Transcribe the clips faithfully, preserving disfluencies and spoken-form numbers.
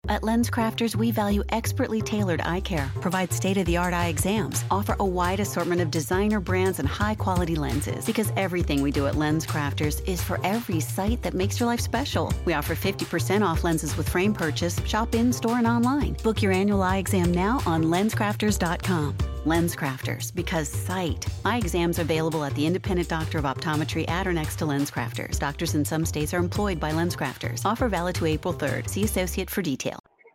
At LensCrafters, we value expertly tailored eye care, provide state-of-the-art eye exams, offer a wide assortment of designer brands and high-quality lenses. Because everything we do at LensCrafters is for every sight that makes your life special. We offer fifty percent off lenses with frame purchase. Shop in-store and online. Book your annual eye exam now on lens crafters dot com. LensCrafters, because sight. Eye exams are available at the independent doctor of optometry at or next to LensCrafters. Doctors in some states are employed by LensCrafters. Offer valid to April third. See associate for detail.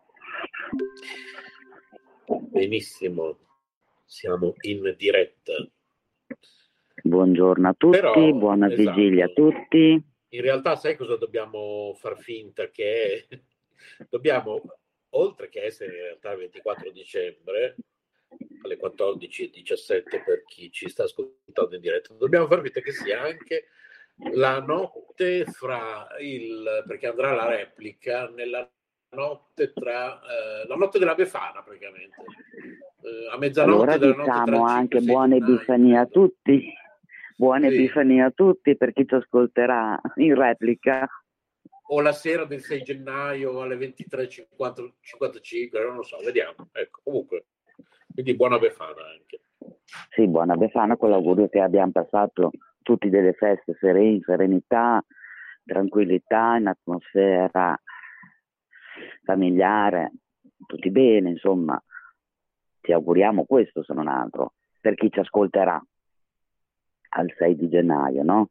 Benissimo, siamo in diretta. Buongiorno a tutti, Però, buona esatto, vigilia a tutti. In realtà sai cosa dobbiamo far finta che è? Dobbiamo, oltre che essere in realtà il ventiquattro dicembre alle quattordici e diciassette per chi ci sta ascoltando in diretta, dobbiamo far finta che sia anche la notte fra il, perché andrà la replica nella notte tra eh, la notte della Befana praticamente eh, a mezzanotte Allora della notte diciamo tra anche cinque e sei buona gennaio. Epifania a tutti, buona Sì. Epifania a tutti per chi ci ascolterà in replica. O la sera del sei gennaio alle ventitré e cinquantacinque, non lo so, vediamo. Ecco, comunque, quindi buona Befana anche. Sì, buona Befana, con l'augurio che abbiamo passato tutti delle feste sereni, serenità, tranquillità, in atmosfera familiare, tutti bene, insomma, ti auguriamo questo se non altro, per chi ci ascolterà al sei di gennaio, no?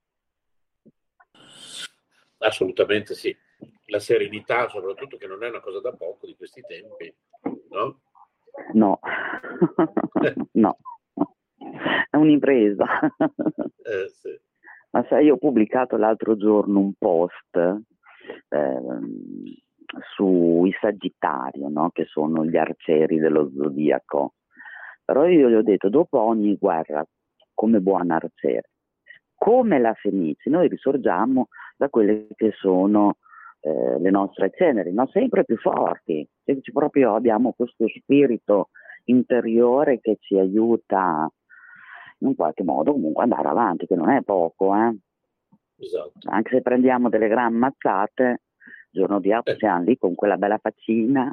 Assolutamente sì, la serenità soprattutto, che non è una cosa da poco di questi tempi, no? No, no, è un'impresa. Eh, sì. Ma sai, io ho pubblicato l'altro giorno un post eh, sui Sagittario, no? Che sono gli arcieri dello zodiaco, però io gli ho detto, dopo ogni guerra, come buon arciere, come la Fenice, noi risorgiamo da quelle che sono eh, le nostre ceneri, no? Sempre più forti, ci proprio abbiamo questo spirito interiore che ci aiuta in qualche modo comunque andare avanti, che non è poco, eh? Esatto. Anche se prendiamo delle gran mazzate, il giorno di altro Eh. siamo lì con quella bella faccina.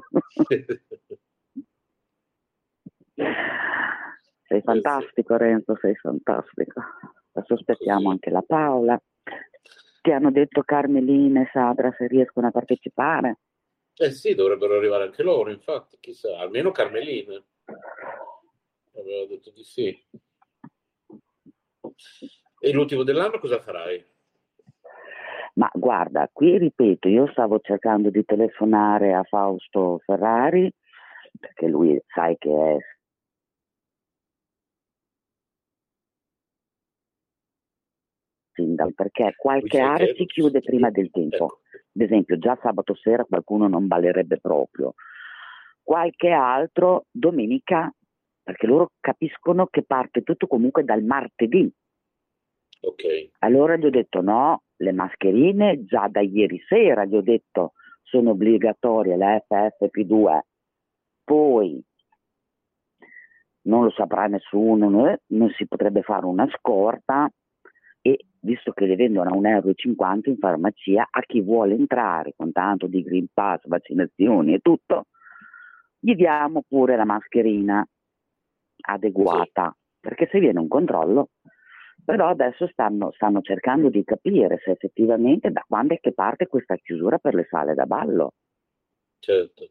Sei fantastico, eh sì. Renzo, sei fantastico. Adesso aspettiamo Così. Anche la Paola. Ti hanno detto Carmelina e Sadra se riescono a partecipare? Eh sì, dovrebbero arrivare anche loro, infatti, chissà, almeno Carmelina. Aveva detto di sì. E l'ultimo dell'anno cosa farai? Ma guarda, qui ripeto, io stavo cercando di telefonare a Fausto Ferrari, perché lui sai che è sindaco, perché qualche area si chiude prima del tempo. Ecco. Ad esempio, già sabato sera qualcuno non ballerebbe proprio. Qualche altro domenica, perché loro capiscono che parte tutto comunque dal martedì. Ok. Allora gli ho detto no, le mascherine già da ieri sera, gli ho detto sono obbligatorie, la F F P due, poi non lo saprà nessuno, non si potrebbe fare una scorta, e visto che le vendono a un euro e cinquanta in farmacia, a chi vuole entrare con tanto di Green Pass, vaccinazioni e tutto, gli diamo pure la mascherina adeguata, sì. Perché se viene un controllo. Però adesso stanno, stanno cercando di capire se effettivamente da quando è che parte questa chiusura per le sale da ballo. Certo.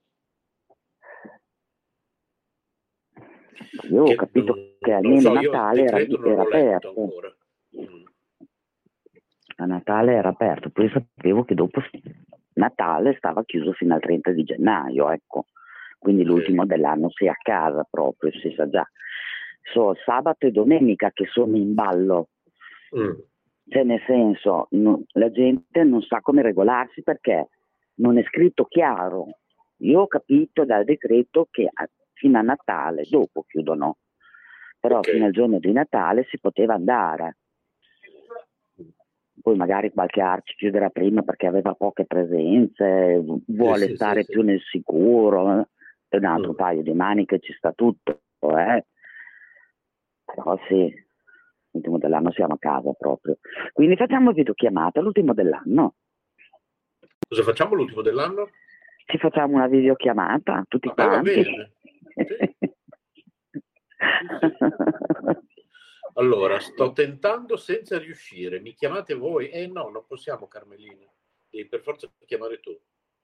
Io che ho capito non, che non almeno so, Natale era, era aperto. Ancora. Mm. A Natale era aperto, poi sapevo che dopo Natale stava chiuso fino al trenta di gennaio, ecco. Quindi okay. L'ultimo dell'anno si è a casa proprio, si sa già. So, sabato e domenica che sono in ballo, mm. Cioè nel senso no, la gente non sa come regolarsi perché non è scritto chiaro. Io ho capito dal decreto che a, fino a Natale, dopo chiudono, però okay. Fino al giorno di Natale si poteva andare, poi magari qualche arci chiuderà prima perché aveva poche presenze, vuole sì, stare sì, più sì. Nel sicuro, è un altro mm. paio di maniche, ci sta tutto, eh. Però sì, l'ultimo dell'anno siamo a casa proprio. Quindi facciamo videochiamata l'ultimo dell'anno. Cosa facciamo l'ultimo dell'anno? Ci facciamo una videochiamata, tutti Vabbè, va quanti. bene. Sì. Allora, sto tentando senza riuscire. Mi chiamate voi? Eh no, non possiamo, Carmelina. Devi per forza chiamare tu.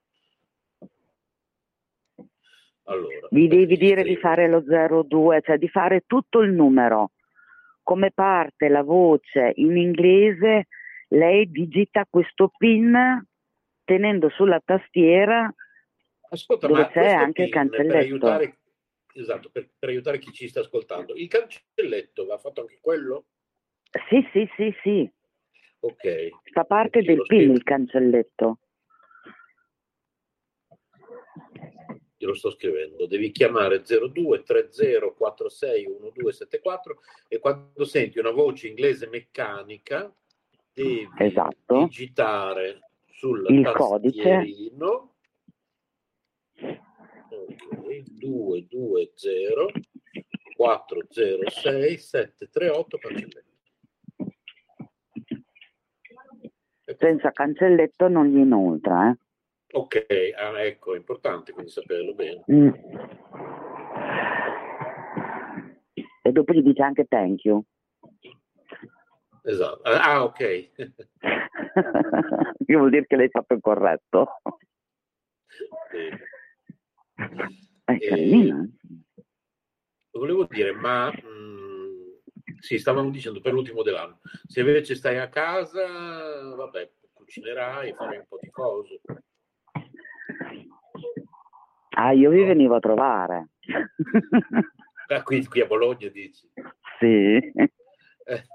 Allora, Gli aspetta devi che gli dire di scrivo. fare lo zero due, cioè di fare tutto il numero. Come parte la voce in inglese, lei digita questo PIN tenendo sulla tastiera Ascolta, dove ma c'è questo anche il PIN per cancelletto. aiutare, esatto, per, per aiutare chi ci sta ascoltando, il cancelletto va fatto anche quello? Sì, sì, sì, sì. Ok. Fa parte Ok, io del lo PIN scrivo. il cancelletto. Io lo sto scrivendo. Devi chiamare zero due tre zero quattro sei uno due sette quattro e quando senti una voce inglese meccanica devi Esatto. digitare sul Il codice. tastierino ok, due due zero quattro zero sei sette tre otto cancelletto. Ecco Senza fatto. cancelletto non gli inoltra, eh. Ok, ah, ecco, è importante quindi saperlo bene. Mm. E dopo gli dice anche thank you. Esatto. Ah, ok. Che vuol dire che l'hai fatto corretto. Bene. È E, carina. volevo dire, ma mh, sì, stavamo dicendo per l'ultimo dell'anno. Se invece stai a casa, vabbè, cucinerai, farai un po' di cose. Ah, io vi No? venivo a trovare. Ah, qui, qui a Bologna dici. Sì. Eh,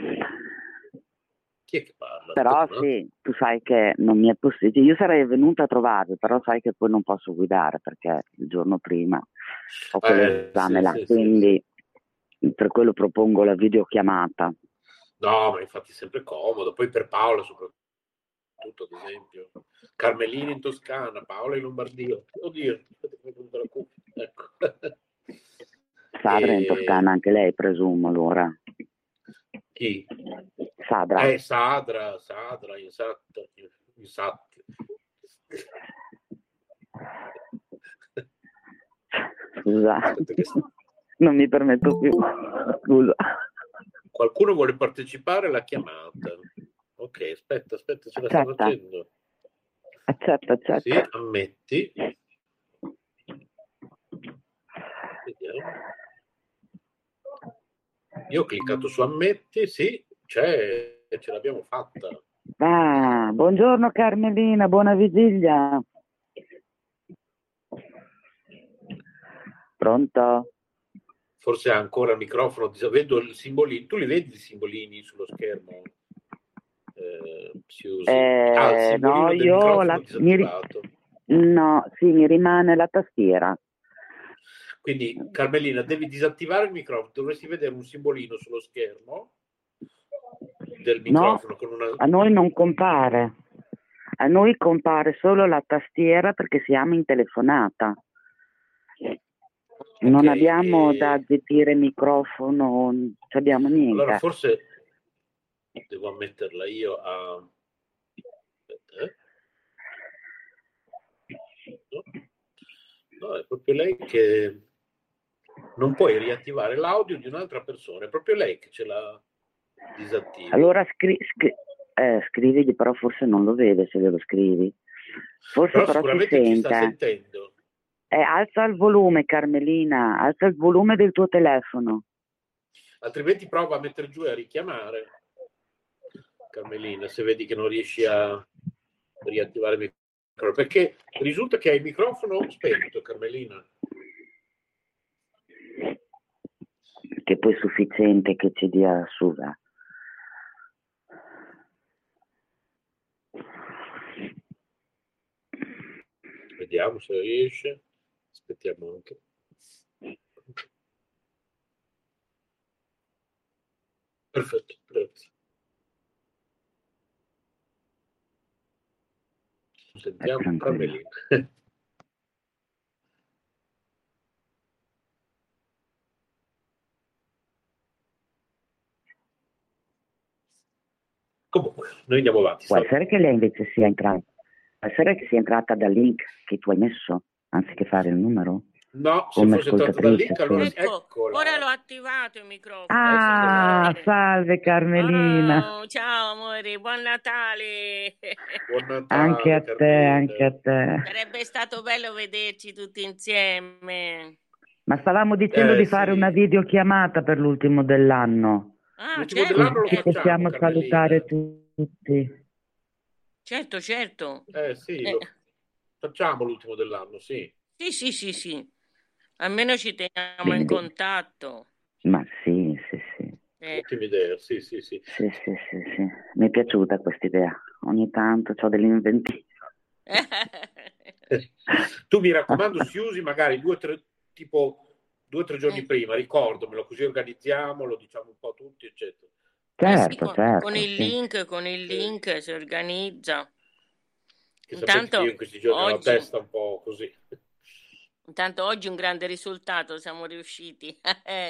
chi è che parla? Però Aspetta, no? sì, tu sai che non mi è possibile. Io sarei venuta a trovarvi, però sai che poi non posso guidare perché il giorno prima ho Eh, quell'esame sì, là, sì, sì, sì. quindi per quello propongo la videochiamata. No, ma infatti è sempre comodo. Poi per Paola soprattutto, ad esempio. Carmelina in Toscana, Paola in Lombardia. Oddio, aspetta che mi è venuta la cuffia. Ecco. Sadra in E... Toscana anche lei, presumo, allora. Chi? Sadra. Eh, Sadra, Sadra, in Sat, in Sat. Scusa, Aspetta che... non mi permetto più. Scusa. Qualcuno vuole partecipare alla chiamata. Ok, aspetta, aspetta, ce la sta Accetta, facendo. accetta, Sì, accetta. ammetti. Vediamo. Io ho cliccato su ammetti, sì, c'è, ce l'abbiamo fatta. Ah, buongiorno Carmelina, buona vigilia. Pronto? Forse ha ancora il microfono, vedo il simbolino, tu li vedi i simbolini sullo schermo? Eh, Susi. Ah, il Eh, no, simbolino del io la, microfono mi, ri- disattivato. no, sì, mi rimane la tastiera. Quindi, Carmelina, devi disattivare il microfono, dovresti vedere un simbolino sullo schermo del No, microfono con una... a noi non compare. A noi compare solo la tastiera perché siamo in telefonata. Ok, Non abbiamo da e... aggetire microfono, non abbiamo allora niente. forse devo ammetterla io a... Aspetta, eh? No? No, è proprio lei che non puoi riattivare l'audio di un'altra persona, è proprio lei che ce l'ha disattivo. Allora scri- scri- eh, scrivigli, però forse non lo vede se glielo scrivi. Forse Però però si sicuramente ci sta sente. sentendo. Eh, alza il volume, Carmelina, alza il volume del tuo telefono. Altrimenti prova a mettere giù e a richiamare. Carmelina, se vedi che non riesci a riattivare il microfono, perché risulta che hai il microfono spento, Carmelina. Che poi è sufficiente che ci dia su. va. Vediamo se riesce. Aspettiamo anche. Perfetto, grazie. Sentiamo Carmelina. Comunque, noi andiamo avanti. Può Stavo... essere che lei invece sia entrata. essere che sia entrata dal link che tu hai messo, anziché fare il numero? No, se Come fosse entrato dal link, ascoltatrice, allora sì. Ecco, eccola. ora l'ho attivato il microfono. Ah, Eccola. salve Carmelina. Oh, ciao amore, buon Natale. Buon Natale, Anche a te, Carmelina. anche a te. Sarebbe stato bello vederci tutti insieme. Ma stavamo dicendo Eh, di fare sì. una videochiamata per l'ultimo dell'anno, Ah, L'ultimo certo, dell'anno lo così certo, facciamo, possiamo Carmelina. salutare tutti. certo, certo. Eh sì, Eh, lo facciamo l'ultimo dell'anno, sì. sì, sì, sì, sì. Almeno ci teniamo Bene, in bene. contatto. Ma sì, sì, sì. Eh. Ottima idea, sì, sì, sì. Sì, sì, sì, sì. Mi è piaciuta questa idea. Ogni tanto ho dell'inventiva. Tu mi raccomando, Siusi, magari due o tre, tipo due o tre giorni Eh. prima, ricordamelo, così organizziamo, lo diciamo un po' tutti, eccetera. Eh sì, Certo, con, certo. con il sì. link, con il Sì. link si organizza. Che sapete che io Intanto in questi giorni ho la oggi, testa un po' così. intanto oggi un grande risultato, siamo riusciti.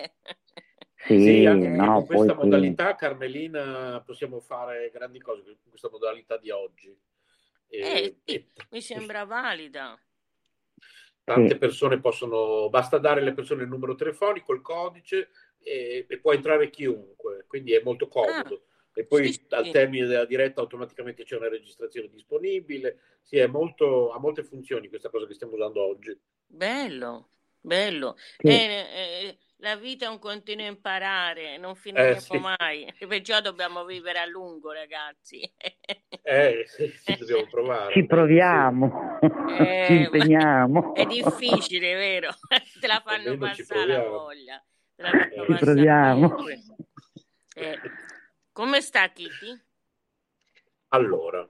Sì, Sì, anche perché no, con poi questa sì. modalità, Carmelina, possiamo fare grandi cose con questa modalità di oggi. Eh E, sì, e mi sembra valida. tante Sì. persone possono, basta dare alle persone il numero telefonico, il codice e, e può entrare chiunque, quindi è molto Ah, comodo. E sì, poi al sì, termine della diretta automaticamente c'è una registrazione disponibile. Sì, è molto, ha molte funzioni questa cosa che stiamo usando oggi. bello, bello. Sì. Eh, eh, la vita è un continuo imparare, non Eh finiremo sì, mai. Perciò dobbiamo vivere a lungo, ragazzi. eh, sì, ci dobbiamo provare Ci almeno, sì. proviamo, ci Eh, ma impegniamo. è difficile, vero? Te la fanno Almeno ci passare la proviamo. voglia, te la fanno Eh, Ci passare proviamo. comunque. Eh, come sta Kitty? Allora,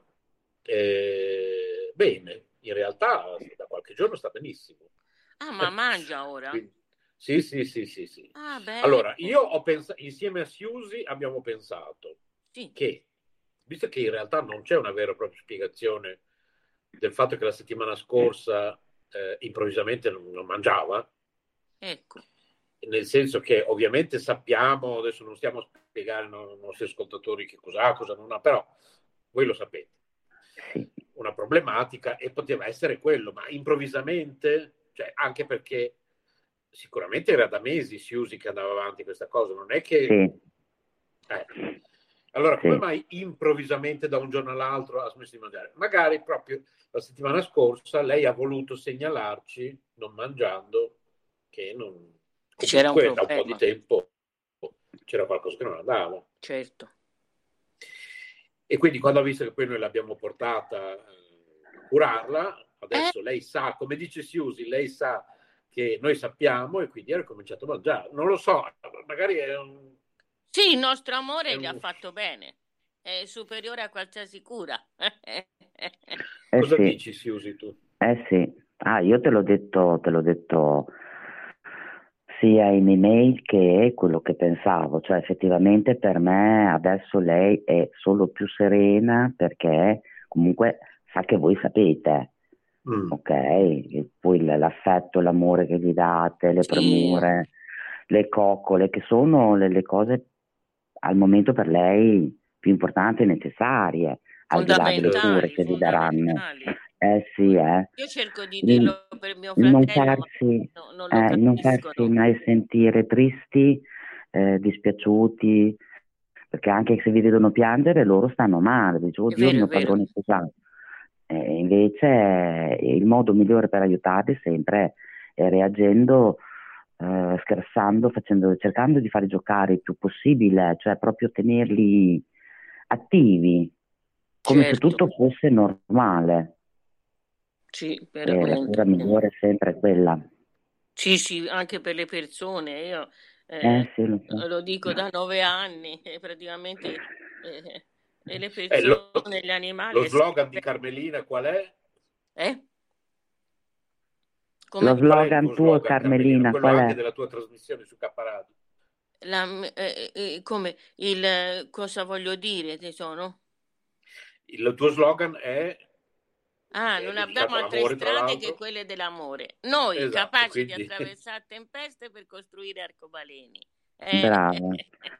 eh, bene, in realtà da qualche giorno sta benissimo. Ah, ma mangia ora? Quindi, sì, sì, sì, sì, sì. Ah, bene. Allora, io ho pensato, insieme a Siusi abbiamo pensato Sì, che, visto che in realtà non c'è una vera e propria spiegazione del fatto che la settimana scorsa eh, improvvisamente non, non mangiava, ecco. nel senso che ovviamente sappiamo, adesso non stiamo a spiegare ai nostri ascoltatori che cos'ha, cosa non ha, però voi lo sapete, Sì. una problematica e poteva essere quello, ma improvvisamente, cioè anche perché sicuramente era da mesi Siusi che andava avanti questa cosa, non è che... Sì. Eh. Allora, come Sì. mai improvvisamente da un giorno all'altro ha smesso di mangiare? Magari proprio la settimana scorsa lei ha voluto segnalarci, non mangiando, che non... C'era un comunque da un po' di problema, tempo c'era qualcosa che non andava. certo. E quindi quando ha visto che poi noi l'abbiamo portata eh, a curarla, adesso Eh, lei sa, come dice Siusi, lei sa che noi sappiamo e quindi ha ricominciato a mangiare. Non lo so, magari è un... sì, il nostro è amore gli ha un... fatto bene. È superiore a qualsiasi cura. Eh Cosa sì. dici, Siusi, tu? Eh sì. Ah, io te l'ho detto, te l'ho detto sia in email che quello che pensavo, cioè effettivamente per me adesso lei è solo più serena perché comunque sa che voi sapete, Mm. ok? E poi l- l'affetto, l'amore che gli date, le Sì, premure, le coccole, che sono le, le cose al momento per lei più importanti e necessarie, al di là delle cure fondamentali, che gli daranno. fondamentali. Eh sì, eh. Io cerco di Il- dirlo per mio non fratello, ma farsi, no- non lo eh, non farsi capiscono. mai sentire tristi, eh, dispiaciuti, perché anche se vi vedono piangere loro stanno male, dice È oddio il vero, è mio vero. padrone è pesato. Eh, invece eh, il modo migliore per aiutarli sempre è reagendo, eh, scherzando, facendo, cercando di fare giocare il più possibile, cioè proprio tenerli attivi, come se Certo, tutto fosse normale. sì, E la cura veramente. migliore è sempre quella. Sì, sì, anche per le persone. Io Eh eh, sì, lo so. lo dico da nove anni, e praticamente eh, e le Eh, lo, persone, gli animali lo è slogan di sempre... Carmelina qual è? Eh? Lo Come? Qual è il slogan tuo tuo, slogan, Carmelina? Carmelina, Quello qual anche è? della tua trasmissione su K-Radio. La, eh, eh, come? Il eh, cosa voglio dire, tesoro? Il tuo slogan è, Ah, che è non abbiamo dedicato altre all'amore, tra strade che l'altro. quelle dell'amore. Noi, Esatto, capaci di quindi attraversare tempeste per costruire arcobaleni. Eh. Brava.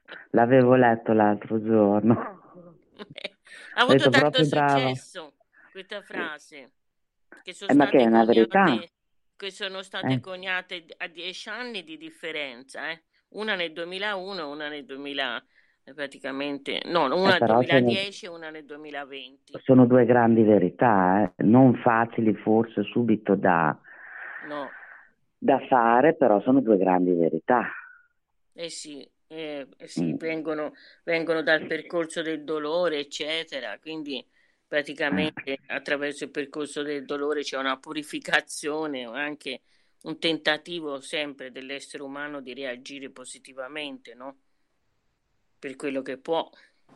L'avevo letto l'altro giorno. Ha Ho avuto detto tanto proprio brava. successo questa frase, che sono Eh, ma che è state una verità? coniate, che sono state Eh, coniate a dieci anni di differenza, eh? Una nel duemilauno, una nel duemila, eh, praticamente, no, eh, una nel però sono, duemiladodici e una nel duemilaventi. sono due grandi verità, eh, non facili forse subito da, No, da fare, però sono due grandi verità. eh sì, eh, eh sì, Mm. vengono, vengono dal percorso del dolore, eccetera, quindi Eh, praticamente attraverso il percorso del dolore c'è una purificazione, anche un tentativo sempre dell'essere umano di reagire positivamente, no? Per quello che può.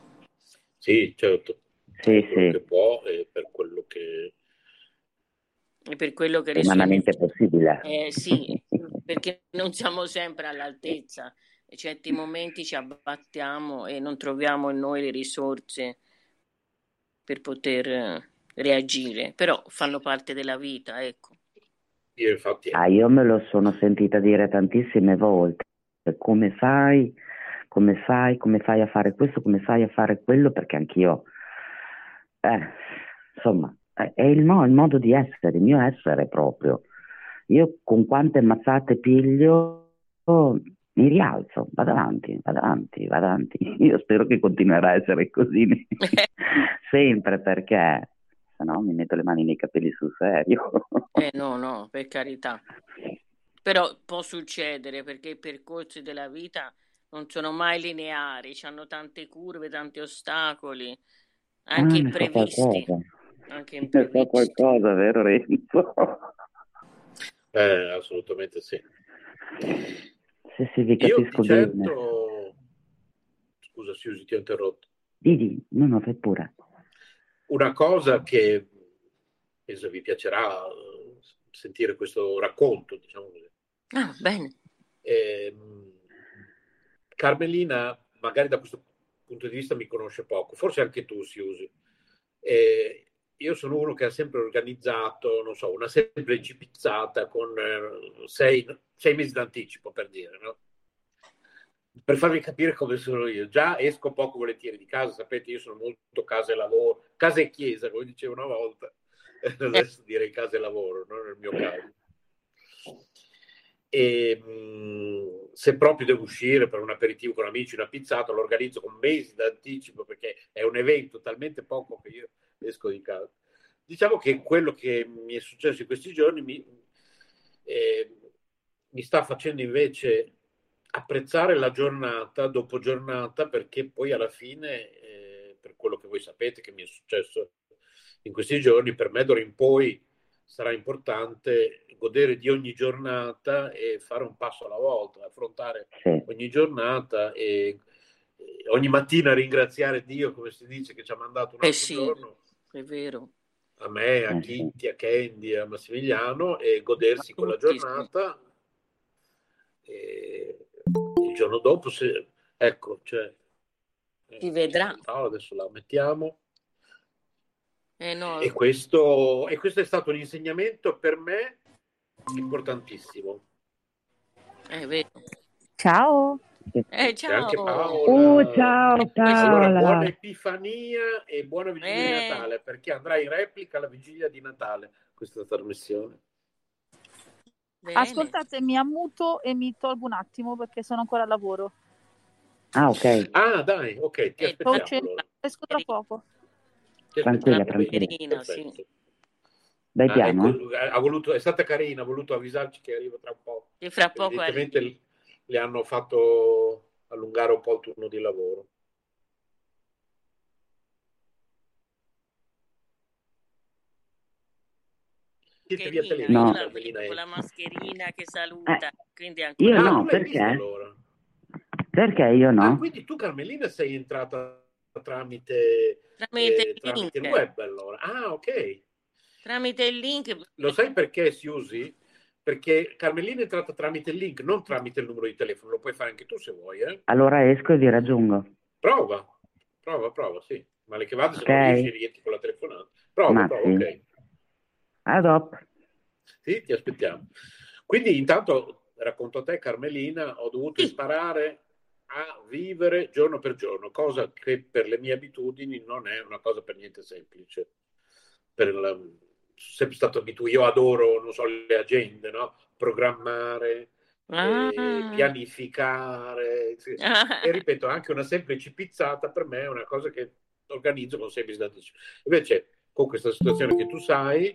Sì, certo, per sì, quello che sì, può e per quello che... E per quello che le sue... umanamente possibile. Eh, sì, perché non siamo sempre all'altezza. In certi momenti ci abbattiamo e non troviamo in noi le risorse per poter eh, reagire, però fanno parte della vita, ecco. Io infatti Ah, ecco, io me lo sono sentita dire tantissime volte. Come fai? Come fai? Come fai a fare questo? Come fai a fare quello? Perché anch'io, eh, insomma, è, è il, mo- il modo di essere, il mio essere proprio. Io con quante mazzate piglio, oh, mi rialzo, vado avanti, vado avanti, vado avanti. Io spero che continuerà a essere così sempre, perché se no mi metto le mani nei capelli sul serio. Eh, no, no, per carità. Però può succedere perché i percorsi della vita non sono mai lineari, hanno tante curve, tanti ostacoli, Ah, anche ne so imprevisti, qualcosa. anche Ne so imprevisti. qualcosa, vero Renzo? eh, assolutamente sì. Sì, sì, vi Io di capisco bene. certo, scusa Susi, ti ho interrotto, Didi, no, no, fai pure. una cosa che penso vi piacerà eh, sentire questo racconto, diciamo così. Ah, bene. Ehm, Carmelina, magari da questo punto di vista mi conosce poco, forse anche tu, Siusi. Eh, io sono uno che ha sempre organizzato, non so, una semplice pizzata con eh, sei, sei mesi d'anticipo, per dire, no? Per farvi capire come sono io. Già esco poco volentieri di casa, sapete, io sono molto casa e lavoro, casa e chiesa, come dicevo una volta, Eh, adesso direi casa e lavoro, no? Nel mio caso. E mh, se proprio devo uscire per un aperitivo con amici, una pizzata, lo organizzo con mesi d'anticipo perché è un evento talmente poco che io esco di casa. Diciamo che quello che mi è successo in questi giorni mi, eh, mi sta facendo invece apprezzare la giornata dopo giornata, perché poi alla fine, eh, per quello che voi sapete che mi è successo in questi giorni, per me d'ora in poi sarà importante godere di ogni giornata e fare un passo alla volta, affrontare Sì, ogni giornata e e ogni mattina ringraziare Dio, come si dice, che ci ha mandato un eh altro sì, giorno, è vero, a me, a eh sì. Kitty, a Candy, a Massimiliano, e a godersi quella tutti, sì. giornata. E il giorno dopo, se, ecco, cioè, Si eh, vedrà. aspettavo, adesso la mettiamo. Eh no, E questo, e questo è stato un insegnamento per me importantissimo. è vero. Ciao. Eh, C'è anche ciao! Oh, Paola. ciao Allora, buona Paola! Epifania e buona vigilia di Eh, Natale, perché andrà in replica la vigilia di Natale questa trasmissione. bene. Ascoltate, mi ammuto e mi tolgo un attimo perché sono ancora al lavoro. Ah, ok, Ah, dai, ok, ti Eh, Sto aspettiamo cenando, allora. esco tra poco. Ti la tranquilla, aspettiamo, va tranquilla. bene, mascherina, sì. perfetto. Dai Ah, piano, ecco, eh? ha voluto, è stata carina, ha voluto avvisarci che arriva tra un po'. Che fra poco Evidentemente arrivi. l- le hanno fatto allungare un po' il turno di lavoro. Siete via Mascherina, io telefono, No. la Carmelina vedo con la e... mascherina che Eh, saluta, quindi è io ancora Ah, no, tu meglio. l'hai vista perché? allora? Perché io Ah, no? quindi tu, Carmelina, sei entrata tramite, Tramite eh, il tramite il link, web allora. Ah, ok. tramite il link. Lo sai perché si usi? Perché Carmelina è entrata tramite il link, non tramite il numero di telefono. Lo puoi fare anche tu se vuoi, eh? Allora esco e vi raggiungo, Prova, prova, prova, sì. Male che vada, se non riesci, ok? rientri con la telefonata. Prova, Ma prova, sì. ok. A dopo. Sì, ti aspettiamo. Quindi intanto racconto a te, Carmelina, ho dovuto Sì, imparare a vivere giorno per giorno, cosa che per le mie abitudini non è una cosa per niente semplice. per la, sono sempre stato abituato, io adoro, non so, le agende, no? Programmare, eh, Ah. pianificare, sì. E ripeto, anche una semplice pizzata per me è una cosa che organizzo con sei mesi d'anticipo. Invece, con questa situazione che tu sai,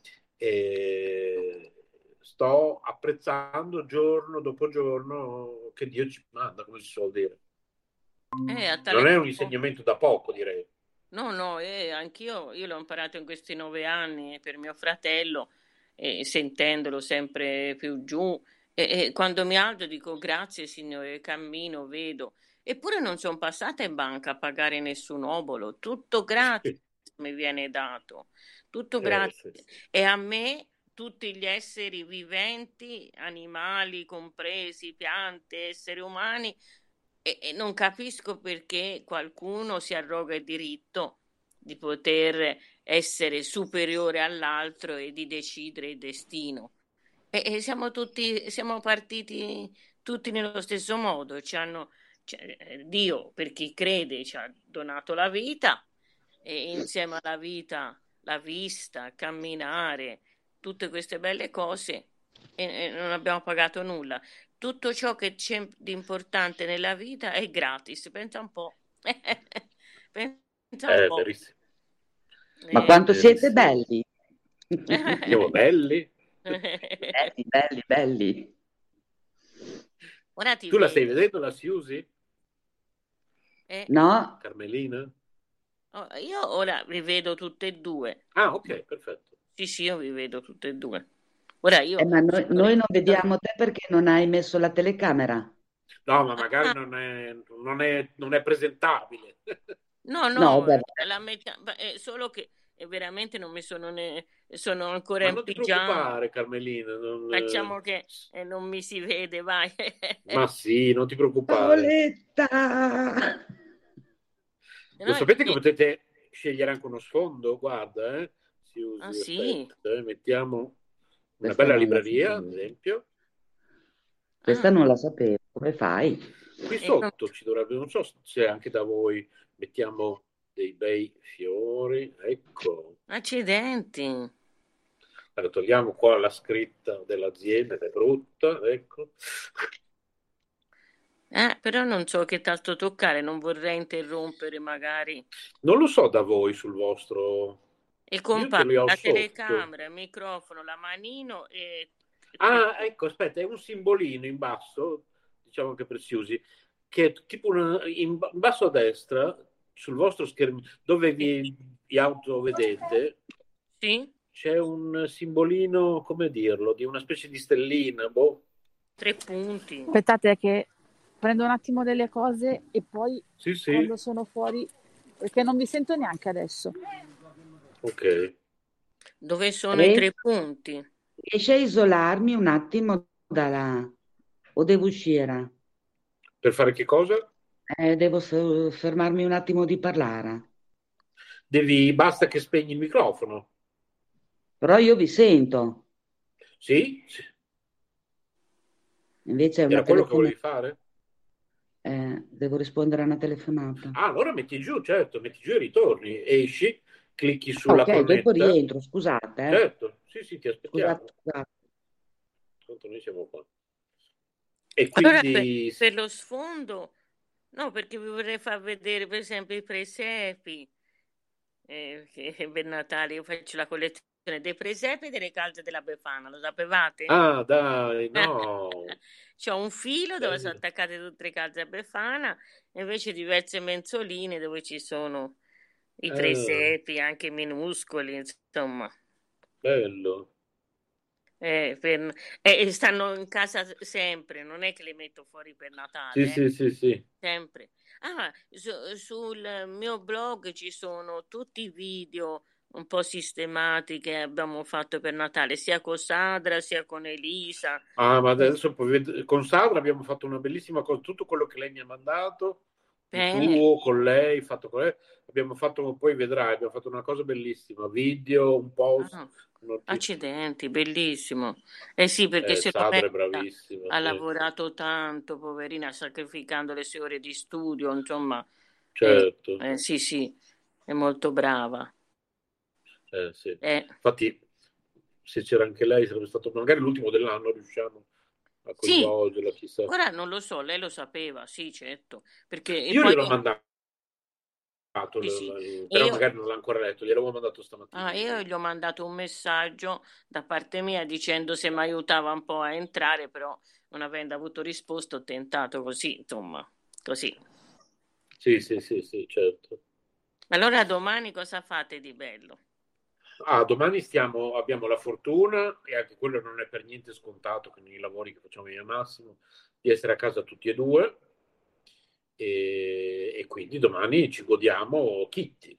eh, sto apprezzando giorno dopo giorno che Dio ci manda, come si suol dire. Eh, a Non tale è un po- insegnamento da poco, direi. No, no, eh, anch'io io l'ho imparato in questi nove anni per mio fratello, e sentendolo sempre più giù. E, e quando mi alzo dico grazie Signore, cammino, vedo. Eppure non sono passata in banca a pagare nessun obolo, tutto gratis Sì. mi viene dato, tutto Eh, gratis. sì. E a me tutti gli esseri viventi, animali compresi, piante, esseri umani, e, e non capisco perché qualcuno si arroga il diritto di poter essere superiore all'altro e di decidere il destino. E, e siamo tutti, siamo partiti tutti nello stesso modo. Ci hanno, cioè, eh, Dio, per chi crede, ci ha donato la vita e insieme alla vita la vista, camminare, tutte queste belle cose e, e non abbiamo pagato nulla. Tutto ciò che c'è di importante nella vita è gratis. Pensa un po'. Pensa un È po'. verissimo. Ma Eh, quanto siete Verissimo. belli? Siamo belli. Belli, belli, belli. Ora ti Tu la stai vedo. vedendo, la Siusi? Eh, No? Carmelina? oh, io ora vi vedo tutte e due. Ah, ok, perfetto. Sì, sì, io vi vedo tutte e due. Ora Eh, io ma noi, sono noi non rimasta- vediamo te perché non hai messo la telecamera. No, ma magari Ah, non è, non è, non è presentabile. no, No, no, beh, la metà, beh, è solo che eh, veramente non mi sono ne, sono ancora Ma in non ti pigiama. preoccupare, Carmelina. non, eh, Facciamo che eh, non mi si vede, vai. Ma sì, non ti preoccupare. Paoletta! Lo No, è sapete che che... potete scegliere anche uno sfondo? Guarda, eh. Ah Siusi, sì? aspetta, eh, mettiamo una Questa bella non la libreria, ad sapevo. esempio. Questa Ah, non la sapevo. Come fai? Qui e non- sotto ci dovrebbe, non so se anche da voi mettiamo dei bei fiori. Ecco. accidenti. Allora, togliamo qua la scritta dell'azienda, che è brutta, ecco. Eh, però non so che tasto toccare, non vorrei interrompere magari. Non lo so da voi sul vostro... E Io ce compare li ho la sotto. telecamera, il microfono, la manino e tre Ah, punti. ecco, aspetta, è un simbolino in basso, diciamo che Preziusi, che è tipo una- in, ba- in basso a destra, sul vostro schermo, dove Sì? vi, vi autovedete, Sì? c'è un simbolino, come dirlo, di una specie di stellina, boh. Tre punti. Aspettate che prendo un attimo delle cose e poi Sì, sì, quando sono fuori, perché non vi sento neanche adesso. ok. Dove sono i Re- tre punti? Riesci a isolarmi un attimo dalla... o devo uscire? Per fare che cosa? Eh, devo f- fermarmi un attimo di parlare. Devi, basta che spegni il microfono. Però io vi sento. Sì? Sì. Invece è una Era quello che telefonata. volevi fare? Eh, devo rispondere a una telefonata. Ah, allora metti giù, certo, metti giù e ritorni, esci, clicchi Ah, sulla ok, dopo cornetta. rientro, scusate, eh. Certo, sì, sì, ti Scusate, aspettiamo. scusate. Tanto noi siamo qua. E Allora, per, quindi, per lo sfondo, no, perché vi vorrei far vedere, per esempio, i presepi. Eh, che per Natale io faccio la collezione dei presepi e delle calze della Befana, lo sapevate? ah, dai, no. C'ho un filo dove sono Bello. attaccate tutte le calze a Befana e invece diverse mensoline dove ci sono i Ah, presepi, anche minuscoli, insomma. bello. Eh, per- e stanno in casa sempre, non è che le metto fuori per Sì, Natale, eh. sì, sì, sì. Sempre. Ah, su- sul mio blog ci sono tutti i video un po' sistemati che abbiamo fatto per Natale, sia con Sandra sia con Elisa. Ah, ma Eh, adesso poi ved- con Sandra abbiamo fatto una bellissima cosa, tutto quello che lei mi ha mandato, di Bene. tuo, con lei, fatto con lei, abbiamo fatto, poi vedrai, abbiamo fatto una cosa bellissima, video, un post, Ah, notizie. accidenti, bellissimo. Eh sì, perché Eh, se lo Sandra è merita. bravissima, Ha sì. lavorato tanto, poverina, sacrificando le sue ore di studio, insomma. Eh, Certo. eh, sì, sì, è molto brava. Eh, sì. Eh. Infatti, se c'era anche lei, sarebbe stato magari l'ultimo dell'anno, riusciamo a Sì, coinvolgerla, chissà. ora non lo so, lei lo sapeva, sì, certo, perché e Io poi gliel'ho mandato, sì, sì, l- l- e però io, magari non l'ha ancora letto, gliel'avevo mandato stamattina. ah, io gli ho mandato un messaggio da parte mia dicendo se mi aiutava un po' a entrare, però non avendo avuto risposta ho tentato così, insomma, così. Sì, sì, sì, sì, certo. Allora domani cosa fate di bello? Ah, domani stiamo, abbiamo la fortuna, e anche quello non è per niente scontato che nei lavori che facciamo io e Massimo, di essere a casa tutti e due. E, e quindi domani ci godiamo Kitty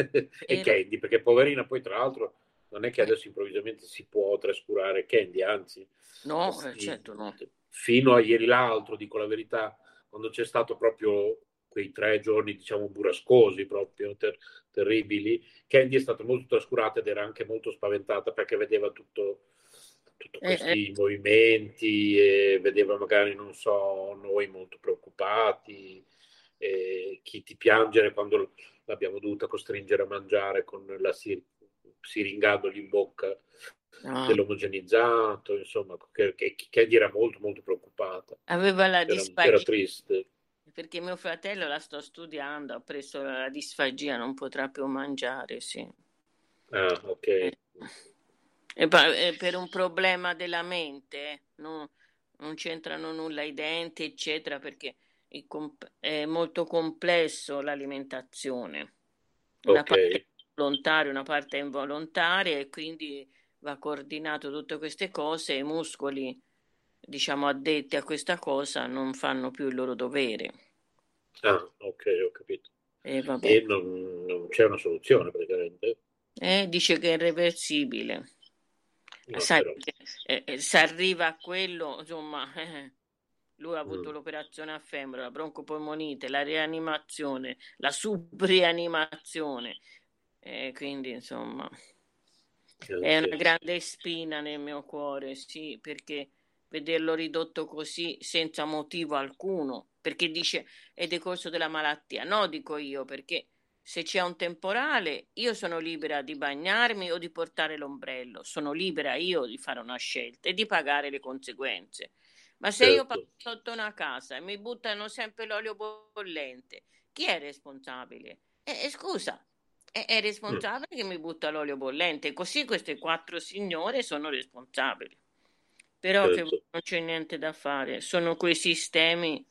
e Vero? Candy, perché poverina poi tra l'altro non è che Eh, adesso improvvisamente si può trascurare Candy, anzi, no, eh, certo no. fino a ieri l'altro, dico la verità, quando c'è stato proprio quei tre giorni, diciamo, burrascosi, proprio ter- terribili, Candy è stata molto trascurata ed era anche molto spaventata perché vedeva tutto, tutti Eh, eh, questi movimenti e vedeva magari, non so, noi molto preoccupati, e chi ti piangere quando l'abbiamo dovuta costringere a mangiare con la sir- siringandogli in bocca no. dell'omogenizzato, insomma, che, che, che era molto molto preoccupata, Aveva la era, era disfagia, triste. perché mio fratello la sto studiando, ha preso la disfagia, non potrà più mangiare, sì. Ah, ok. Eh. E pa- e per un problema della mente, eh, no- non c'entrano nulla i denti, eccetera, perché è, comp- è molto complesso l'alimentazione. Una Ok, parte è volontaria, una parte è involontaria e quindi va coordinato tutte queste cose e i muscoli, diciamo, addetti a questa cosa non fanno più il loro dovere. ah, ok, ho capito. E vabbè. E non, non c'è una soluzione praticamente? Eh, dice che è irreversibile. No, Sai, però. perché, eh, eh, se arriva a quello, insomma, eh, lui ha avuto Mm, l'operazione a femmine, la broncopolmonite, la rianimazione, la subrianimazione, eh, quindi insomma eh, è una sì. grande spina nel mio cuore, sì, perché vederlo ridotto così senza motivo alcuno, perché dice è decorso della malattia. No, dico io, perché se c'è un temporale, io sono libera di bagnarmi o di portare l'ombrello, sono libera io di fare una scelta e di pagare le conseguenze. Ma se io passo Certo. sotto una casa e mi buttano sempre l'olio bollente, chi è responsabile? Eh, eh, scusa, è, è Mm, responsabile che mi butta l'olio bollente, così queste quattro signore sono responsabili. Però che certo. non c'è niente da fare, sono quei sistemi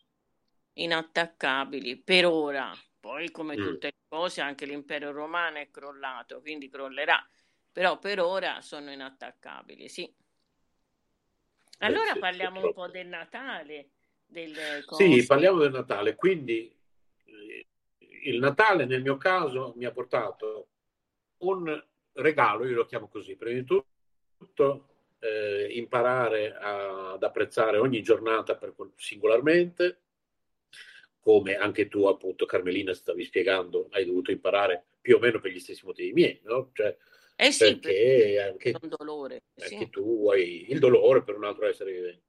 inattaccabili per ora. Poi, come Mm, tutte le cose, anche l'impero romano è crollato, quindi crollerà. Però per ora sono inattaccabili, sì. eh Allora sì, parliamo un po' purtroppo. del Natale, delle Sì, cose. parliamo del Natale, quindi eh, il Natale nel mio caso mi ha portato un regalo, io lo chiamo così, prima di tutto eh, imparare a- ad apprezzare ogni giornata per, singolarmente, come anche tu appunto Carmelina stavi spiegando, hai dovuto imparare più o meno per gli stessi motivi miei, no? Cioè, Eh sì, perché perché è anche, un dolore, sì. anche tu hai il dolore per un altro essere vivente.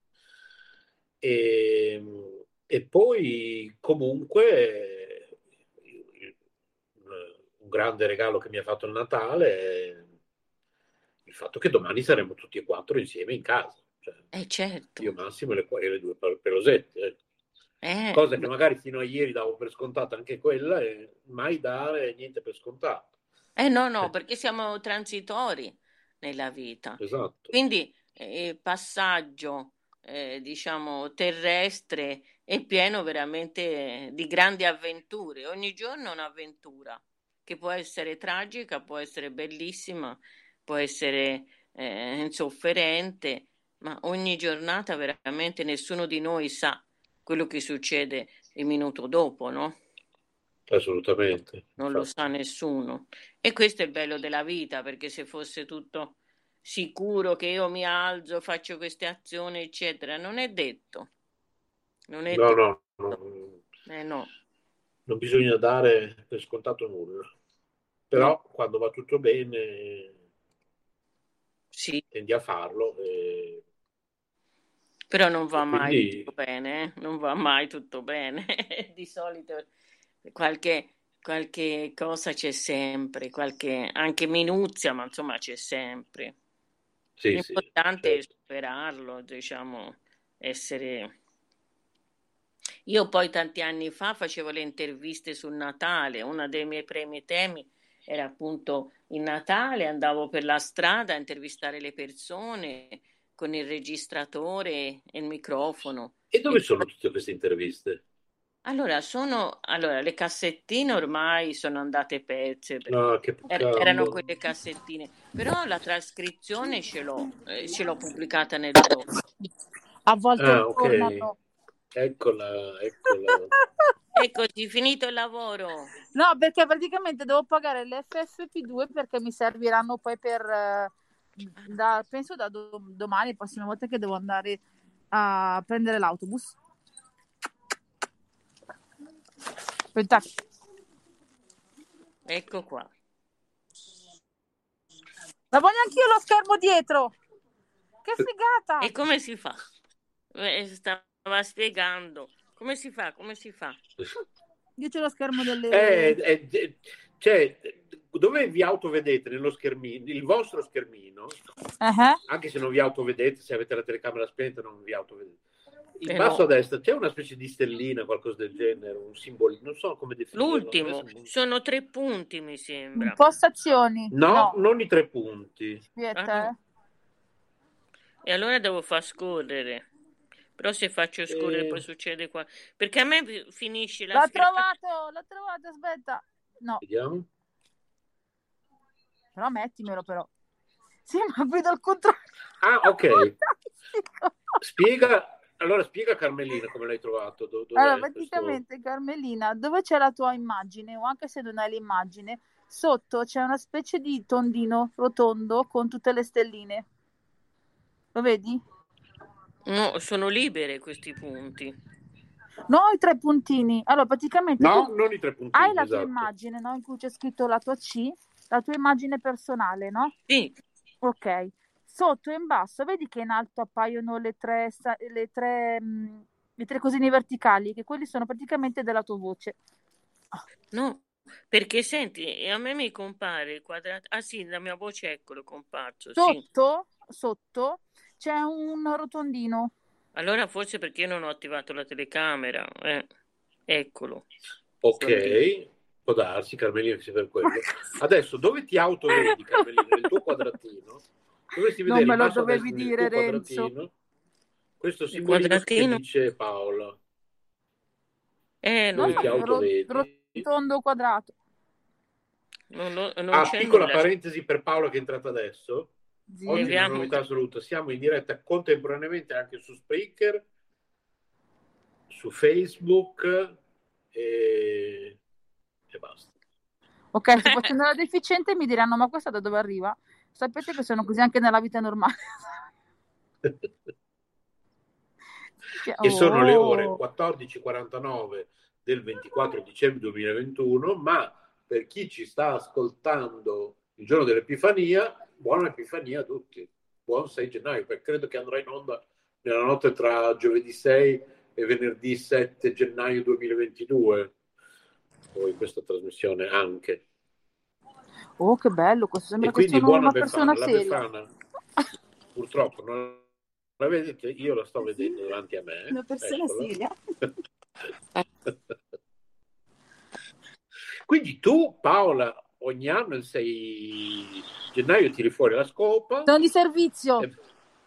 E, e poi comunque un grande regalo che mi ha fatto il Natale è il fatto che domani saremo tutti e quattro insieme in casa, cioè, Eh certo. io Massimo e le, e le due pelosette, ecco. Eh, Cosa che magari fino a ieri davo per scontata anche quella e mai dare niente per scontato. eh no, no, perché siamo transitori nella vita. Esatto, Quindi eh, il passaggio, eh, diciamo, terrestre è pieno veramente di grandi avventure. Ogni giorno è un'avventura che può essere tragica, può essere bellissima, può essere eh, insofferente, ma ogni giornata veramente nessuno di noi sa quello che succede il minuto dopo, no? assolutamente, Non lo sa infatti. nessuno. E questo è il bello della vita, perché se fosse tutto sicuro che io mi alzo, faccio queste azioni, eccetera, non è detto. Non è No, detto. no, no, Eh no, non bisogna dare per scontato nulla, no, però quando va tutto bene sì, tendi a farlo e, però non e va mai tutto quindi bene, eh? Non va mai tutto bene. Di solito qualche qualche cosa c'è sempre, qualche anche minuzia, ma insomma c'è sempre. Sì, L'importante sì, è certo. superarlo, diciamo, essere... Io poi tanti anni fa facevo le interviste sul Natale, uno dei miei primi temi era appunto il Natale, andavo per la strada a intervistare le persone con il registratore e il microfono. E dove E sono tutte queste interviste? allora, sono, allora, le cassettine ormai sono andate perse perché No, che er- erano peccato. quelle cassettine, però la trascrizione ce l'ho, eh, ce l'ho pubblicata nel blog. A volte Ah, ok. tornano. Eccola, eccola. Eccoci, finito il lavoro. No, perché praticamente devo pagare le F F P due perché mi serviranno poi per, eh, da, penso da do- domani, la prossima volta che devo andare a prendere l'autobus. Aspetta. Ecco qua. La voglio anch'io lo schermo dietro. Che figata! E come si fa? Eh, stava spiegando. Come si fa? Come si fa? Io c'ho lo schermo delle... Eh, eh, eh, cioè, dove vi autovedete nello schermino, il vostro schermino, Uh-huh. anche se non vi autovedete, se avete la telecamera spenta non vi autovedete. In Eh basso no. a destra c'è una specie di stellina, qualcosa del genere, un simbolino, non so come definirlo. L'ultimo, sono tre punti mi sembra. Impostazioni. No, No. non i tre punti. Aspetta, Ah, no. eh. E allora devo far scorrere. Però se faccio scorrere Eh. poi succede qua. Perché a me finisce la L'ho schermata. trovato, l'ho trovato, aspetta. No, Vediamo. però mettimelo però. Sì, ma guido al contrario. Ah, ok. Fantastico. Spiega, allora spiega Carmelina come l'hai trovato. Do- dov'è Allora, questo- praticamente, Carmelina, dove c'è la tua immagine, o anche se non hai l'immagine, sotto c'è una specie di tondino rotondo con tutte le stelline. Lo vedi? No, sono libere questi punti. No, i tre puntini. Allora, praticamente No, tu non i tre puntini, hai la esatto. tua immagine, no? In cui c'è scritto la tua C, la tua immagine personale, no? Sì. Ok. Sotto e in basso, vedi che in alto appaiono le tre, sa- le tre, mh, le tre cosine verticali, che quelli sono praticamente della tua voce. No, perché senti, a me mi compare il quadrato. Ah sì, la mia voce eccolo è comparso. Sì. Sotto, sotto c'è un rotondino. Allora forse perché io non ho attivato la telecamera. Eh. Eccolo. Ok, può darsi, Carmelina, che sia per quello. Adesso, dove ti autovedi, Carmelina? Nel tuo quadratino? Dovresti Non vedere me in lo basso a dovevi destra nel dire, tuo Renzo. quadratino questo Il simbolino che quadratino? dice Paola. Eh, Non Dove so, ti non, ro- autovedi? rotondo quadrato. non, non, non Ah, c'è piccola nulla. parentesi per Paola che è entrata adesso. Sì. Oggi Leviamo. una novità assoluta. Siamo in diretta contemporaneamente anche su Spreaker, su Facebook e, e basta. Ok, se faccio una deficiente mi diranno ma questa da dove arriva? Sapete che sono così anche nella vita normale. E sono le ore Oh. quattordici e quarantanove del ventiquattro dicembre duemilaventuno, ma per chi ci sta ascoltando il giorno dell'Epifania, buona Epifania a tutti. Buon sei gennaio, perché credo che andrà in onda nella notte tra giovedì sei e venerdì sette gennaio duemilaventidue. Poi questa trasmissione anche. Oh, che bello, questo sembra E che quindi sono buona una persona Befana. La seria. Befana, purtroppo, non la vedete, io la sto vedendo davanti a me. Una persona Eccola. seria. Quindi tu, Paola, ogni anno il sei gennaio tiri fuori la scopa. Sono di servizio. E...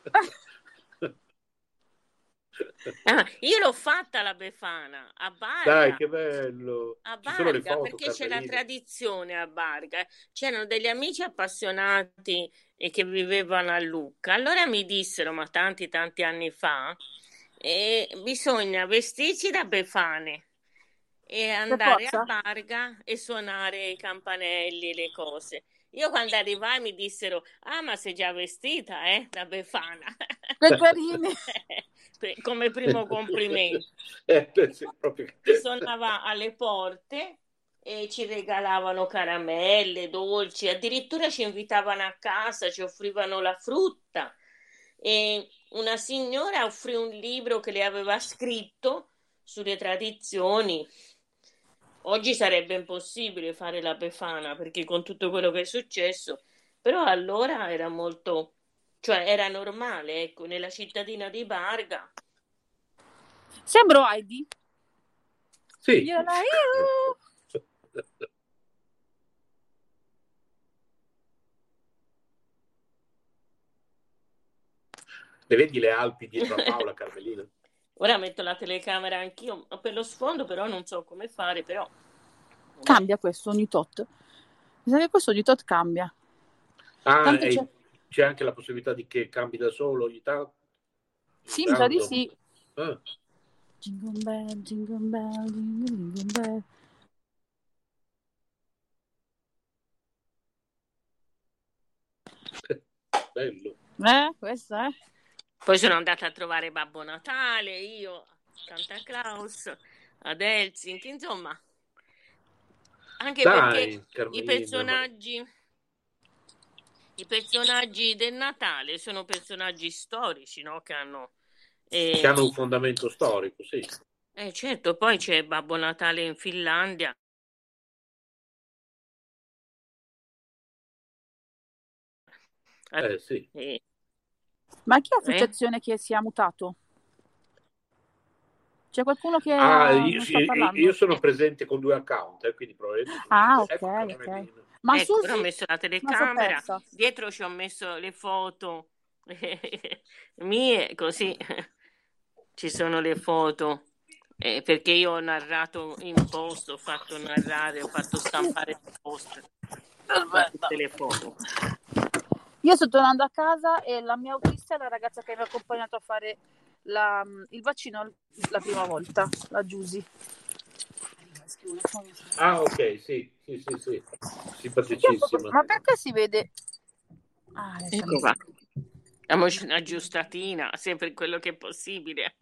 Ah, io l'ho fatta la Befana a Barga. Dai, che bello! A Ci sono le Barga, foto, perché c'è la Carmelina. tradizione a Barga. C'erano degli amici appassionati e che vivevano a Lucca. Allora mi dissero, ma tanti tanti anni fa, eh, bisogna vestirsi da Befane e andare a forza. Barga e suonare i campanelli e le cose. Io quando arrivai mi dissero, ah ma sei già vestita, eh, da Befana. Peperini. Come primo complimento. eh, sì, proprio... Si suonava alle porte e ci regalavano caramelle, dolci, addirittura ci invitavano a casa, ci offrivano la frutta. E una signora offrì un libro che le aveva scritto sulle tradizioni Oggi sarebbe impossibile fare la Befana perché con tutto quello che è successo, però allora era molto, cioè era normale, ecco, nella cittadina di Barga. Sembro Heidi. Sì. Io la io. Le vedi le Alpi dietro a Paola, Carmelina? Ora metto la telecamera anch'io per lo sfondo, però non so come fare, però... Cambia questo ogni tot. Mi sa che questo ogni tot cambia. Ah, Tanto e c'è... c'è anche la possibilità di che cambi da solo ogni tanto? Sì, mi sa di Tanto. sì. Ah. Jingle bell, jingle bell, jingle bell. Bello. Eh, questo è. Poi sono andata a trovare Babbo Natale, io, Santa Claus, ad Helsinki, insomma. Anche Dai, perché Carmelina, i personaggi, i personaggi del Natale sono personaggi storici, no? Che hanno... Eh, che hanno un fondamento storico, sì. eh, certo, poi c'è Babbo Natale in Finlandia. Eh, sì. Eh, Ma chi ha eh? suggestione che sia mutato? C'è qualcuno che Ah, ha... io, non sì, sta parlando? io sono presente con due account, eh, quindi probabilmente sono Ah, io. ok, Ecco, ok. Carmelina. Ma Ecco, ora ho Susi? messo la Ma sono telecamera, persa. dietro ci ho messo le foto mie, così ci sono le foto, eh, perché io ho narrato in post, ho fatto narrare, ho fatto stampare in post tutte le foto. Io sto tornando a casa e la mia autista è la ragazza che mi ha accompagnato a fare la, il vaccino la prima volta, la Giusy. Ah, ok, sì, sì, sì, sì. Simpaticissima. Ma perché si vede? Ah, Ecco qua. Diamoci una aggiustatina, sempre quello che è possibile.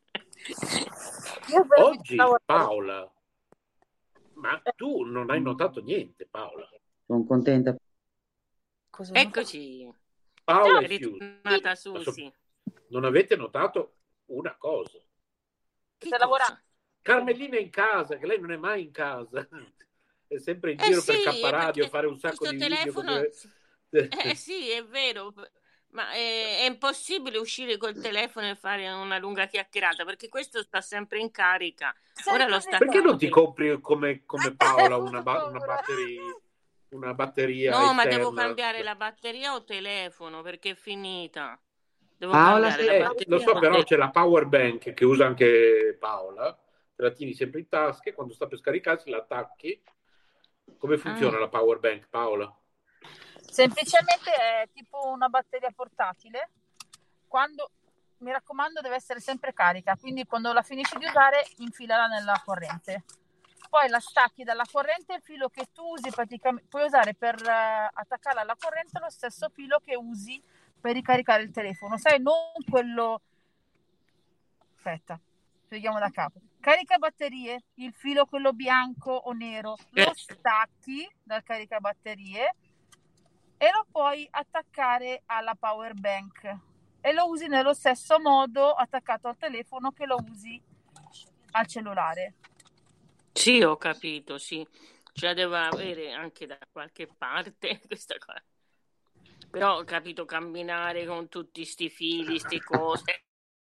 Io Oggi, Paola, ma tu non hai notato niente, Paola. Sono contenta. Cosa Eccoci. Paola Ciao, è e Susi. ritornata Susi. Non avete notato una cosa. Che Stai cosa? lavorando? Carmelina è in casa, che lei non è mai in casa. È sempre in Eh giro sì, per K Radio a perché fare un sacco questo di video. telefono... Così. Eh sì, è vero, ma è, è impossibile uscire col telefono e fare una lunga chiacchierata perché questo sta sempre in carica. Ora lo sta... Perché non ti compri come, come Paola una, ba- una, batteria, una batteria No, ma devo esterna? cambiare la batteria o telefono perché è finita. Devo Paola, cambiare la sei... Eh, lo batteria so, o però telefono. c'è la power bank che usa anche Paola, te la tieni sempre in tasca e quando sta per scaricarsi la attacchi. Come funziona Ah. la power bank, Paola? Semplicemente è tipo una batteria portatile. Quando, mi raccomando, deve essere sempre carica, quindi quando la finisci di usare, infilala nella corrente. Poi la stacchi dalla corrente, il filo che tu usi praticamente puoi usare per uh, attaccarla alla corrente lo stesso filo che usi per ricaricare il telefono, sai, non quello... Aspetta, spieghiamo da capo. Carica batterie, il filo quello bianco o nero, lo stacchi dal caricabatterie e lo puoi attaccare alla power bank e lo usi nello stesso modo attaccato al telefono che lo usi al cellulare. Sì, ho capito, sì. Ce la devo avere anche da qualche parte questa cosa. Però ho capito camminare con tutti sti fili, sti cose.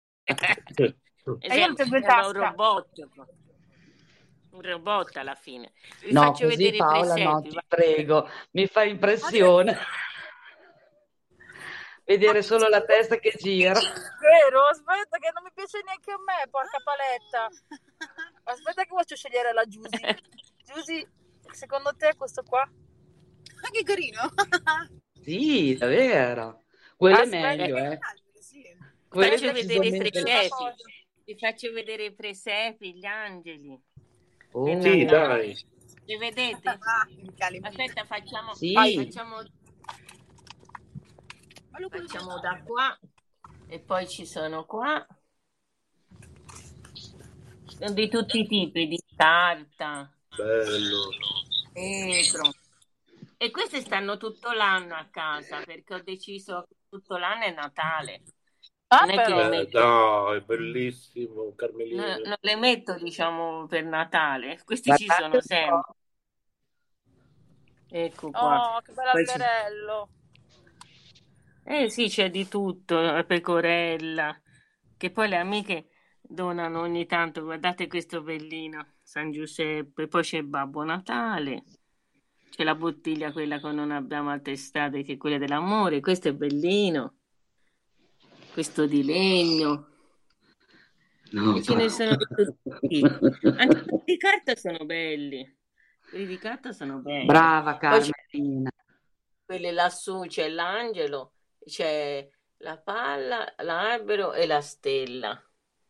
E io lo tengo in Sembra un tasca. robot. Un robot alla fine. Vi No, faccio così vedere i Paola, no, presepi. ti va- prego, mi fa impressione vedere solo la testa che gira. Vero? Aspetta che non mi piace neanche a me, porca paletta. Aspetta che faccio scegliere la Giusy. Giusy, secondo te questo qua? Ma che carino! Sì, davvero. Quello è Aspetta. meglio, eh. Vi Quello è faccio vedere i decisamente... presepi. Vi faccio vedere i presepi, gli angeli. Oh, del Sì, Natale. dai. Li vedete? Il calibrino. Aspetta, facciamo, Sì. facciamo, facciamo da qua e poi ci sono qua. Sono di tutti i tipi, di carta, Bello. vetro. E queste stanno tutto l'anno a casa perché ho deciso che tutto l'anno è Natale. Ah, Non è che le però. Eh, metto, no, è bellissimo, no- Carmelina. non le metto, diciamo, per Natale. Questi ci Guardate sono un sempre. po'. Ecco qua. Oh, che Poi ci- bell'alberello. Eh sì, c'è di tutto, la pecorella, che poi le amiche donano ogni tanto. Guardate questo bellino, San Giuseppe. Poi c'è Babbo Natale. C'è la bottiglia, quella con non abbiamo altre strade che quella dell'amore. Questo è bellino. Questo di legno. No. E ce ne sono di tutti i tipi. Anche quelli di carta sono belli. Quelli di carta sono belli. Brava Poi c'è Carmelina. quelli lassù, c'è l'angelo, c'è la palla, l'albero e la stella.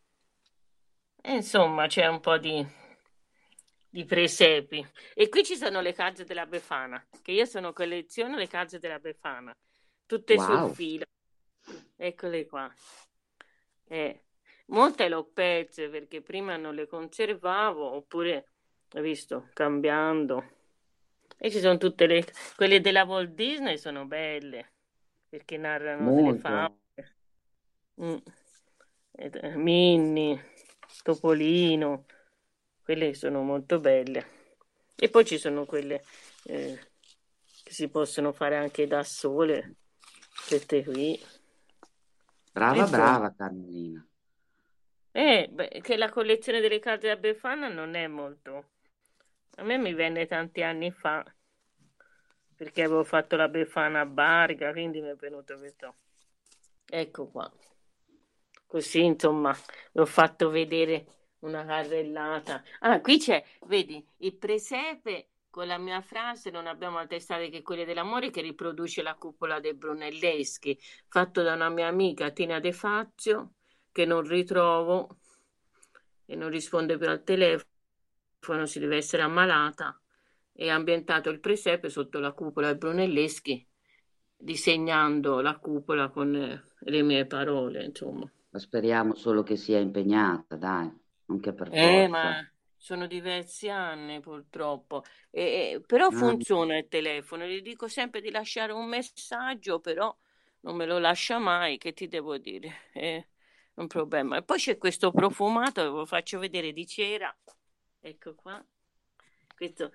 E insomma, c'è un po' di, di presepi. E qui ci sono le calze della Befana, che io sono colleziono le calze della Befana, tutte sul Wow. filo. Eccole qua. Eh, molte l'ho perse perché prima non le conservavo, oppure, hai visto, cambiando. E ci sono tutte le... Quelle della Walt Disney sono belle, perché narrano delle favole. Molto. Mm. Ed, eh, Minnie, Topolino, quelle sono molto belle. E poi ci sono quelle eh, che si possono fare anche da sole, queste qui. Brava, Insomma, brava Carmelina. eh, beh, che la collezione delle carte da Befana non è molto. A me mi venne tanti anni fa, perché avevo fatto la Befana a Barga, quindi mi è venuto questo. Ecco qua. Così, insomma, l'ho fatto vedere una carrellata. Ah, qui c'è, vedi, il presepe con la mia frase non abbiamo altre strade che quelle dell'amore, che riproduce la cupola dei Brunelleschi, fatto da una mia amica Tina De Fazio, che non ritrovo e non risponde più al telefono, si deve essere ammalata, e ha ambientato il presepe sotto la cupola dei Brunelleschi, disegnando la cupola con eh, le mie parole, insomma. Speriamo solo che sia impegnata, dai, non che per Eh, forza. ma sono diversi anni purtroppo. E- e- però Ah, funziona il telefono. Gli dico sempre di lasciare un messaggio, però non me lo lascia mai. Che ti devo dire? È un problema. E poi c'è questo profumato, ve lo faccio vedere di cera. Ecco qua. Questo.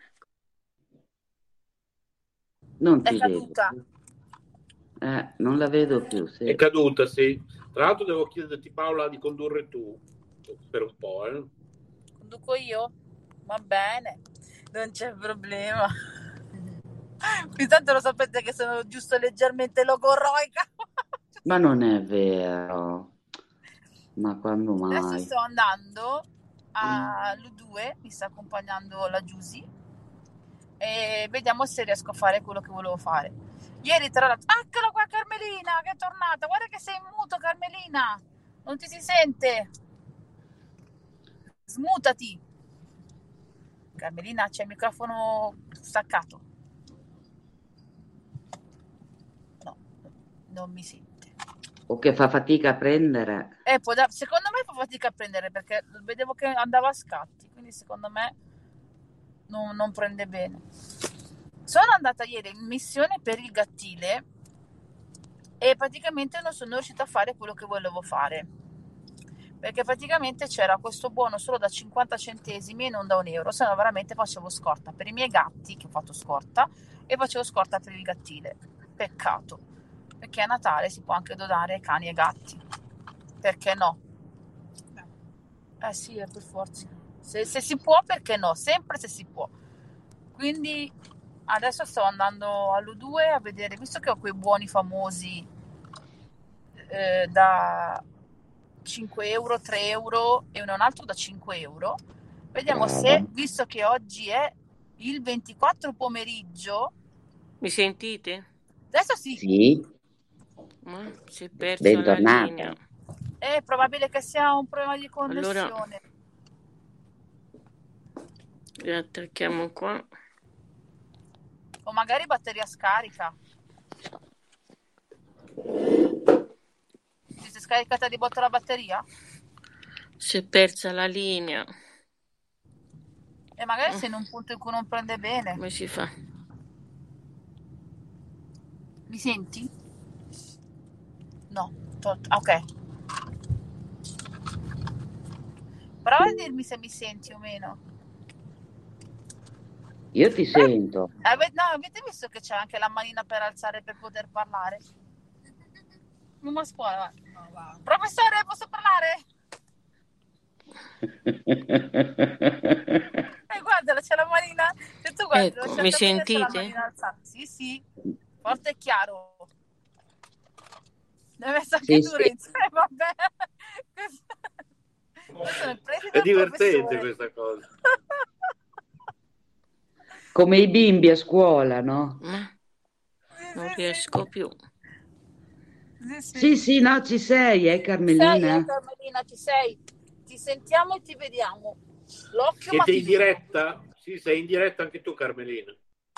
non È ti vedo caduta. più. Eh, non la vedo più, È sì. caduta, sì. Tra l'altro devo chiederti, Paola, di condurre tu per un po', eh. Conduco io? Va bene, non c'è problema. Qui tanto lo sapete che sono giusto leggermente logorroica. Ma non è vero. Ma quando Adesso mai? sto andando all'U due, mi sta accompagnando la Giusy e vediamo se riesco a fare quello che volevo fare. Ieri tra l'altro, eccola qua Carmelina che è tornata, guarda che sei in muto Carmelina, non ti si sente, smutati. Carmelina c'è il microfono staccato, no, non mi sente. O che fa fatica a prendere. Eh, può da- secondo me fa fatica a prendere perché vedevo che andava a scatti, quindi secondo me non, non prende bene. Sono andata ieri in missione per il Gattile e praticamente non sono riuscita a fare quello che volevo fare, perché praticamente c'era questo buono solo da cinquanta centesimi e non da un euro, se no veramente facevo scorta per i miei gatti, che ho fatto scorta, e facevo scorta per il Gattile. Peccato, perché a Natale si può anche donare cani e gatti, perché no? Eh sì, è per forza, se, se si può, perché no? Sempre se si può. Quindi adesso sto andando all'U due a vedere, visto che ho quei buoni famosi eh, da cinque euro, tre euro e un altro da cinque euro, vediamo Brava. se, visto che oggi è il ventiquattro pomeriggio, Mi sentite? adesso sì, Sì, Mm, si è persa la bentornata. linea. è probabile che sia un problema di Allora connessione. riattacchiamo qua. O magari batteria scarica. Ti sei scaricata di botto la batteria? Si è persa la linea. E magari sei in un punto in cui non prende bene. Come si fa? Mi senti? No, to- ok. Prova a dirmi se mi senti o meno. Io ti sento. Ave- no, avete visto che c'è anche la manina per alzare per poter parlare? Non a scuola, va. No, va. Professore, posso parlare? Eh, guardala, c'è la manina. Se tu guardi, Ecco, c'è mi c'è la sentite? manina alzata. Sì, sì, forte e chiaro. Deve essere anche Sì, tu, sì. Renzo. Eh, vabbè. Questo, questo è il preside È del divertente professore. questa cosa. Come i bimbi a scuola, no? Ma Sì, non sì, riesco sì. più. Sì, sì. Sì, sì, no, ci sei, eh, Sei, Carmelina? eh, Carmelina, ci sei. Ti sentiamo e ti vediamo. L'occhio, ma Siete ti in vedo. diretta? Sì, sei in diretta anche tu, Carmelina.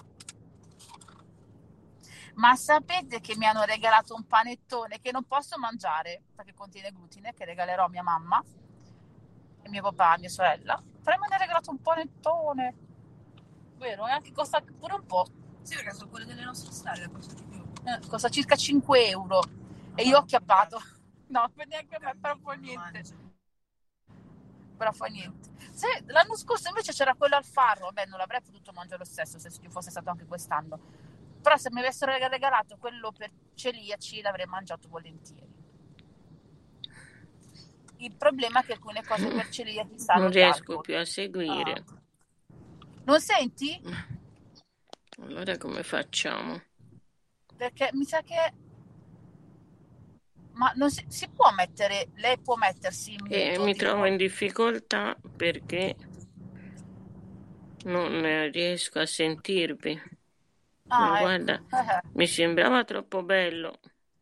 Ma sapete che mi hanno regalato un panettone che non posso mangiare perché contiene glutine, che regalerò a mia mamma e mio papà e mia sorella. Però mi hanno regalato un panettone. Vero? E anche costa pure un po'. Sì, perché sono quelle delle nostre stelle, costa di più. Eh, costa circa cinque euro. E io ho acchiappato. No, per neanche a me, però fa niente. Però fa niente. Se, l'anno scorso invece c'era quello al farro, beh, non l'avrei potuto mangiare lo stesso se ci fosse stato anche quest'anno. Però se mi avessero regalato quello per celiaci l'avrei mangiato volentieri. Il problema è che alcune cose per celiaci sanno Non di riesco alcol. più a seguire. Ah. Non senti? Allora come facciamo? Perché mi sa che... Ma non si, si può mettere... Lei può mettersi in E muto, mi tipo. trovo in difficoltà perché non riesco a sentirvi. Ma Ah, guarda, ecco. mi sembrava troppo bello.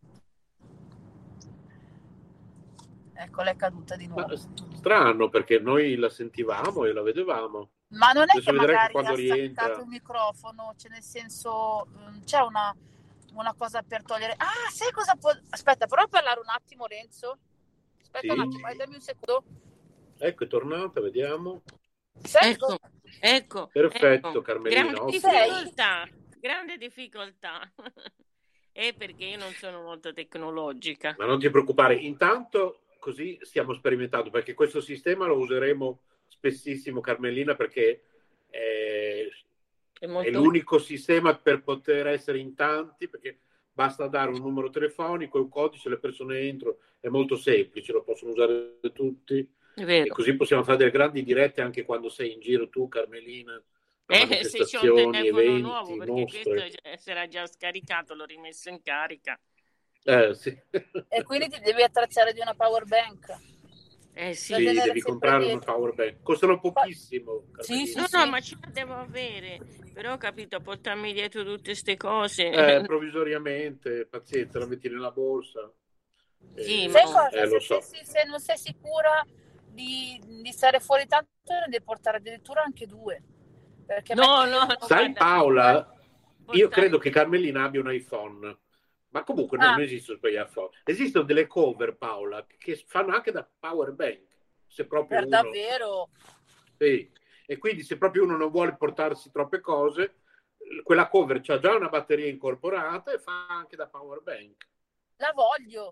Ecco, l'è caduta di Ma nuovo. strano, perché noi la sentivamo e la vedevamo. Ma non è Adesso che vedrai che magari quando ha staccato rientra... il microfono, cioè nel senso, mm, c'è una, una cosa per togliere. Ah, sai cosa può... Aspetta, prova a parlare un attimo, Renzo. Aspetta un Sì, attimo, eh, dammi un secondo. ecco, è tornata, vediamo. Sei? Ecco, ecco, Perfetto, ecco. Carmelina, Grande ottimo. Sei? difficoltà, grande difficoltà. È perché io non sono molto tecnologica. Ma non ti preoccupare, intanto così stiamo sperimentando, perché questo sistema lo useremo spessissimo, Carmelina, perché è, È è molto l'unico sistema per poter essere in tanti, perché basta dare un numero telefonico e un codice, le persone entrano, è molto semplice, lo possono usare tutti, è e vero. così possiamo fare delle grandi dirette anche quando sei in giro tu, Carmelina, a Eh, se c'è un manifestazioni, telefono nuovo, eventi, perché questo mostre. già- si era già scaricato, l'ho rimesso in carica. Eh, sì. E quindi ti devi attrezzare di una power bank. Eh Da sì. Sì, tenere devi sempre comprare una dietro. power bank. Costano pochissimo, Sì, Carmelina. sì, No, sì. no, ma ce la devo avere. Però ho capito, portarmi dietro tutte queste cose. Eh, provvisoriamente, pazienza, la metti nella borsa. Sì, Eh, ma Sai cosa? eh, lo Se, so. se- se non sei sicura di, di stare fuori tanto, ne devi portare addirittura anche due. Perché no, metti no, uno- no, Sai guarda, Paola, io portare... credo che Carmelina abbia un iPhone, ma comunque no, Ah, non esistono per gli iPhone. Esistono delle cover, Paola, che fanno anche da power bank, se proprio per uno... davvero? Sì. E quindi se proprio uno non vuole portarsi troppe cose, quella cover c'ha già una batteria incorporata e fa anche da power bank. La voglio.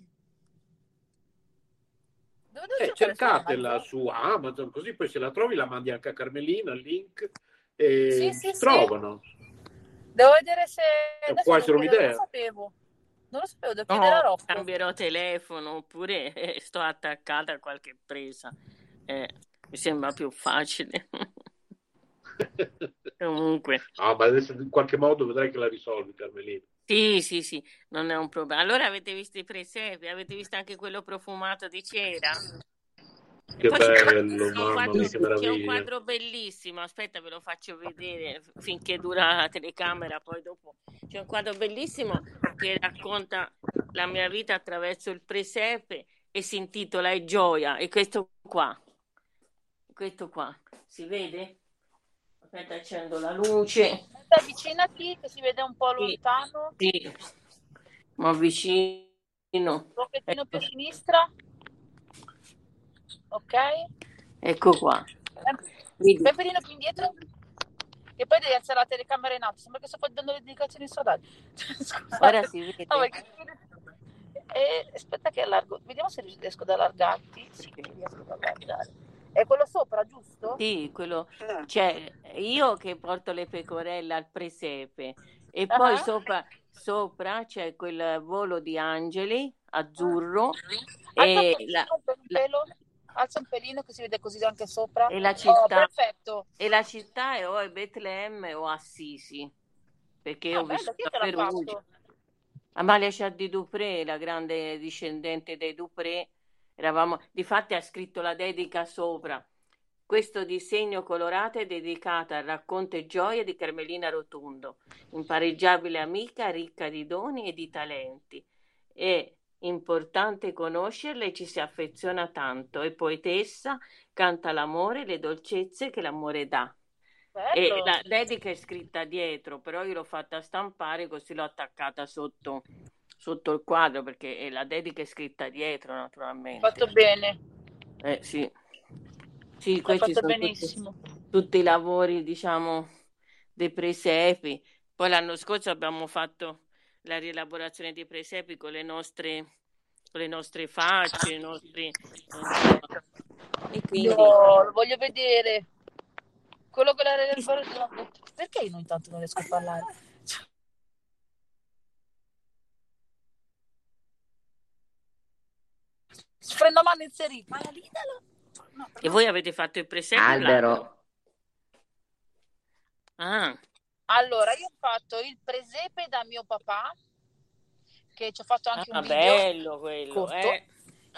Dove devo Eh, cercare su cercatela Amazon? su Amazon, così poi se la trovi la mandi anche a Carmelina, il link, e Sì, sì, si sì. trovano. Devo vedere se... Eh, Adesso può devo essere chiedere, non lo un'idea. sapevo. Non lo sapevo, devo chiedere a No, Rocco. cambierò telefono oppure eh, sto attaccata a qualche presa. Eh, mi sembra più facile. Comunque, No, ma adesso in qualche modo vedrai che la risolvi, Carmelina. sì, sì, sì, non è un problema. Allora avete visto i presepi? Avete visto anche quello profumato di cera? Che Poi c'è un, bello, c'è un mamma quadro, mia, che c'è un meraviglia. quadro bellissimo. Aspetta, ve lo faccio vedere finché dura la telecamera. Poi dopo c'è un quadro bellissimo che racconta la mia vita attraverso il presepe e si intitola È gioia. E questo qua, questo qua, si vede? Aspetta, accendo la luce. Aspetta, avvicinati che si vede un po' Sì, lontano. sì, mi avvicino. Un pochettino più a Ecco, sinistra. Ok. ecco qua. Un Vedi? pelino più indietro. E poi devi alzare la telecamera in alto. Sembra che sto dando le indicazioni stradali. Ora Scusate. si vede. No, perché... E aspetta che allargo. Vediamo se riesco ad allargarti. Sì, riesco ad allargare. È quello sopra, giusto? Sì, quello, cioè io che porto le pecorelle al presepe e Ah, poi sopra, sopra c'è quel volo di angeli azzurro Alza un e pelino, la, per un la- pelo. Alza un pelino che si vede così anche sopra. e la Oh, città, perfetto. e la città è o a Betlemme o Assisi, perché io Ah, ho bello, vissuto chi a te l'ha Perugia. fatto? Amalia Shah di Dupré, la grande discendente dei Dupré, eravamo, difatti ha scritto la dedica sopra. Questo disegno colorato è dedicato al racconto e gioia di Carmelina Rotondo, impareggiabile amica, ricca di doni e di talenti. È importante conoscerla e ci si affeziona tanto. È poetessa, canta l'amore e le dolcezze che l'amore dà. E Bello. la dedica è scritta dietro, però io l'ho fatta stampare così l'ho attaccata sotto, sotto il quadro perché eh, la dedica è scritta dietro, Hai naturalmente. fatto bene. Eh sì, sì, Hai questi fatto sono tutti, benissimo. tutti i lavori, diciamo, dei presepi. Poi l'anno scorso abbiamo fatto la rielaborazione dei presepi con le nostre, con le nostre facce, i nostri, insomma, e Io quindi lo voglio vedere. Quello con la relazione. Perché io intanto non riesco a parlare? Freno a mano inserito. Ma la Lidl? No, e voi avete fatto il presepe o l'albero? Albero. Ah, Allora, io ho fatto il presepe da mio papà, che ci ho fatto anche un ah, video bello quello, corto, eh.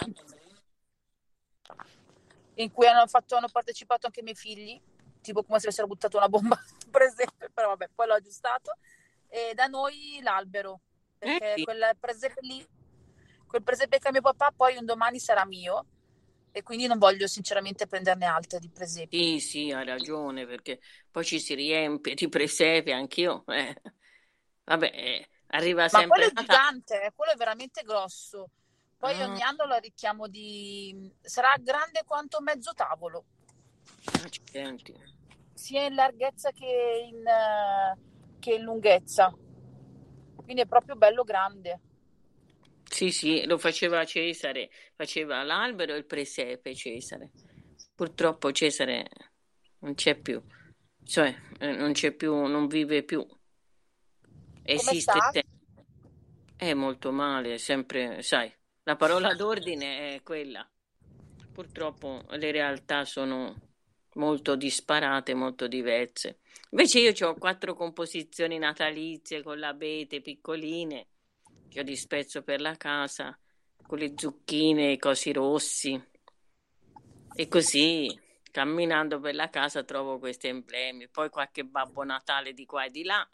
in cui hanno, fatto, hanno partecipato anche i miei figli, tipo come se avessero buttato una bomba sul presepe, però vabbè, poi l'ho aggiustato. E da noi l'albero, Eh perché sì, quel presepe lì, quel presepe che ha mio papà, poi un domani sarà mio, e quindi non voglio sinceramente prenderne altre di presepi. sì, sì, hai ragione, perché poi ci si riempie di presepe, anch'io. Eh. Vabbè, eh, arriva Ma quello sempre è Natale. gigante, eh, quello è veramente grosso. Poi Ah, ogni anno lo arricchiamo di... sarà grande quanto mezzo tavolo, accidenti. sia in larghezza che in, eh, che in lunghezza. Quindi è proprio bello grande. Sì, sì, lo faceva Cesare, faceva l'albero e il presepe Cesare. Purtroppo Cesare non c'è più, cioè eh, non c'è più, non vive più. Come Esiste, sta? te- è molto male, è sempre, sai, la parola d'ordine è quella. Purtroppo le realtà sono molto disparate, molto diverse. Invece io ho quattro composizioni natalizie con l'abete piccoline che ho disperso per la casa, con le zucchine, i cosi rossi. E così, camminando per la casa, trovo questi emblemi. Poi qualche Babbo Natale di qua e di là.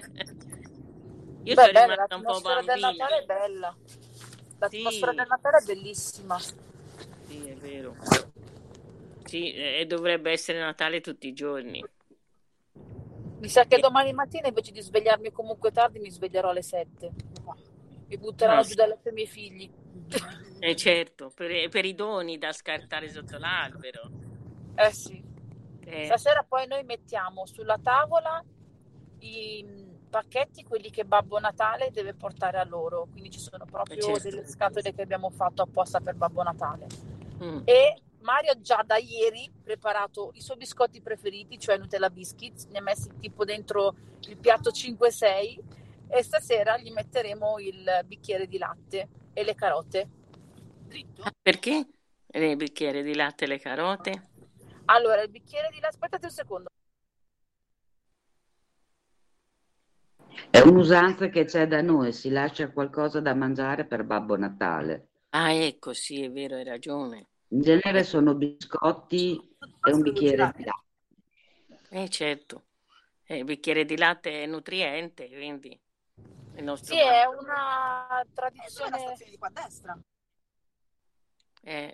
Io Beh, sono bella, rimasta un po' l'atmosfera del bambina. Natale è bella. L'atmosfera del Sì, Natale è bellissima. sì, è vero. Sì, e dovrebbe essere Natale tutti i giorni. Mi sa che E- domani mattina invece di svegliarmi comunque tardi mi sveglierò alle sette. Mi butteranno ah, giù dal letto i miei figli. eh, certo, per, per i doni da scartare sotto l'albero. Eh sì. Eh, Stasera poi noi mettiamo sulla tavola i pacchetti, quelli che Babbo Natale deve portare a loro. Quindi ci sono eh, proprio certo. delle scatole che abbiamo fatto apposta per Babbo Natale. Mm. E Mario già da ieri ha preparato i suoi biscotti preferiti, cioè Nutella Biscuits, ne ha messi tipo dentro il piatto cinque sei e stasera gli metteremo il bicchiere di latte e le carote. Dritto? Ah, perché? Il bicchiere di latte e le carote? Allora, il bicchiere di latte, aspettate un secondo. È un'usanza che c'è da noi, si lascia qualcosa da mangiare per Babbo Natale. Ah, ecco, sì, è vero, hai ragione. In genere Eh, sono biscotti e un bicchiere di latte. eh, certo. Eh, il bicchiere di latte è nutriente, quindi il nostro Sì, è Babbo. una tradizione. di qua a destra. Eh,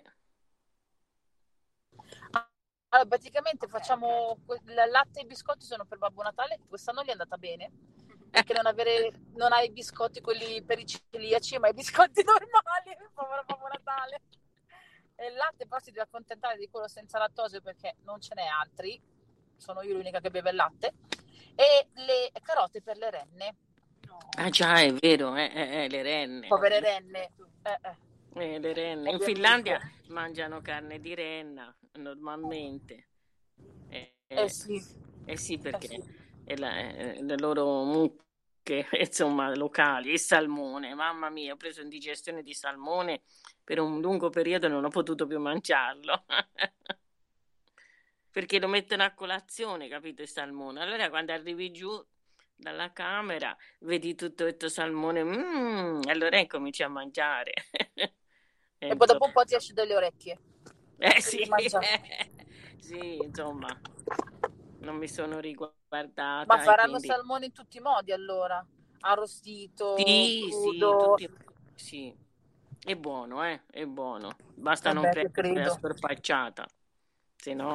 Allora, praticamente facciamo il latte e i biscotti sono per Babbo Natale, quest'anno gli è andata bene, perché non, avere, non hai i biscotti quelli per i celiaci, ma i biscotti normali, povero Babbo Natale. E il latte però si deve accontentare di quello senza lattosio perché non ce n'è altri, sono io l'unica che beve il latte, e le carote per le renne. ah già, è vero, eh, eh, eh, le renne. Povere renne. Eh, eh. Eh, le renne. In Ovviamente. Finlandia mangiano carne di renna. normalmente. Eh, Eh sì. eh sì, perché Eh sì. è la- è le loro mucche, insomma, locali, il salmone, mamma mia, ho preso indigestione di salmone per un lungo periodo e non ho potuto più mangiarlo. Perché lo mettono a colazione, capito, il salmone. Allora quando arrivi giù dalla camera, vedi tutto questo salmone, mm, allora incominci a mangiare. E E poi dopo insomma, un po' ti esce dalle orecchie. eh Devi sì, mangiare. sì, insomma, non mi sono Ma riguardata e faranno quindi salmone in tutti i modi allora? Arrostito, sì, sì, crudo. tutti, sì, è buono, eh, è buono. Basta non Vabbè, che prendere la credo. scorpacciata, se no.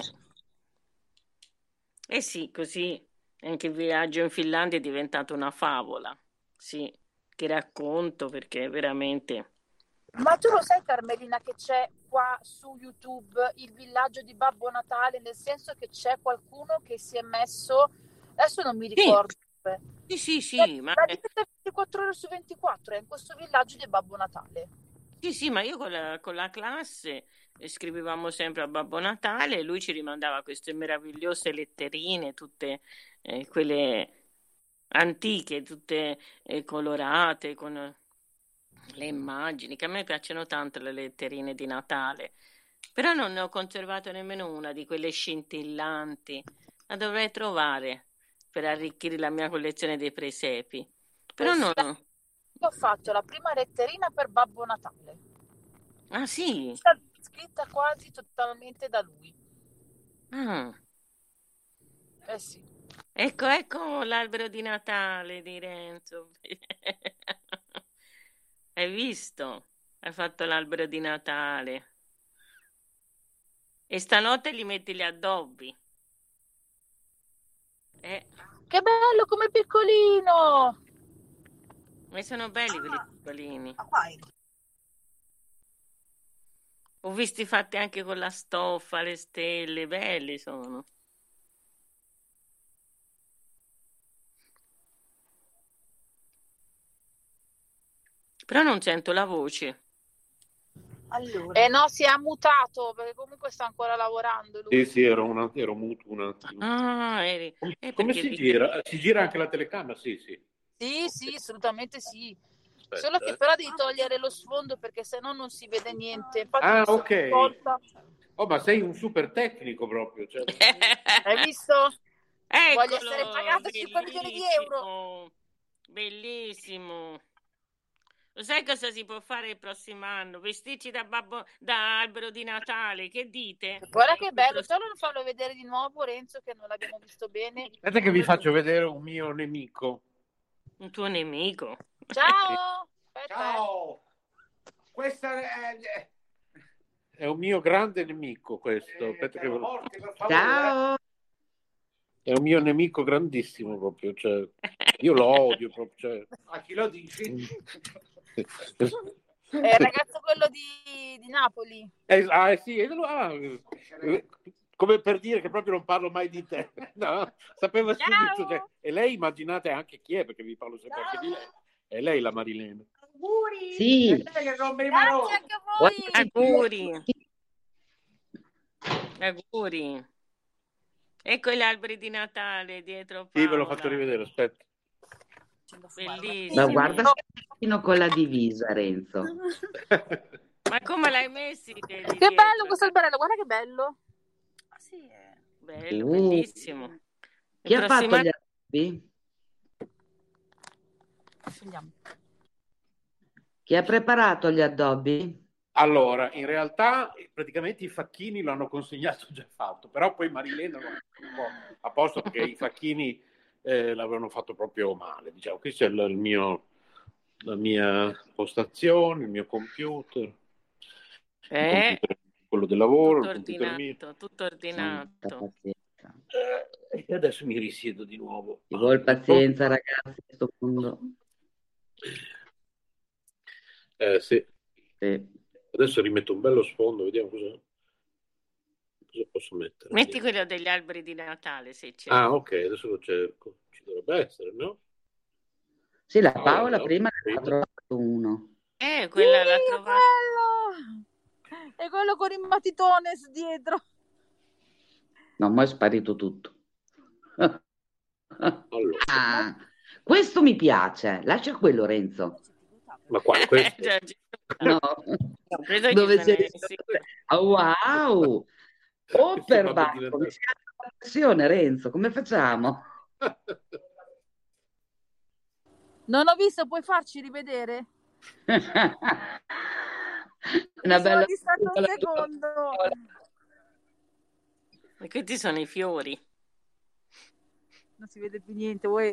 Eh sì, così anche il viaggio in Finlandia è diventato una favola. Sì, ti racconto perché veramente. Ma tu lo sai, Carmelina, che c'è qua su YouTube il villaggio di Babbo Natale, nel senso che c'è qualcuno che si è messo, adesso non mi Sì, ricordo, dove, sì, sì, sì, ma praticamente ventiquattro ore su ventiquattro, è in questo villaggio di Babbo Natale. sì, sì, ma io con la, con la classe eh, scrivevamo sempre a Babbo Natale e lui ci rimandava queste meravigliose letterine, tutte eh, quelle antiche, tutte eh, colorate, con eh, le immagini, che a me piacciono tanto le letterine di Natale. Però non ne ho conservato nemmeno una di quelle scintillanti. La dovrei trovare per arricchire la mia collezione dei presepi. Però non... Io ho fatto la prima letterina per Babbo Natale. Ah sì? Scritta quasi totalmente da lui. Ah. Eh sì. Ecco, ecco l'albero di Natale di Renzo. Hai visto? Hai fatto l'albero di Natale. E stanotte gli metti gli addobbi. Eh. Che bello, come piccolino! Ma sono belli quelli piccolini. Ma vai. Ho visti fatti anche con la stoffa, le stelle, belli sono. Però non sento la voce. Allora. Eh no, si è ammutato perché comunque sta ancora lavorando lui. Sì, sì, ero, una, ero muto un attimo. Ah, eri... Come, eh, come perché si dice- gira? Si gira anche la telecamera? Sì, sì. Sì, sì, assolutamente sì. Aspetta, Solo che eh. però devi togliere lo sfondo perché sennò non si vede niente. Infatti Ah, questa ok. volta... Oh, ma sei un super tecnico proprio. Cioè... Hai visto? Voglio Eccolo, essere pagato cinque milioni di euro. Bellissimo. Lo sai cosa si può fare il prossimo anno? Vestirci da, babbo, da albero di Natale, che dite? Guarda che bello, solo non farlo vedere di nuovo Renzo che non l'abbiamo visto bene. Aspetta che vi faccio vedere un mio nemico. Un tuo nemico. Ciao! Aspetta, Ciao! Questo è, è un mio grande nemico questo. Aspetta che ve lo... Ciao! È un mio nemico grandissimo proprio. Cioè, io lo odio proprio. Cioè... A chi lo dici? È il ragazzo quello di, di Napoli. Eh, ah, sì, eh, ah, eh, come per dire che proprio non parlo mai di te. No, sapevo subito. Cioè, e lei immaginate anche chi è, perché vi parlo sempre anche di lei. È lei la Marilena. Auguri! Sì. È lei che rompe i maroni. Grazie anche a voi. Auguri. Auguri. Ecco gli alberi di Natale dietro Paola. Sì, ve l'ho fatto rivedere, aspetta. Bellissimo. Ma guarda fino con la divisa, Renzo. Ma come l'hai messi? Che bello questo alberello, guarda che bello. Ah, sì, è... Bello, Uh. bellissimo. Chi Il ha prossimo fatto gli addobbi? Scegliamo. Chi ha preparato gli addobbi? Allora, in realtà praticamente i facchini l'hanno consegnato già fatto, però poi Marilena l'ha fatto un po' a posto perché i facchini eh, l'avevano fatto proprio male. Diciamo, qui c'è il, il mio, la mia postazione, il mio computer, Eh, il computer quello del lavoro, tutto il computer mio. ordinato, tutto ordinato. Santa pazienza. Eh, e adesso mi risiedo di nuovo. Ci vuole pazienza, ragazzi, in questo mondo. Eh sì. Sì. Adesso rimetto un bello sfondo, vediamo cosa, cosa posso mettere. Metti quello degli alberi di Natale se c'è. Ah, ok, adesso lo cerco. Ci dovrebbe essere, no? Sì, la Paola, Paola no? prima ne Prima. ha trovato uno. Eh, quella l'ha Sì, trovata. bello! E quello con il matitones dietro. No, ma è sparito tutto. Allora, Ah, questo mi piace. Lascia quello, Renzo. ma quale questo? Già, ci- No, no, credo ci dove sono sei sì. Oh, wow! Oh, Che per Babbo di Bacco, mi Natale. scappa la pressione, Renzo. Come facciamo? Non ho visto, puoi farci rivedere? Una Mi sono bella distratta un secondo. E questi sono i fiori. Non si vede più niente, vuoi?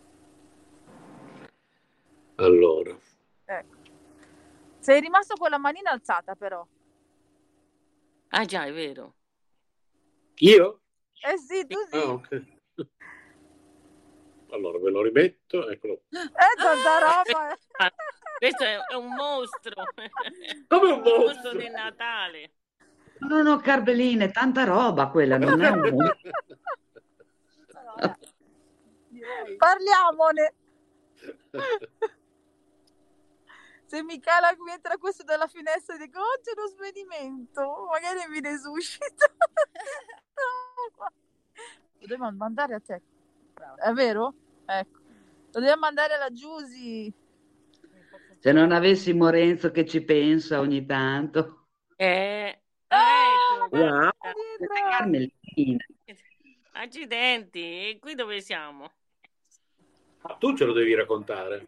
Allora, Ecco. Sei rimasto con la manina alzata, però. Ah già, è vero. io? Eh sì, tu sì. Ah, ok. Allora ve lo rimetto, eccolo. Eh, tanta roba. eh. Ah, questo è, è un mostro. Come un Un mostro mostro? di Natale. No, no, Carbeline, tanta roba quella, non è un... Parliamone. Se Michela mi entra questo dalla finestra e dico oh c'è uno svenimento, magari mi resuscita. Lo dobbiamo mandare a te. È vero? Ecco. Lo dobbiamo mandare alla Giusy. Se non avessimo Renzo che ci pensa ogni tanto. Eh, Ah, ecco, Wow, dietro. Carmelina. accidenti, e qui dove siamo? Ah, tu ce lo devi raccontare.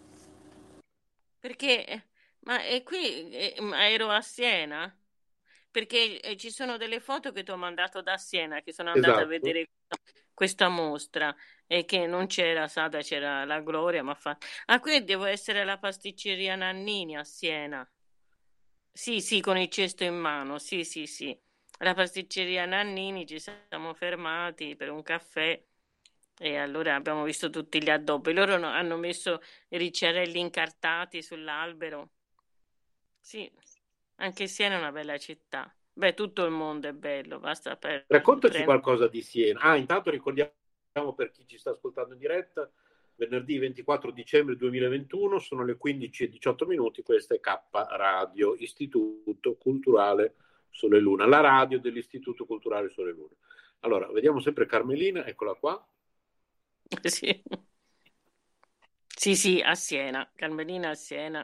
Perché, ma è qui, eh, ma ero a Siena? Perché eh, ci sono delle foto che ti ho mandato da Siena, che sono andata a Esatto. vedere questa mostra e che non c'era Sada, c'era la Gloria, ma fa... Ah, qui devo essere alla pasticceria Nannini a Siena. Sì, sì, con il cesto in mano, sì, sì, sì. Alla pasticceria Nannini ci siamo fermati per un caffè e allora abbiamo visto tutti gli addobbi. Loro no- hanno messo i ricciarelli incartati sull'albero. Sì, anche Siena è una bella città. Beh, tutto il mondo è bello, basta per Raccontaci prendere... qualcosa di Siena. Ah, intanto ricordiamo per chi ci sta ascoltando in diretta, venerdì ventiquattro dicembre duemilaventuno, sono le quindici e diciotto minuti, questa è K Radio, Istituto Culturale Sole Luna, la radio dell'Istituto Culturale Sole Luna. Allora, vediamo sempre Carmelina, eccola qua. Sì. Sì, sì, a Siena, Carmelina a Siena.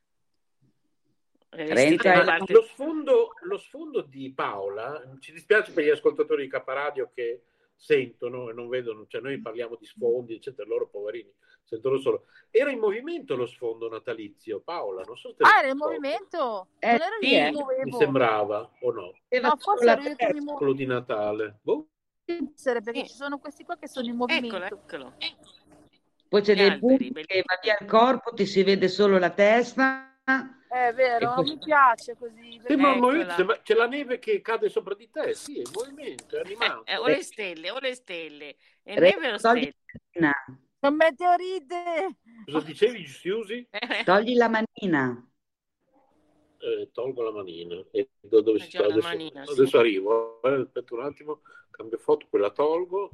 È vestita Renzo in è parte... Lo sfondo, lo sfondo di Paola, ci dispiace per gli ascoltatori di K Radio che sentono e non vedono, cioè noi parliamo di sfondi, eccetera, loro poverini sentono solo. Era in movimento lo sfondo natalizio, Paola, non so se te Ah, ne era in ricordi. movimento? Eh, Non ero sì, io che eh. mi Mi muovevo. sembrava, o no? Aveva No, solo forse la ero io che mi testa. muovevo. Quello di Natale. Boh. Perché Sì. ci sono questi qua che sono in Eccolo, movimento. eccolo. Poi c'è Gli dei alberi, punti che va bellissimi. via il corpo, ti si vede solo la testa. È E vero, poi- mi piace così. Sembra un Eccola. movimento, sembra- c'è la neve che cade sopra di te, sì, è in movimento, è animato. Eh, o le stelle, o le stelle. È Renzo, neve o togli stelle? la manina. Sono meteorite. Cosa dicevi, Siusi? Togli la manina. Eh, tolgo la manina. E da dove Ha si già sta? la Adesso, manina, sì. adesso arrivo. Eh, aspetta un attimo, cambio foto, quella tolgo.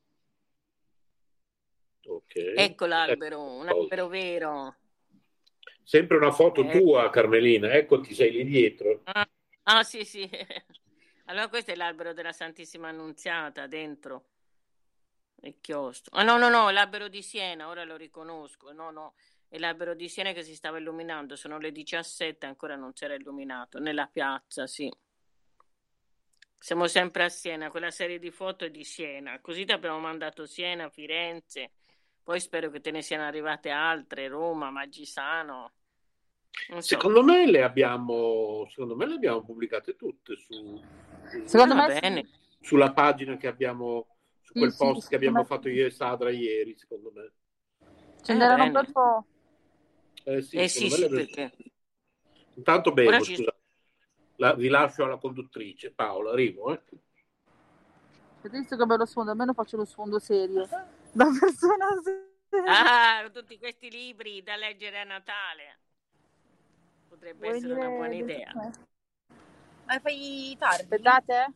Ok. Ecco l'albero, Ecco, un tolto. albero vero. Sempre una foto Eh. tua, Carmelina. Eccoti, sei lì dietro. Ah, ah, sì, sì. Allora questo è l'albero della Santissima Annunziata dentro il chiostro. Ah, no, no, no, l'albero di Siena, ora lo riconosco. No, no, è l'albero di Siena che si stava illuminando. Sono le diciassette, ancora non si era illuminato. Nella piazza, sì. Siamo sempre a Siena, quella serie di foto è di Siena. Così ti abbiamo mandato Siena, Firenze. Poi spero che te ne siano arrivate altre, Roma, Maggisano. Non so. Secondo me le abbiamo, secondo me le abbiamo pubblicate tutte su, Secondo Va me sì. bene. sulla pagina che abbiamo, su Sì, quel sì, post che abbiamo secondo me fatto io e Sadra ieri, secondo me. Ce Eh, n'erano un bene. bel po'. Eh sì, Eh sì, secondo sì, me le- perché Intanto ora bevo, ci scusa. La, vi lascio alla conduttrice. Paola, arrivo, eh. Avete visto che bello sfondo? Almeno faccio lo sfondo serio. Da persona seria. Ah, tutti questi libri da leggere a Natale. Potrebbe Vuoi essere una venire buona dentro idea. con me? Ma fai tardi? Aspettate.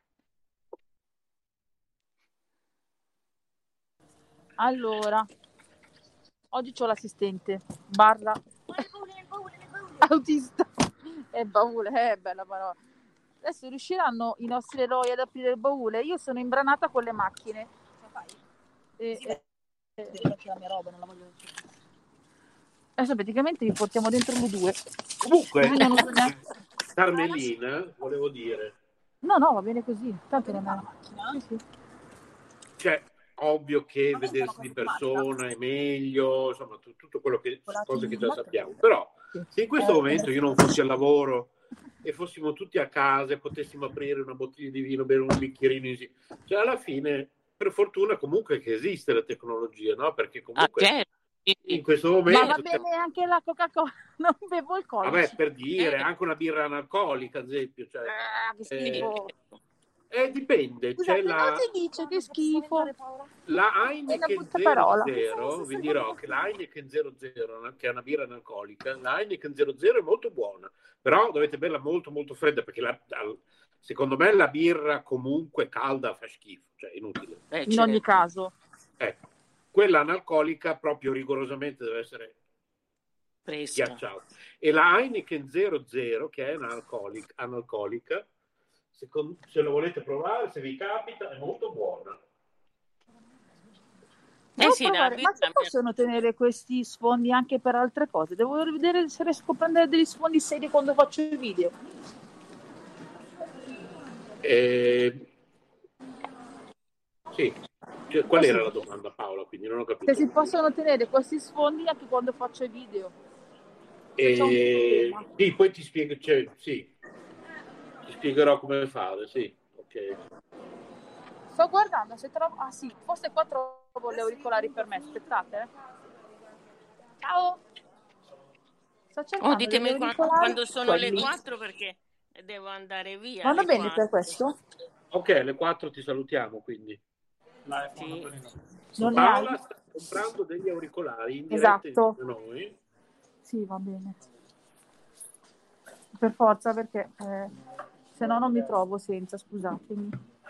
Allora, oggi c'ho l'assistente barra autista. È baule, è bella parola. Adesso riusciranno i nostri eroi ad aprire il baule? Io sono imbranata con le macchine. Ce la fai? E, Sì, e- devi mettere la mia roba, non la voglio. adesso praticamente vi portiamo dentro le due. Comunque, Così non uso neanche- Carmelina, volevo dire, No, no, va bene così. Tanto non è la macchina? Sì, sì. cioè, ovvio che Ma vedersi sono di confermata. persona è meglio, insomma, tu- tutto quello che, Volati cose che in già macchina. sappiamo. Però, Sì. se in questo Eh, momento io non fossi al lavoro e fossimo tutti a casa e potessimo aprire una bottiglia di vino, bere un bicchierino insieme, cioè alla fine, per fortuna comunque che esiste la tecnologia, no? Perché Ah, comunque certo. Sì, sì. in questo Ma momento... va bene anche la Coca-Cola, non bevo alcolici. Vabbè, per dire, Eh, anche una birra analcolica, ad esempio, cioè, Ah, che eh, schifo. eh, dipende, c'è Scusate, non la, si dice che schifo. la È una Heineken brutta zero parola. zero, vi dirò che la Heineken zero zero, che è una birra analcolica, la Heineken zero zero è molto buona, però dovete berla molto molto fredda, perché la- la- secondo me la birra comunque calda fa schifo, cioè è inutile. eh, In ogni certo. caso. Ecco, quella analcolica proprio rigorosamente deve essere Fresca. ghiacciata. E la Heineken zero zero, che è un'alcolica, analcolica, secondo, se lo volete provare, se vi capita, è molto buona. Eh Devo sì, la provare, ma si birra... possono tenere questi sfondi anche per altre cose? Devo vedere se riesco a prendere degli sfondi seri quando faccio i video. E... Sì, cioè, qual Eh era sì. la domanda, Paola? Quindi non ho Se capito. si possono tenere questi sfondi anche quando faccio i video. Se c'è un E... problema. Sì, poi ti spiego, cioè, sì, ti spiegherò come fare, sì, ok. Sto guardando se trovo... Ah sì, forse qua trovo gli auricolari per me, aspettate. Ciao! Sto cercando Oh, ditemi degli qua- auricolari. quando sono le quelli. quattro perché devo andare via Vanno alle bene per quattro. questo? Ok, alle quattro ti salutiamo, quindi. Sì. Non ne hai? Paola sta comprando degli auricolari in diretta Esatto. insieme a noi. Sì, va bene. Per forza, perché eh, se no non mi trovo senza, scusatemi.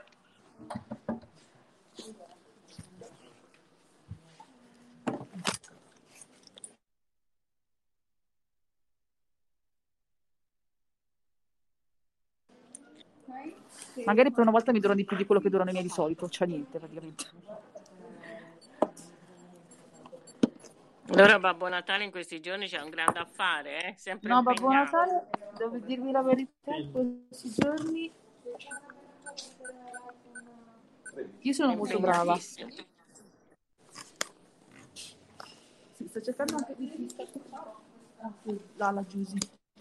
Magari per una volta mi durano di più di quello che durano i miei di solito, c'è niente praticamente. Allora Babbo Natale in questi giorni c'è un grande affare, eh? Sempre No, Babbo impegnato. Natale, devo dirvi la verità, in questi giorni io sono molto brava. Impegnatissimo. Sì, sto cercando anche di là, la Giusy.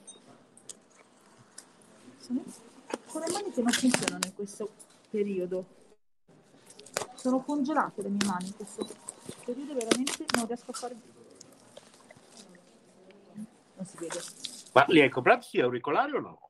Sono con le mani che non funzionano in questo periodo. Sono congelate le mie mani in questo periodo, veramente non riesco a fare. Non si vede. Ma li hai comprati sì, auricolari o no?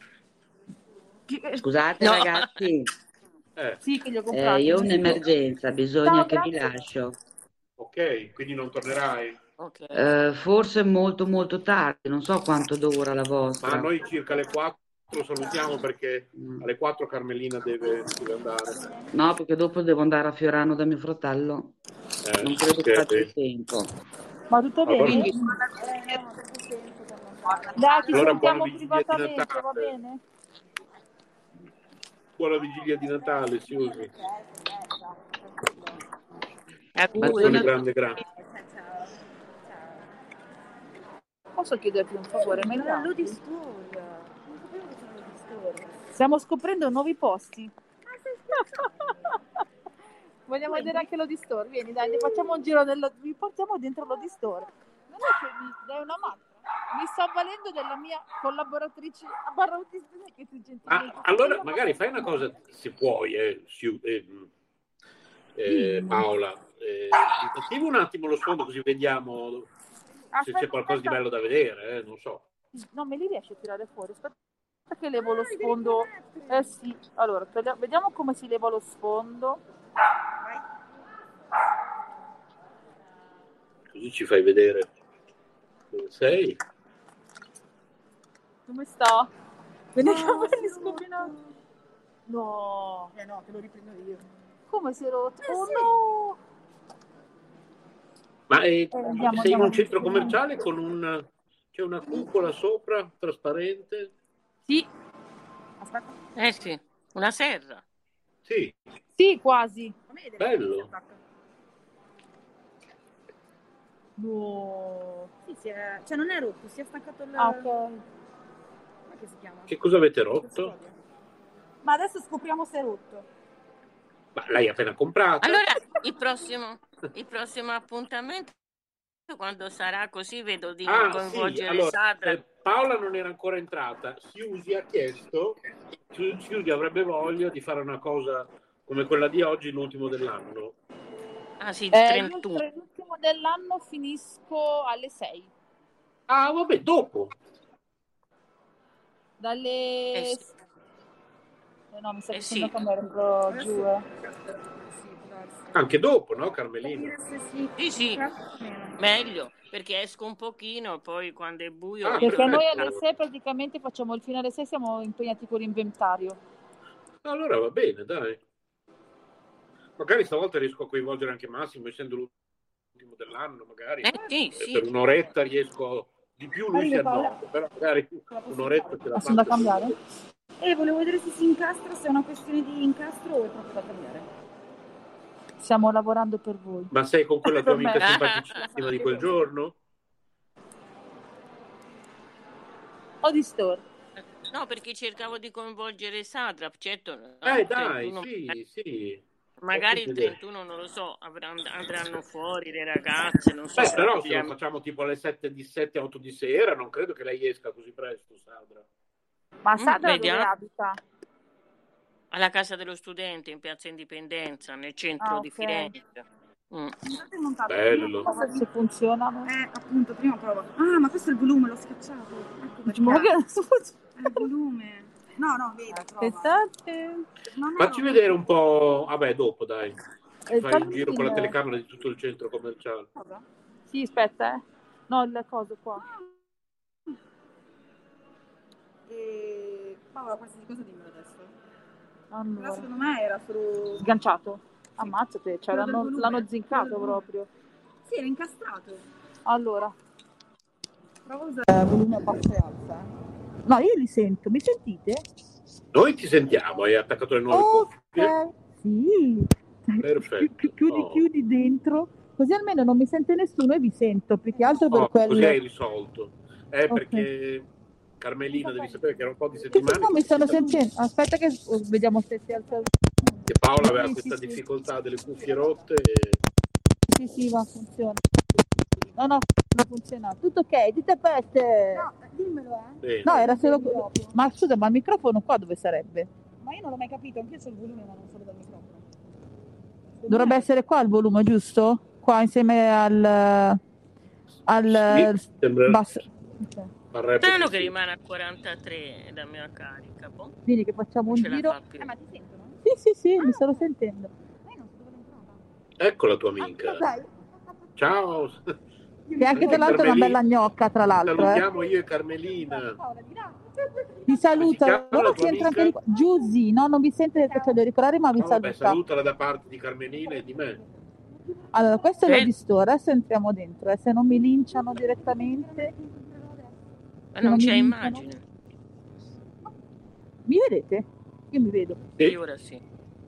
Scusate No. ragazzi, Eh, Sì, che li ho eh, comprati. io ho un'emergenza, bisogna Ciao, che vi grazie. lascio. ok, quindi non tornerai? Ok. Eh, forse molto molto tardi, non so quanto dura la Ma vostra. noi circa alle quattro salutiamo perché Mm. alle quattro Carmelina deve, deve andare. No, perché dopo devo andare a Fiorano da mio fratello. Eh, Non credo che ok. faccia il tempo. Ma tutto Allora, bene? Quindi Dai, ci allora buona sentiamo vigilia di privatamente, va Natale. bene? Buona vigilia di Natale, Susi. Auguri. Bacione grande, grande. Posso chiederti un favore? Me Ma lo lo dai? disturba. Non sapevo che c'era lo disturba. Stiamo scoprendo nuovi posti. Vogliamo vedere anche l'Odi Store? Vieni, dai, ne facciamo un giro nello... vi portiamo dentro l'Odi Store. Non è che mi dai una mano. Mi sto avvalendo della mia collaboratrice barra autista che tu gentilmente. Ah, allora magari fai una cosa, se puoi, eh, Siu- eh, eh, Paola, eh, attiva un attimo lo sfondo così vediamo se c'è qualcosa di bello da vedere, eh, non so. No, me li riesci a tirare fuori? Aspetta che levo lo sfondo. Eh sì, allora, toglia- vediamo come si leva lo sfondo. Così ci fai vedere dove sei. Come sta? Vedi i capelli scombinati? No, Eh no, te lo riprendo io. come si è rotto? Eh Oh sì. no! Ma eh, andiamo, sei in andiamo. un centro commerciale con un, c'è una cupola sopra trasparente? Sì. Aspetta. Eh sì, una serra. Sì, Sì, quasi. bello. No. Sì, si è... cioè non è rotto, si è staccato il... Ah, ok. Come che si chiama? Che cosa avete Il rotto? custodio. Ma adesso scopriamo se è rotto. Ma l'hai appena comprata? Allora, il prossimo, il prossimo appuntamento, quando sarà così, vedo di Ah, sì, coinvolgere allora, Sandra. eh, Paola non era ancora entrata. Siusi ha chiesto, Siu- Siusi avrebbe voglia di fare una cosa come quella di oggi, l'ultimo dell'anno. Ah sì, il Eh, io trentuno. per l'ultimo dell'anno finisco alle sei. Ah, vabbè, dopo. Dalle... Eh sì, Eh no, mi sta eh dicendo sì. che andrò giù. eh. Sì, può darsi. Anche dopo, no, Carmelina? Capire se si Sì, sì, incastra o meno. meglio, perché esco un pochino, poi quando è buio Ah, Perché entro. noi perfetto. alle sei praticamente facciamo il fine alle sei, siamo impegnati con l'inventario. Allora va bene, dai. Magari stavolta riesco a coinvolgere anche Massimo, essendo l'ultimo dell'anno, magari. Eh sì, Eh, sì. Per un'oretta riesco di più, lui si Arriva, Paola. annoia, però magari un'oretta ce la Ah, sono da faccio. cambiare? E volevo vedere se si incastra, se è una questione di incastro o è proprio da cambiare. Stiamo lavorando per voi. Ma sei con quella tua Per me. amica simpaticissima di quel giorno? O di store. No, perché cercavo di coinvolgere Sandra, certo, no, Eh il dai, trentuno, sì, sì. magari Ho il idea. trentuno non lo so, avranno- andranno fuori le ragazze, non so Beh, se però gli se lo am- facciamo tipo alle sette di sette, otto di sera, non credo che lei esca così presto, Sandra. Ma Mm, Sandra dove vediamo. abita? Alla Casa dello Studente in Piazza Indipendenza, nel centro Ah, di ok. Firenze. Mm. State montato. Bello. Non so se funzionano. Eh, appunto, prima prova. Ah, ma questo è il volume, l'ho schiacciato. Ecco perché. Ma che non so È il volume. No, no, vedi, prova. Aspettate. Non è Facci rotto. vedere un po'. Vabbè, dopo, dai. Eh, Fai fammi il giro con la il- telecamera di tutto il centro commerciale. Cosa? Sì, aspetta, eh. No, il coso qua. E Paola, qualsiasi cosa dimmelo adesso. Però Allora. secondo me era solo. Sganciato. Ammazzate, cioè Quello del l'hanno, volume. l'hanno zincato Quello del volume. proprio. Sì, era incastrato. Allora. Prova a usare il volume a basso e alza. eh. No, io li sento. Mi sentite? Noi ti sentiamo, hai attaccato le nuove cuffie? Ok. Sì. Perfetto. Chi- Chiudi, Oh. chiudi dentro. Così almeno non mi sente nessuno e vi sento. Più che altro per Oh, così hai quel... risolto. Eh, Ok. perché Carmelina, devi sapere che era un po' di Sì, sì, settimane no, mi che, stanno sentendo. Aspetta che oh, vediamo se si alza. che Paola aveva Sì, questa sì, sì. difficoltà delle cuffie rotte. E... Sì, sì, ma funziona. No, no, non funziona. Tutto ok, dite peste. No, dimmelo, eh. Bene. No, era solo... Ma scusa, ma il microfono qua dove sarebbe? Ma io non l'ho mai capito, anch'io c'ho il volume, ma non solo dal microfono. Dovrebbe essere qua il volume, giusto? Qua insieme al... al Sì, sembra- basso. Ok. parrebbe Strano che che sì. rimane a quarantatré la mia carica. Boh, Quindi che facciamo non un ce la giro. fa più. Eh, ma ti sentono? Sì, sì, sì, mi sto sentendo. Ma io non so dove è entrata. Ecco la tua Ah, amica. dai. Ciao. Che anche tra l'altro è una bella gnocca, tra l'altro. Eh. Salutiamo io e Carmelina. Paola, di là. Vi Come si saluta. chiama la Ora tua si entra anche di amica? qua. Giusy, no, non vi sente che faccio gli auricolari, ma vi No, vabbè, saluta. salutala da parte di Carmelina e di me. Allora, questo è Sì. lo di store, adesso entriamo dentro, eh. Se non mi linciano direttamente. Ma Se non mi c'è linciano. immagine. Mi vedete? Io mi vedo. Sì. Sì, ora sì.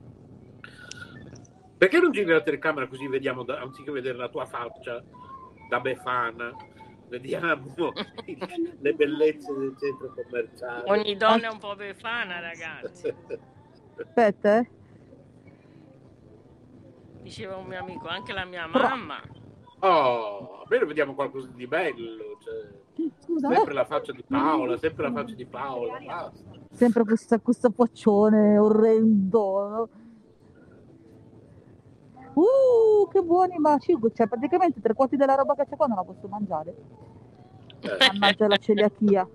Perché non giri la telecamera così vediamo, da- anziché vedere la tua faccia da befana, vediamo le bellezze del centro commerciale. Ogni donna è un po' befana, ragazzi. Aspetta, eh. Diceva un mio amico, anche la mia Pro- mamma. Oh, almeno vediamo qualcosa di bello. Cioè, Scusa, sempre eh. la faccia di Paola, sempre la faccia di Paola. Basta. Sempre questo, questo poccione orrendo. Uh, che buoni, ma cinque, cioè praticamente tre quarti della roba che c'è qua non la posso mangiare. Eh. Mannaggia la celiachia.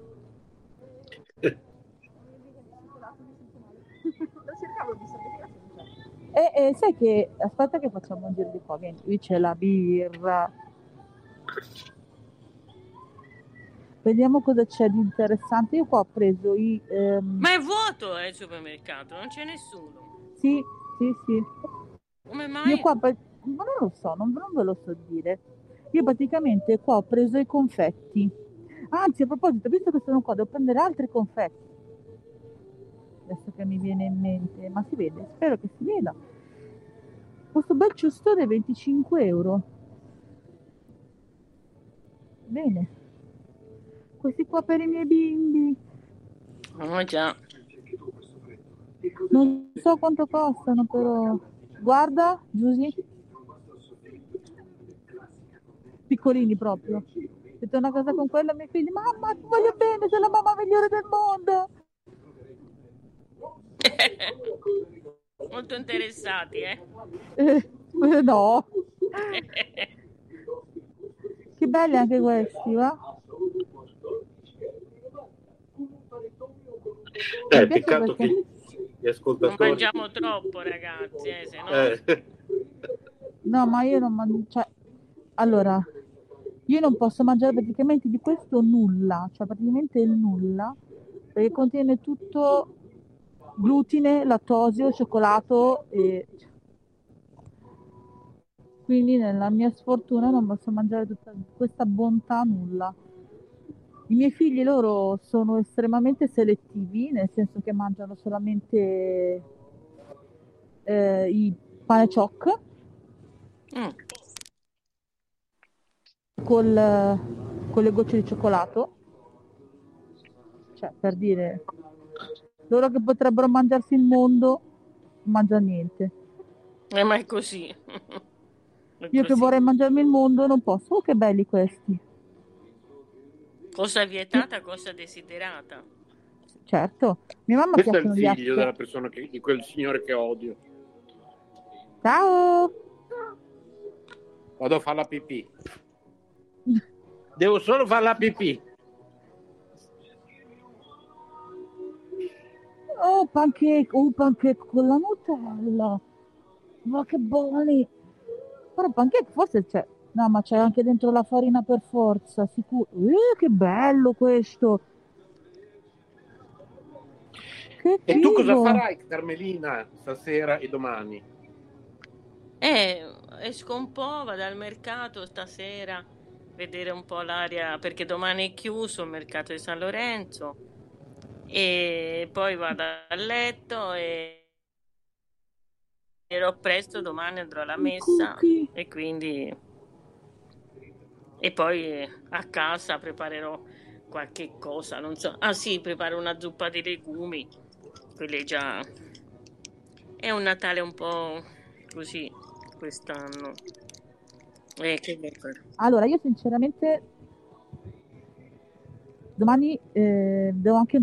Lo cercavo di sapere. E, e sai che, aspetta che facciamo un giro di qua, vieni, qui c'è la birra. Vediamo cosa c'è di interessante. Io qua ho preso i... ehm, Ma è vuoto eh, il supermercato, non c'è nessuno. Sì, sì, sì. Come mai? Io qua, ma non lo so, non, non ve lo so dire. Io praticamente qua ho preso i confetti. Anzi, a proposito, visto che sono qua, devo prendere altri confetti. adesso che mi viene in mente, ma si vede, spero che si veda. Questo bel ciustone venticinque euro. Bene. Questi qua per i miei bimbi. Oh già. Non so quanto costano, però. Guarda, Giusy. Piccolini proprio. Se torno a casa con quello, miei figli, mamma, ti voglio bene, sei la mamma migliore del mondo. Molto interessati, eh? Eh, eh, no. Che belli anche questi, va? Eh, Mi piace peccato perché... che gli Non ascoltatori... mangiamo troppo, ragazzi, eh, se no... Eh. No, ma io non mangio... Cioè, allora, io non posso mangiare praticamente di questo nulla, cioè praticamente il nulla, perché contiene tutto glutine, lattosio, cioccolato e... Quindi nella mia sfortuna non posso mangiare tutta questa bontà nulla. I miei figli loro sono estremamente selettivi, nel senso che mangiano solamente eh, i pane ciocco Mm. col, con le gocce di cioccolato. Cioè, per dire, loro che potrebbero mangiarsi il mondo, non mangiano niente. Eh, ma è così. È Io che così. vorrei mangiarmi il mondo non posso. Oh, che belli questi. Cosa vietata, cosa desiderata. Certo, mia mamma Questo è il piacciono gli figlio della aspet. persona che, di quel signore che odio. Ciao! Vado a fare la pipì. Devo solo fare la pipì. Oh, pancake, oh, pancake con la Nutella. Ma che buoni! Però pancake forse c'è. No, ma c'è anche dentro la farina per forza, sicuro. Eh, che bello questo! Che E tu cosa figo! farai, Carmelina, stasera e domani? Eh, esco un po', vado al mercato stasera, vedere un po' l'aria, perché domani è chiuso il mercato di San Lorenzo. E poi vado a letto e ero presto, domani andrò alla I messa cookie. e quindi e poi a casa preparerò qualche cosa, non so. Ah sì, preparo una zuppa di legumi, quelle già. È un Natale un po' così quest'anno. Eh, che bello. Allora, io sinceramente domani eh, devo anche.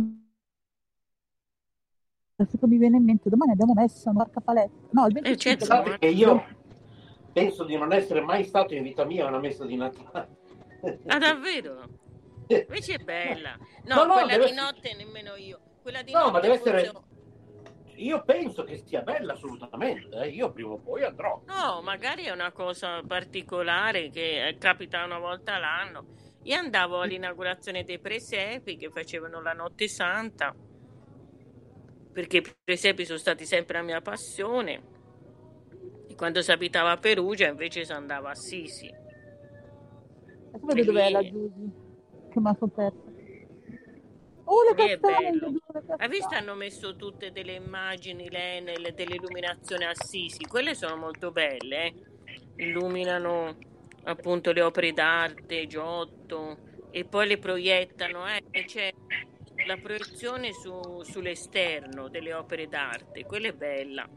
Adesso che mi viene in mente, domani abbiamo messo una barca paletta. No, il Eh, venticinque. certo, Pensate che io penso di non essere mai stato in vita mia a una messa di Natale. Ah, davvero? Invece è bella. No, No, no, quella deve di essere- notte nemmeno io. Quella di No, notte ma deve forse... essere... Io penso che sia bella assolutamente. eh. Io prima o poi andrò. No, magari è una cosa particolare che eh, capita una volta l'anno. Io andavo all'inaugurazione dei presepi che facevano la Notte Santa, perché i presepi sono stati sempre la mia passione. E quando si abitava a Perugia invece si andava a Assisi. Adesso vedo dov'è la Lì, Giusy, che mi ha scoperto. Oh, le lì è castane, bello. vedo le Hai visto? castane. Hanno messo tutte delle immagini, le, nelle- dell'illuminazione a Assisi. Quelle sono molto belle, eh. Illuminano appunto le opere d'arte, Giotto, e poi le proiettano, eh. E c'è la proiezione su- sull'esterno delle opere d'arte. Quella è bella.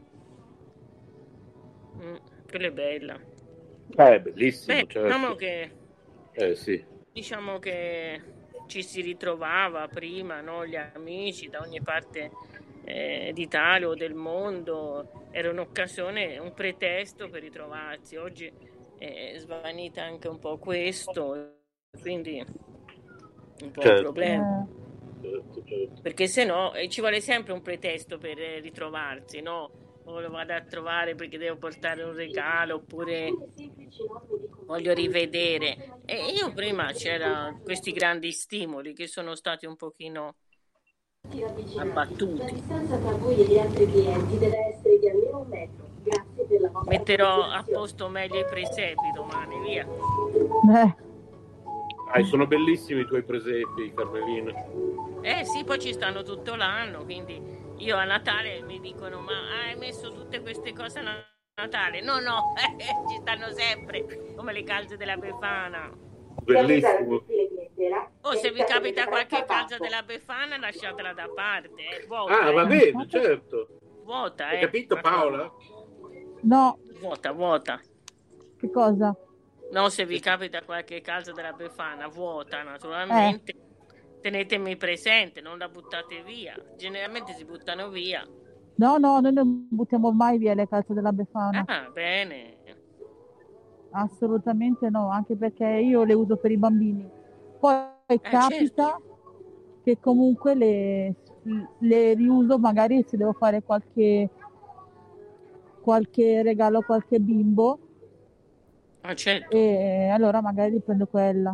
Mm, quella è bella. Eh, bellissimo, Beh, diciamo certo. che, Eh, sì. diciamo che ci si ritrovava prima, no? Gli amici da ogni parte eh, d'Italia o del mondo. Era un'occasione, un pretesto per ritrovarsi. Oggi è svanita anche un po' questo, quindi un po' un Certo, problema. Eh, certo, certo. Perché se no eh, ci vuole sempre un pretesto per eh, ritrovarsi, no? O lo vado a trovare perché devo portare un regalo oppure voglio rivedere. E io prima c'erano questi grandi stimoli che sono stati un pochino abbattuti. distanza tra voi e gli altri clienti deve essere di almeno un metro. Grazie per la vostra Metterò a collaborazione. posto meglio i presepi domani, via. eh, Ah, sono bellissimi i tuoi presepi, Carmelina. Eh sì, poi ci stanno tutto l'anno, quindi io a Natale mi dicono ma hai messo tutte queste cose a Natale? No, no, ci stanno sempre, come le calze della Befana. Bellissimo. Oh, se vi capita qualche calza della Befana lasciatela da parte, è vuota. Ah, va eh. bene, certo. Vuota, Hai eh. capito, Paola? No, Vuota, vuota. che cosa? No, se vi capita qualche calza della Befana vuota, naturalmente, Eh. tenetemi presente, non la buttate via. Generalmente si buttano via. No, no, noi non buttiamo mai via le calze della Befana. Ah, bene. Assolutamente no, anche perché io le uso per i bambini. Poi Eh, capita certo. che comunque le, le riuso magari se devo fare qualche, qualche regalo a qualche bimbo. Ah, certo. E allora magari riprendo quella.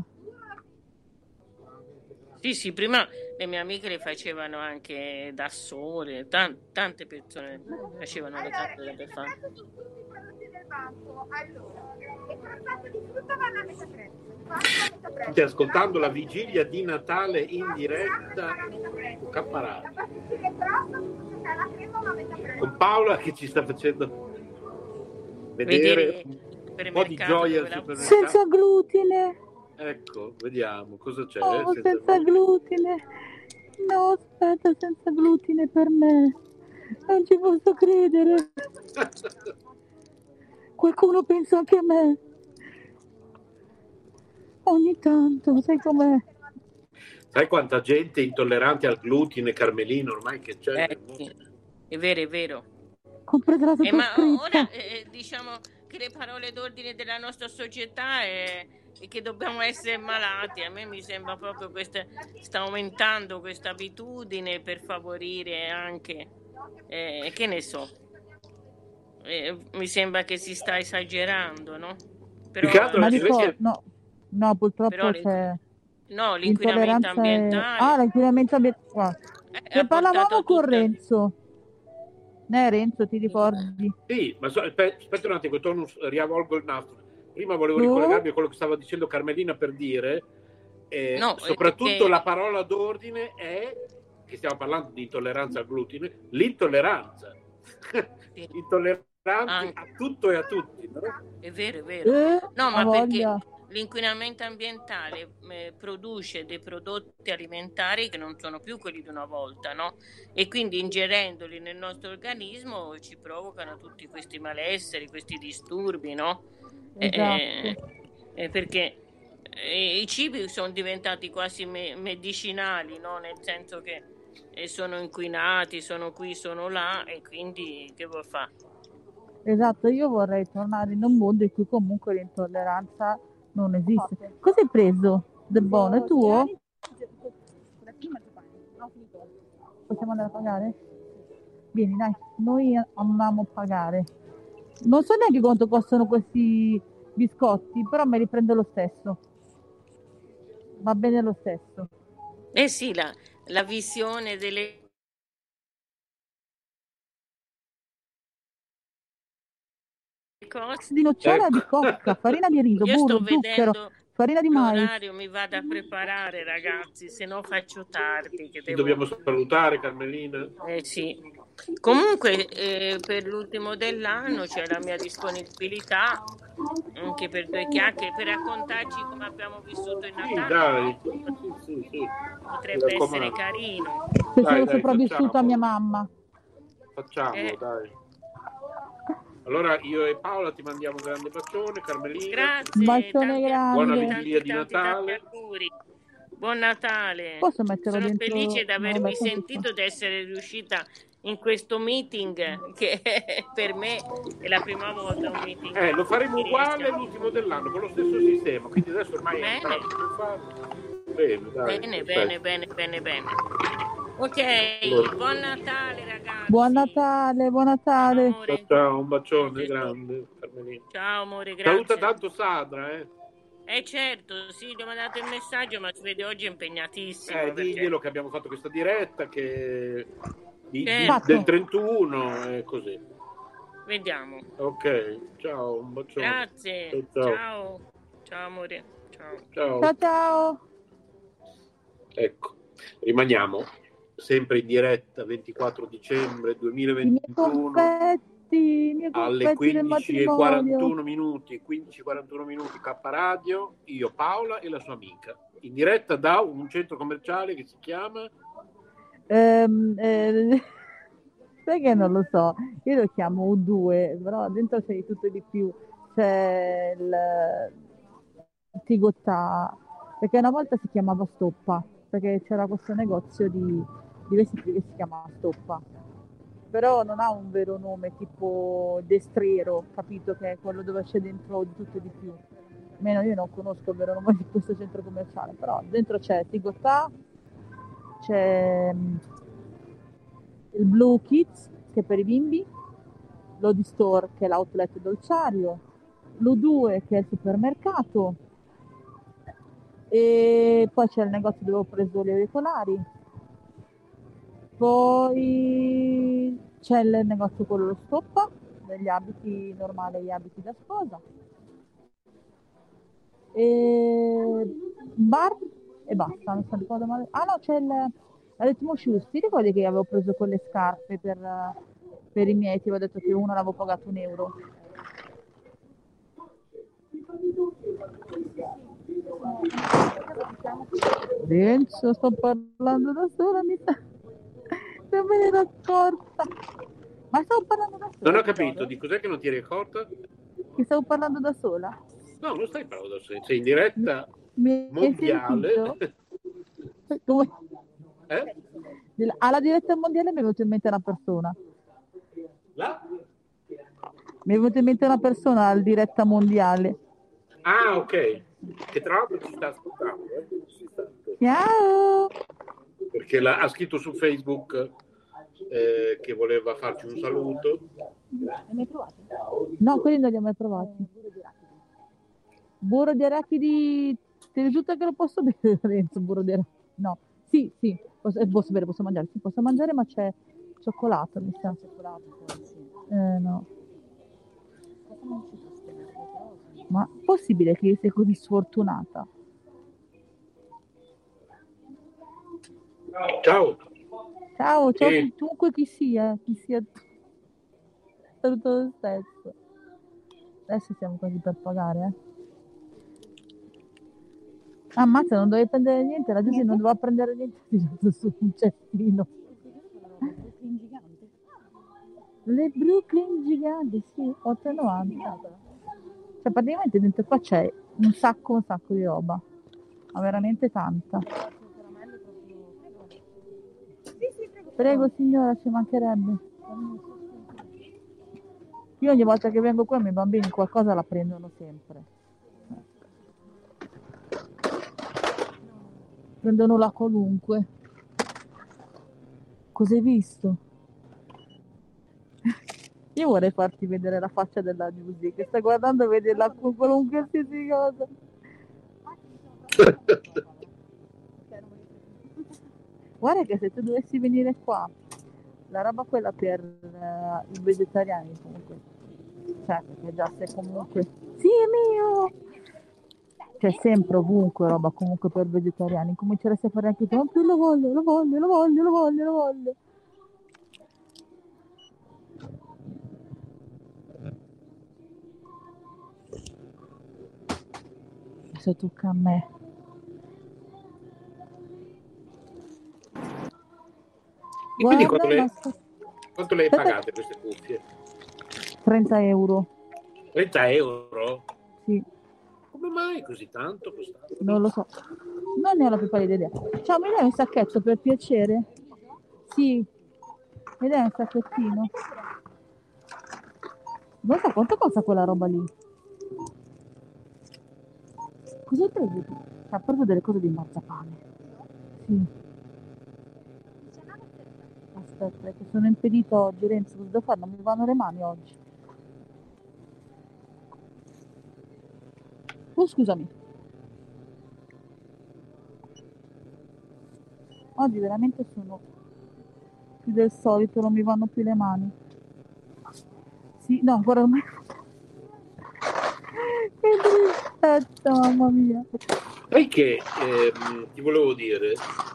Sì, sì, prima le mie amiche le facevano anche da sole, tan- tante persone facevano le calze della Befana. State ascoltando la vigilia di Natale in diretta su K Radio con Paola che ci sta facendo vedere, vedere un po' di gioia al la... supermercato. Senza glutine. Ecco, vediamo cosa c'è. Oh, senza, senza glutine. No, aspetta, senza glutine per me. Non ci posso credere. Qualcuno pensa anche a me. Ogni tanto, sai com'è? Sai quanta gente intollerante al glutine, Carmelino, ormai che c'è? Eh, sì. È vero, è vero. Compresa la Eh, ma sottoscritta. ora eh, diciamo che le parole d'ordine della nostra società è, è che dobbiamo essere malati. A me mi sembra proprio questa sta aumentando questa abitudine per favorire anche eh, che ne so. Eh, mi sembra che si sta esagerando, no? Però, Più che altro Ma invece- dico, no, no, purtroppo Però l'inqu- c'è no, l'inquinamento intolleranza. è- ambientale Ah, l'inquinamento ambientale. eh, Ne ha parlavamo portato con tutta- Renzo. Ne Renzo, ti ricordi? Sì, ma so- aspe- aspetta un attimo, torno, riavvolgo il nastro. Prima volevo No. ricollegarmi a quello che stava dicendo Carmelina per dire, eh, No, soprattutto eh, la parola d'ordine è, che stiamo parlando di intolleranza al glutine, l'intolleranza. Sì. Intolleranti Anche. a tutto e a tutti. No? È vero, è vero. Eh, No, ha ma perché voglia. l'inquinamento ambientale eh, produce dei prodotti alimentari che non sono più quelli di una volta, no? E quindi ingerendoli nel nostro organismo ci provocano tutti questi malesseri, questi disturbi, no? Eh, Esatto. eh, perché eh, i cibi sono diventati quasi me- medicinali, no? Nel senso che eh, sono inquinati, sono qui, sono là, e quindi che vuoi fare? Esatto, io vorrei tornare in un mondo in cui comunque l'intolleranza non esiste. Cosa hai preso? Del buono? È tuo? Possiamo andare a pagare? Vieni, dai, noi amiamo pagare. Non so neanche quanto costano questi biscotti, però me li prendo lo stesso. Va bene lo stesso. Eh sì, la, la visione delle cose. Di nocciole o di Ecco. cocca, farina di riso, Io burro, sto zucchero, vedendo farina di mais. l'orario, mi vado a preparare, ragazzi, se no faccio tardi. Che Ci devo... dobbiamo salutare, Carmelina. Eh sì. Comunque, eh, per l'ultimo dell'anno c'è la mia disponibilità anche per due chiacchiere, per raccontarci come abbiamo vissuto il Sì, Natale. dai. Sì, sì, sì. Potrebbe Mi essere raccomando. carino. Se Dai, sono dai, sopravvissuta a facciamo. mia mamma. Facciamo, Eh. dai. Allora io e Paola ti mandiamo un grande bacione, Carmelina. Grazie. Bacione tanti grande. Buona auguri, vigilia di tanti, tanti, Natale. tanti auguri. Buon Natale. Posso metterlo Sono dentro? felice di No, avervi vabbè, così sentito, di essere riuscita in questo meeting che per me è la prima volta un meeting. Eh, lo faremo che uguale riesca- l'ultimo dell'anno, con lo stesso sistema, quindi adesso ormai è Bene. imparato come farlo. Bene, dai. Bene, perfetto. bene, bene, bene, bene. Ok, Allora. buon Natale ragazzi. Buon Natale, buon Natale. Ciao, amore. Ciao, ciao, un bacione grande, Carmelina. Ciao amore, grazie. Saluta tanto Sadra, eh. Eh certo, sì, gli ho mandato il messaggio, ma si vede oggi è impegnatissimo. Eh, perché- diglielo che abbiamo fatto questa diretta, che di- di- Certo. del trentuno e così. Vediamo. Ok, ciao, un bacione. Grazie. Ciao, ciao. Ciao. Ciao amore. Ciao. Ciao ciao. Ecco, rimaniamo sempre in diretta ventiquattro dicembre I miei duemilaventuno confetti, i miei alle confetti del quindici e matrimonio. quarantuno minuti, quindici e quarantuno minuti K Radio, io Paola e la sua amica, in diretta da un centro commerciale che si chiama... Ehm, eh, sai che non lo so, io lo chiamo U due, però dentro c'è di tutto e di più. C'è il Tigottà, perché una volta si chiamava Stoppa, perché c'era questo negozio di, di vestiti che si chiamava Stoppa, però non ha un vero nome tipo Destriero, capito, che è quello dove c'è dentro di tutto e di più. Almeno io non conosco il vero nome di questo centro commerciale, però dentro c'è Tigottà, c'è mm, il Blue Kids, che è per i bimbi, l'Odi Store, che è l'outlet dolciario, l'U due, che è il supermercato, e poi c'è il negozio dove ho preso gli auricolari, poi c'è il negozio quello lo Stoppa, degli abiti normali, gli abiti da sposa, e bar e basta, non so ricordo male. Ah no, c'è il l'Ritmo Shoes, ti ricordi che avevo preso quelle scarpe per, per i miei, ti avevo detto che una l'avevo pagato un euro. Renzo, sto parlando da sola, mi sa. Non me ne ero accorta. Ma stavo parlando da sola. Non ho capito, di cos'è che non ti eri accorta? Che stavo parlando da sola. No, non stai parlando da sola, sei in diretta Mi hai mondiale. sentito? Come? Eh? Alla diretta mondiale mi è venuta in mente una persona. Là? Mi è venuta in mente una persona alla diretta mondiale. Ah, ok. Che tra l'altro ci sta ascoltando. Eh? Ci sta. Ciao! Perché la, ha scritto su Facebook eh, che voleva farci un saluto. Li hai mai provati? No, quelli non li ho mai provati. Burro di arachidi, ti risulta che lo posso bere, Renzo? Burro di arachidi? No, sì, sì, posso, eh, posso bere, posso mangiare, sì, posso mangiare, ma c'è cioccolato, mi sa. Eh, no. Ma è possibile che io sia così sfortunata? Ciao. Ciao, ciao, Sì. chiunque chi sia, chi sia tu. Saluto lo stesso. Adesso siamo quasi per pagare, eh. Ammazza, non dovevi prendere niente, la Giusy non doveva prendere niente, ha tirato su un cestino. Le Brooklyn giganti, sì, otto e novanta. Cioè praticamente dentro qua c'è un sacco, un sacco di roba, ma veramente tanta. Prego signora, ci mancherebbe. Io ogni volta che vengo qua i miei bambini qualcosa la prendono sempre. Prendono la qualunque. Cos'hai visto? Io vorrei farti vedere la faccia della Giusy che sta guardando e vede la qualunque qualsiasi cosa. Guarda che se tu dovessi venire qua, la roba quella per uh, i vegetariani comunque, cioè perché già sei comunque, sì è mio, c'è sempre ovunque roba comunque per vegetariani, cominceresti a fare anche tu, oh, lo voglio, lo voglio, lo voglio, lo voglio, lo voglio. Adesso tocca a me. E quindi quanto le, ma... quanto le hai pagate queste cuffie? trenta euro. trenta euro? Sì. Come mai così tanto costato? Non lo so. Non ne ho la più pallida idea. Ciao, mi dai un sacchetto per piacere? Sì. Mi dai un sacchettino? Non so quanto costa quella roba lì. Cosa hai preso tu? Ha preso delle cose di marzapane. Sì. Aspetta, che sono impedita oggi, Renzo, cosa devo fare? Non mi vanno le mani oggi. Oh, scusami. Oggi veramente sono più del solito, non mi vanno più le mani. Sì, no, guarda ormai. Aspetta, mamma mia. Sai che ehm, ti volevo dire,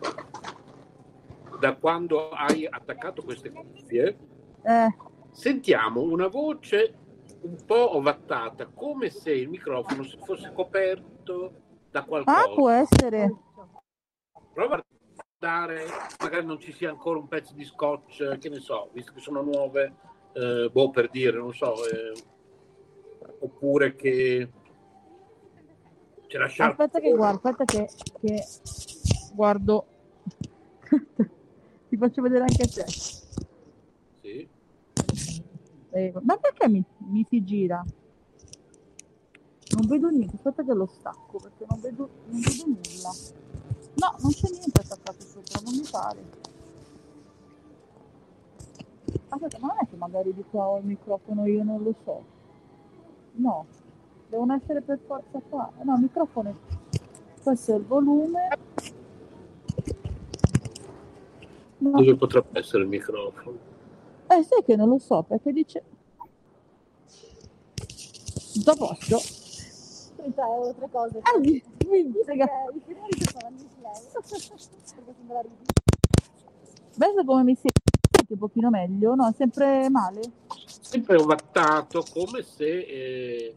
da quando hai attaccato queste cuffie, Eh, sentiamo una voce un po' ovattata, come se il microfono si fosse coperto da ah, qualcosa. può essere. Prova a guardare, magari non ci sia ancora un pezzo di scotch, che ne so, visto che sono nuove, eh, boh, per dire, non so, eh, oppure che c'è la sciarpa. Aspetta che guardo, aspetta che, che guardo. Ti faccio vedere anche te. Sì. Eh, ma perché mi, mi si gira? Non vedo niente, aspetta che lo stacco perché non vedo, non vedo nulla. No, non c'è niente attaccato sopra, non mi pare. Aspetta, ma non è che magari di qua ho il microfono, io non lo so. No, devono essere per forza qua. No, il microfono, questo è il volume. No. Dove potrebbe essere il microfono? Eh, sai che non lo so, perché dice... Tutto a posto? trenta euro, tre cose. Ah, mi, mi frega. I finali sono a Perché sembra ridicolo. Vedi come mi senti un pochino meglio? No, è sempre male? Sempre ovattato, come se... Eh...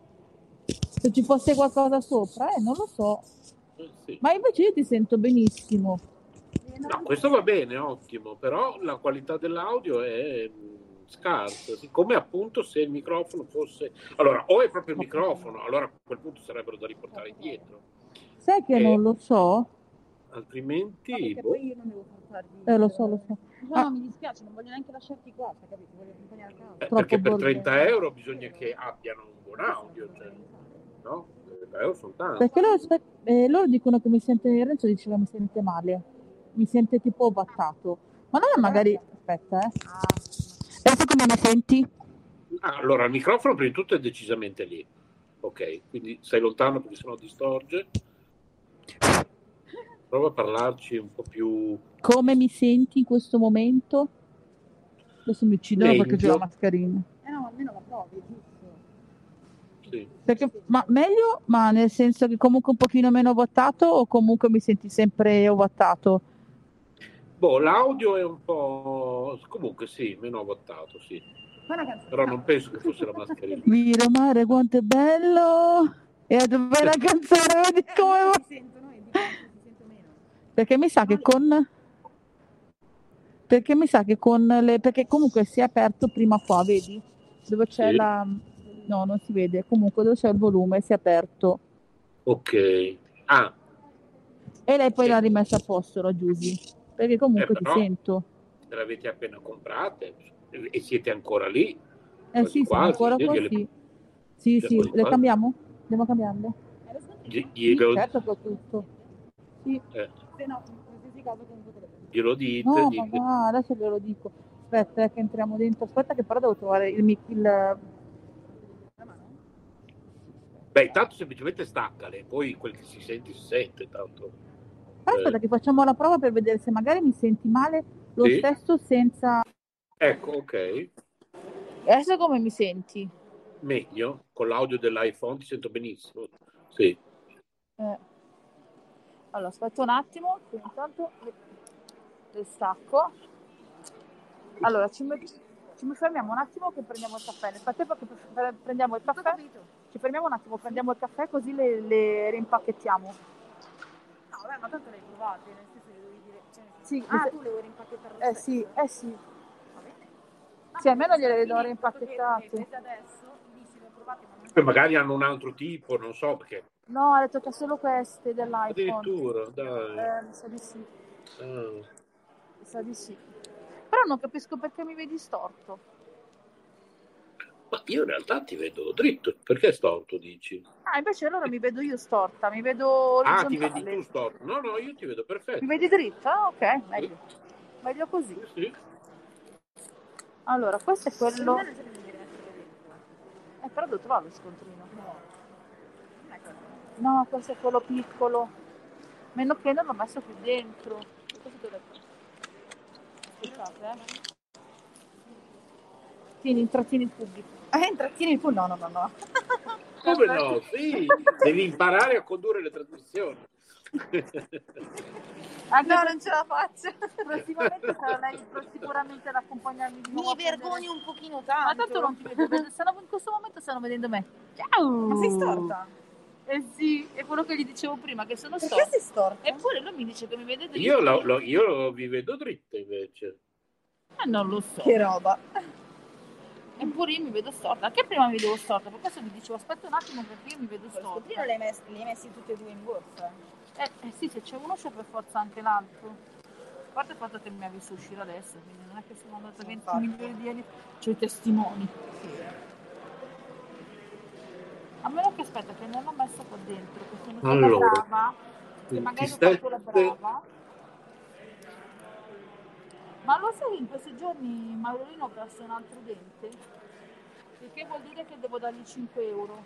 Se ci fosse qualcosa sopra, eh, non lo so. eh, sì. Ma invece io ti sento benissimo. No, questo va bene, ottimo, però la qualità dell'audio è mh, scarsa, siccome appunto se il microfono fosse... Allora, o è proprio il microfono, allora a quel punto sarebbero da riportare indietro. Sai che Eh, non lo so? Altrimenti... No, perché boh. poi io non devo farti. Eh, lo so, lo so. No, Ah, no, mi dispiace, non voglio neanche lasciarti qua, cioè, capito? Voglio accompagnare a casa. Eh, troppo perché per bordello. trenta euro bisogna che abbiano un buon audio, cioè, no? trenta euro sono tanti. Perché loro, aspe- eh, loro dicono che mi sente, Renzo diceva mi sente male, mi sente tipo ovattato. Ma non è magari... Aspetta, eh. Adesso come mi senti? Ah, allora, il microfono prima di tutto è decisamente lì, ok? Quindi stai lontano perché sennò distorge. Prova a parlarci un po' più... Come mi senti in questo momento? Adesso mi uccidono perché c'è la Meglio. mascherina. Eh no, almeno la provi, è giusto. Sì. Perché, ma meglio, ma nel senso che comunque un pochino meno ovattato o comunque mi senti sempre ovattato? Boh, l'audio è un po'... comunque sì, meno ovattato, sì. Fai una canzone. Però non penso che fosse la mascherina. Viro mare quanto è bello! E a dov'è la canzone? Vedi come va? Si sentono e dicono che si sente meno. Perché mi sa che con... Perché mi sa che con le... Perché comunque si è aperto prima qua, vedi? Dove c'è Sì. la... No, non si vede. Comunque dove c'è il volume si è aperto. Ok. Ah, E lei poi Sì. l'ha rimessa a posto, la Giusy. Perché eh, comunque ti però sento. le avete appena comprate e siete ancora lì. Eh Quasi sì, siamo quasi. ancora Io qua, gliele- sì. Sì, cioè, sì. quasi Le quasi. cambiamo? Andiamo a cambiarle? Gli- Sì, Glielo, certo che ho tutto. Sì. eh, Se no, in qualsiasi caso comunque te le prendi. glielo dite, No, dite- ma va, adesso ve lo dico. Aspetta, eh, che entriamo dentro. Aspetta che però devo trovare il... mic- il... La mano? Beh, intanto semplicemente staccale, poi quel che si sente si sente, tanto. Però aspetta che facciamo la prova per vedere se magari mi senti male lo Sì. stesso senza... Ecco, ok. Adesso come mi senti? Meglio, con l'audio dell'iPhone ti sento benissimo. Sì. Eh. Allora, aspetta un attimo, che intanto le, le stacco. Allora, ci, met- ci fermiamo un attimo che prendiamo il caffè. Nel frattempo che pre- prendiamo il Ho caffè, capito. ci fermiamo un attimo, prendiamo il caffè così le, le rimpacchettiamo. No, vabbè, ma tanto le hai provate, nel senso che devi dire... Cioè, nel senso- Sì, ah, le- tu le vuoi rimpacchettare lo Eh stesso? sì, eh sì. Va bene. No, Sì, almeno perché gliele alla do fine, rimpacchettate. dopo che le prese adesso, dici le ho provate, ma non Poi magari hanno un altro tipo, non so perché. No, ha detto che ha solo queste dell'iPhone. Addirittura, dai. Eh, mi sa di sì, Ah. mi sa di sì. Però non capisco perché mi vedi storto. Ma io in realtà ti vedo dritto. Perché storto, dici? Ah, invece allora mi vedo io storta, mi vedo Ah, ti orizzontale. vedi tu storto. No, no, io ti vedo perfetto. Mi vedi dritta? Ah, ok, meglio. Meglio così. Sì, sì. Allora, questo è quello... non se ne deve essere dentro. Eh, però devo trovare lo scontrino. No. Non è quello. No, questo è quello piccolo. Meno che non l'ho messo qui dentro. Questo te l'ho detto. Aspettate, eh. Tieni, intrattieni il pubblico. Eh, intrattieni il pubblico? No, no, no, no. Come no? Sì, devi imparare a condurre le trasmissioni. Anche No, per- non ce la faccio. prossimamente sarà lei sicuramente ad accompagnarmi di nuovo. Mi a prendere- vergogno un pochino Ma tanto. tanto non ti vedo, vedo- stanno- in questo momento stanno vedendo me. Ciao! Ma sei storta? Eh sì, è quello che gli dicevo prima, che sono Perché storta. sei storta? Eppure lui mi dice che mi vede dritto. Io, lo, lo- io vi vedo dritta invece. Eh, non lo so. Che roba. Eppure io mi vedo storta. Anche prima mi vedevo storta, per questo mi dicevo aspetta un attimo perché io mi vedo Scusi, storta. li hai messi, li hai messi tutti e due in borsa? Eh, eh sì, se c'è uno c'è per forza anche l'altro. A parte il fatto che mi ha visto uscire adesso, quindi non è che sono andata venti Infatti. milioni di anni, c'ho i testimoni. A meno che aspetta che non l'ho messo qua dentro, che sono stata Allora, brava, che magari ho fatto la ventisette. brava. Ma lo sai che in questi giorni Maurolino ha perso un altro dente? Il che vuol dire che devo dargli cinque euro.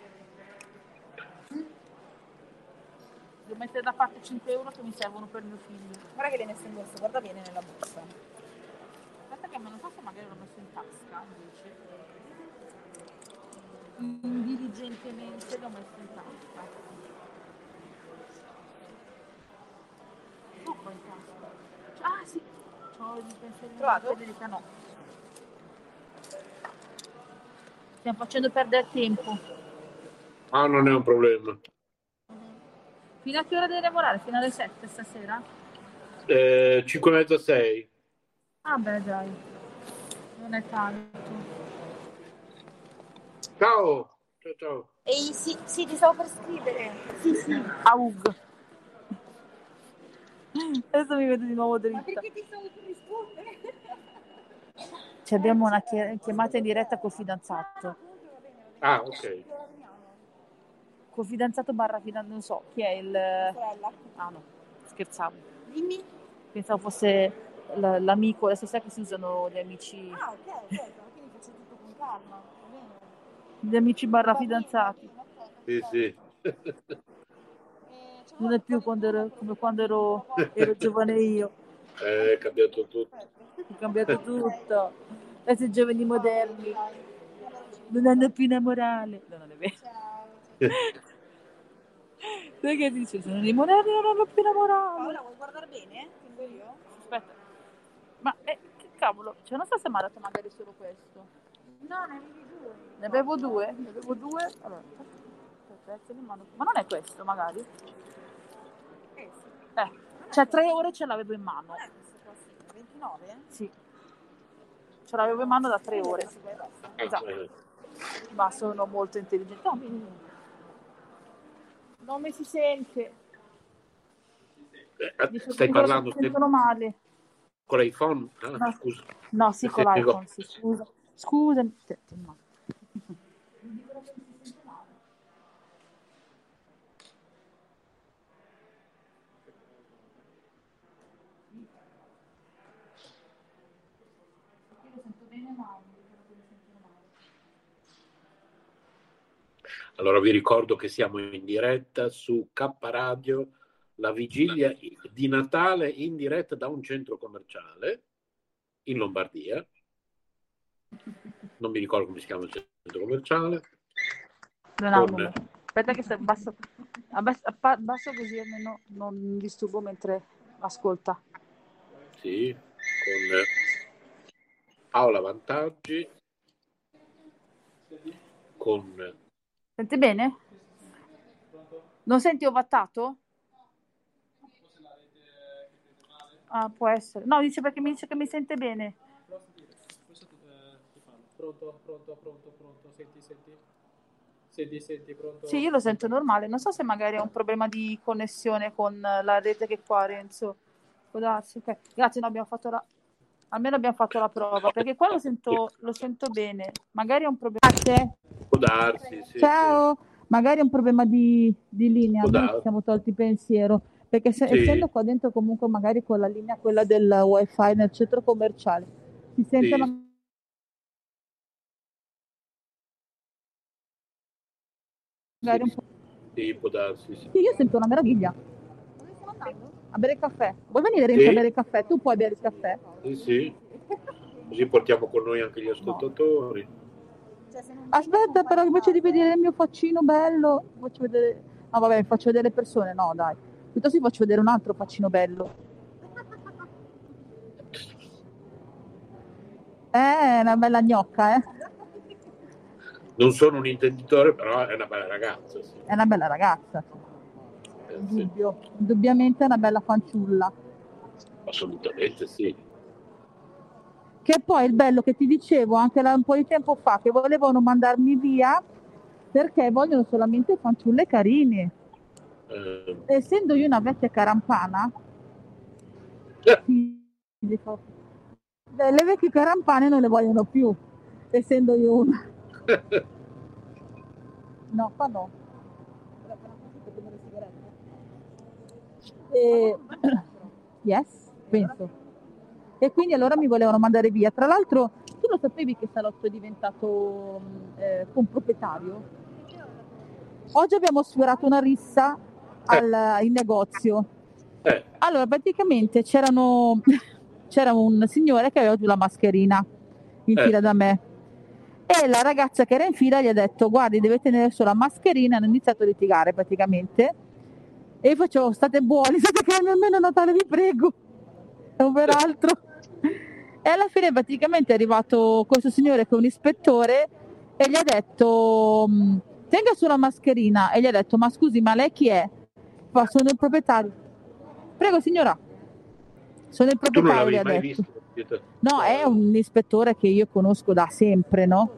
Devo mettere da parte cinque euro che mi servono per mio figlio. Guarda che li hai messi in borsa, guarda bene nella borsa. Aspetta che me non so se magari l'ho messo in tasca invece. Indiligentemente l'ho messo in tasca. Oh, poi in tasca. Ah sì, c'ho il pensierino Trovato? di Federica, no. Stiamo facendo perdere tempo. Ah, non è un problema. Fino a che ora devi lavorare? Fino alle sette stasera? Eh, cinque e mezza, sei. Ah beh dai, non è tanto. Ciao. Ciao, ciao. Ehi, sì, sì, ti stavo per scrivere. Sì, sì. Aug. Adesso mi vedo di nuovo Ma dritta. perché ti stavo per rispondere? Ci abbiamo una chi- chiamata in diretta col fidanzato. Ah, ok. Col fidanzato barra fidanzato, non so, chi è il... Sorella. Ah no, scherzavo. Dimmi. Pensavo fosse l- l'amico, adesso sai che si usano gli amici, Ah, ok, ok, quindi faccio tutto con calma. Va bene. gli amici barra Va bene, fidanzati. va bene, ok, Sì, perfetto. sì. Eh, c'è Non è più quando ero, come quando ero, ero giovane io. Eh, È cambiato tutto. È cambiato tutto. Adesso i giovani moderni non hanno più una morale. No, non è vero. Ciao. Sai che dice? Sono i moderni non hanno più una morale. Paola, vuoi guardare bene? Tengo io? Aspetta. Ma eh, che cavolo? Cioè non so se mi ha dato magari solo questo. No, ne avevi due. Ne avevo due? Ne avevo due? Allora, aspetta, li mando- ma non è questo magari? Eh sì. Eh, cioè tre ore ce l'avevo in mano. Non è questo qua, sì. ventinove? Sì. Ce l'avevo in mano da tre ore. Sì, poi basta. Esatto. Eh, Ma sono molto intelligente. No, mi- non mi si sente. eh, Dice Stai che parlando mi sentono male. con l'iPhone? Ah, No. scusa. No, sì, con Sentivo. l'iPhone, sì, scusa. Scusami. Te- te- no. Io lo sento bene, ma non dicono che mi sentono male. Allora vi ricordo che siamo in diretta su K Radio, la vigilia di Natale in diretta da un centro commerciale in Lombardia. Non mi ricordo come si chiama il centro commerciale. Non ha un Con- numero. Aspetta che se basso, abbas- appa- basso così almeno non disturbo mentre ascolta. Sì, con Paola Vantaggi, con Senti bene? Non senti ovattato? Ah, può essere. No, dice perché mi dice che mi sente bene. Pronto, pronto, pronto, pronto, senti, senti, senti, senti, pronto. Sì, io lo sento normale. Non so se magari è un problema di connessione con la rete che qua, Renzo. Può darsi, ok. Grazie, no, abbiamo fatto la... Almeno abbiamo fatto la prova, perché qua lo sento, lo sento bene. Magari è un problema... Grazie. può darsi, sì, Ciao. Magari è un problema di, di linea. Può Noi darsi. ci siamo tolti pensiero. Perché se- Sì. essendo qua dentro comunque magari con la linea, quella del wifi nel centro commerciale, si sente Sì. ma- magari un po'... Sì, può darsi, sì. Sì, io sento una meraviglia. Dove stiamo andando? A bere il caffè. Vuoi venire Renzo, Sì. a bere il caffè? Tu puoi bere il caffè? Sì, sì. Così portiamo con noi anche gli ascoltatori. Aspetta, però invece di vedere il mio faccino bello, faccio vedere... No, vabbè, faccio vedere le persone, no, dai. Piuttosto vi faccio vedere un altro faccino bello. Eh, è una bella gnocca, eh. Non sono un intenditore, però è una bella ragazza. Sì. È una bella ragazza. Eh, sì. Dubbio. Indubbiamente è una bella fanciulla. Assolutamente sì. Che poi il bello che ti dicevo anche là un po' di tempo fa, che volevano mandarmi via perché vogliono solamente fanciulle carine. Eh, Essendo io una vecchia carampana, eh, sì, dico, eh, le vecchie carampane non le vogliono più, essendo io una. No, qua no. E... Yes, penso. E quindi allora mi volevano mandare via. Tra l'altro, tu lo sapevi che Salotto è diventato eh, comproprietario? Oggi abbiamo sfiorato una rissa al, in negozio. eh, Allora, praticamente c'erano, c'era un signore che aveva giù la mascherina in Eh. fila da me. E la ragazza che era in fila gli ha detto: guardi, deve tenere solo la mascherina. Hanno iniziato a litigare praticamente. E io facevo: state buoni, state calmi, almeno a Natale vi prego. E un peraltro. E alla fine praticamente è arrivato questo signore che è un ispettore e gli ha detto: tenga sulla mascherina. E gli ha detto: ma scusi, ma lei chi è? Fa: sono il proprietario. Prego signora, sono il tu non proprietario, gli l'avevi ha mai detto. visto? No, è un ispettore che io conosco da sempre, no?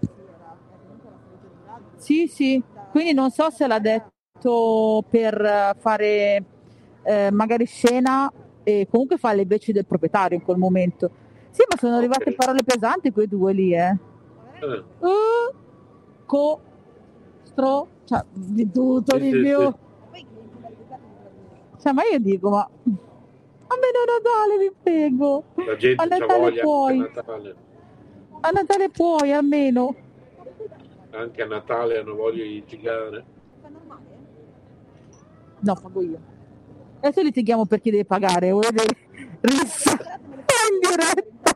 Sì, sì, quindi non so se l'ha detto per fare eh, magari scena e comunque fa le veci del proprietario in quel momento. Sì, ma sono arrivate Ok. parole pesanti quei due lì, eh. Eh, Uh, co, stro, cioè di tutto, Sì, di sì, più. Cioè, ma io dico, ma almeno a Natale vi prego. la A gente c'ha Natale voglia puoi, anche a Natale. a Natale puoi almeno. Anche a Natale hanno voglia di litigare. No, pago io. Adesso litighiamo per chi deve pagare, volete rissa in diretta.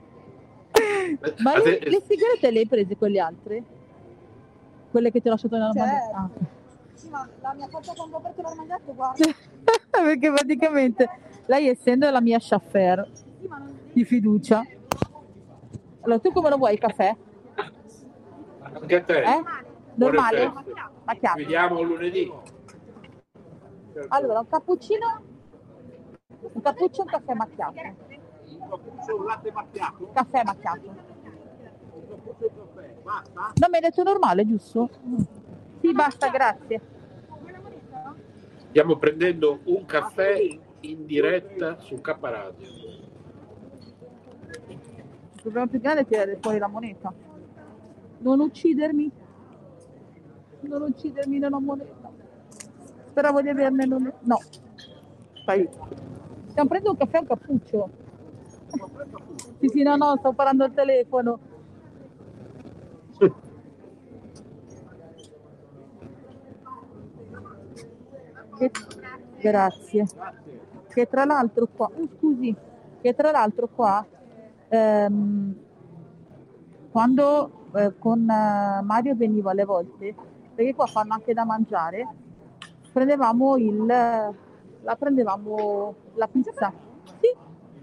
Ma A le, te- le sigarette le hai prese con le altre? Quelle che ti ho lasciato nella mano? Certo. Ah. Sì, ma la mia faccia quando ho aperto l'armadietto, guarda. Perché praticamente lei, essendo la mia chauffeur Sì, ma non... di fiducia. Allora, tu come lo vuoi il caffè? Anche a te. Eh? Buone Normale? feste. Macchiato. Ci vediamo lunedì. Allora, un cappuccino, un cappuccio e un caffè macchiato. Un latte macchiato? Caffè macchiato. Un cappuccio e caffè, basta? No, mi hai detto normale, giusto? Sì, basta, grazie. Stiamo prendendo un caffè in diretta su K Radio. Il problema più grande è tirare fuori la moneta. Non uccidermi. Non uccidermi, non ho moneta. Speravo di averne, non... No. Stai. Stiamo prendendo un caffè e un cappuccio. Sì, sì, no, no, sto parlando al telefono. Che... Grazie. Che tra l'altro qua... Oh, scusi. Che tra l'altro qua... Ehm, quando eh, con eh, Mario venivo alle volte, perché qua fanno anche da mangiare, prendevamo il... La prendevamo la pizza. Sì.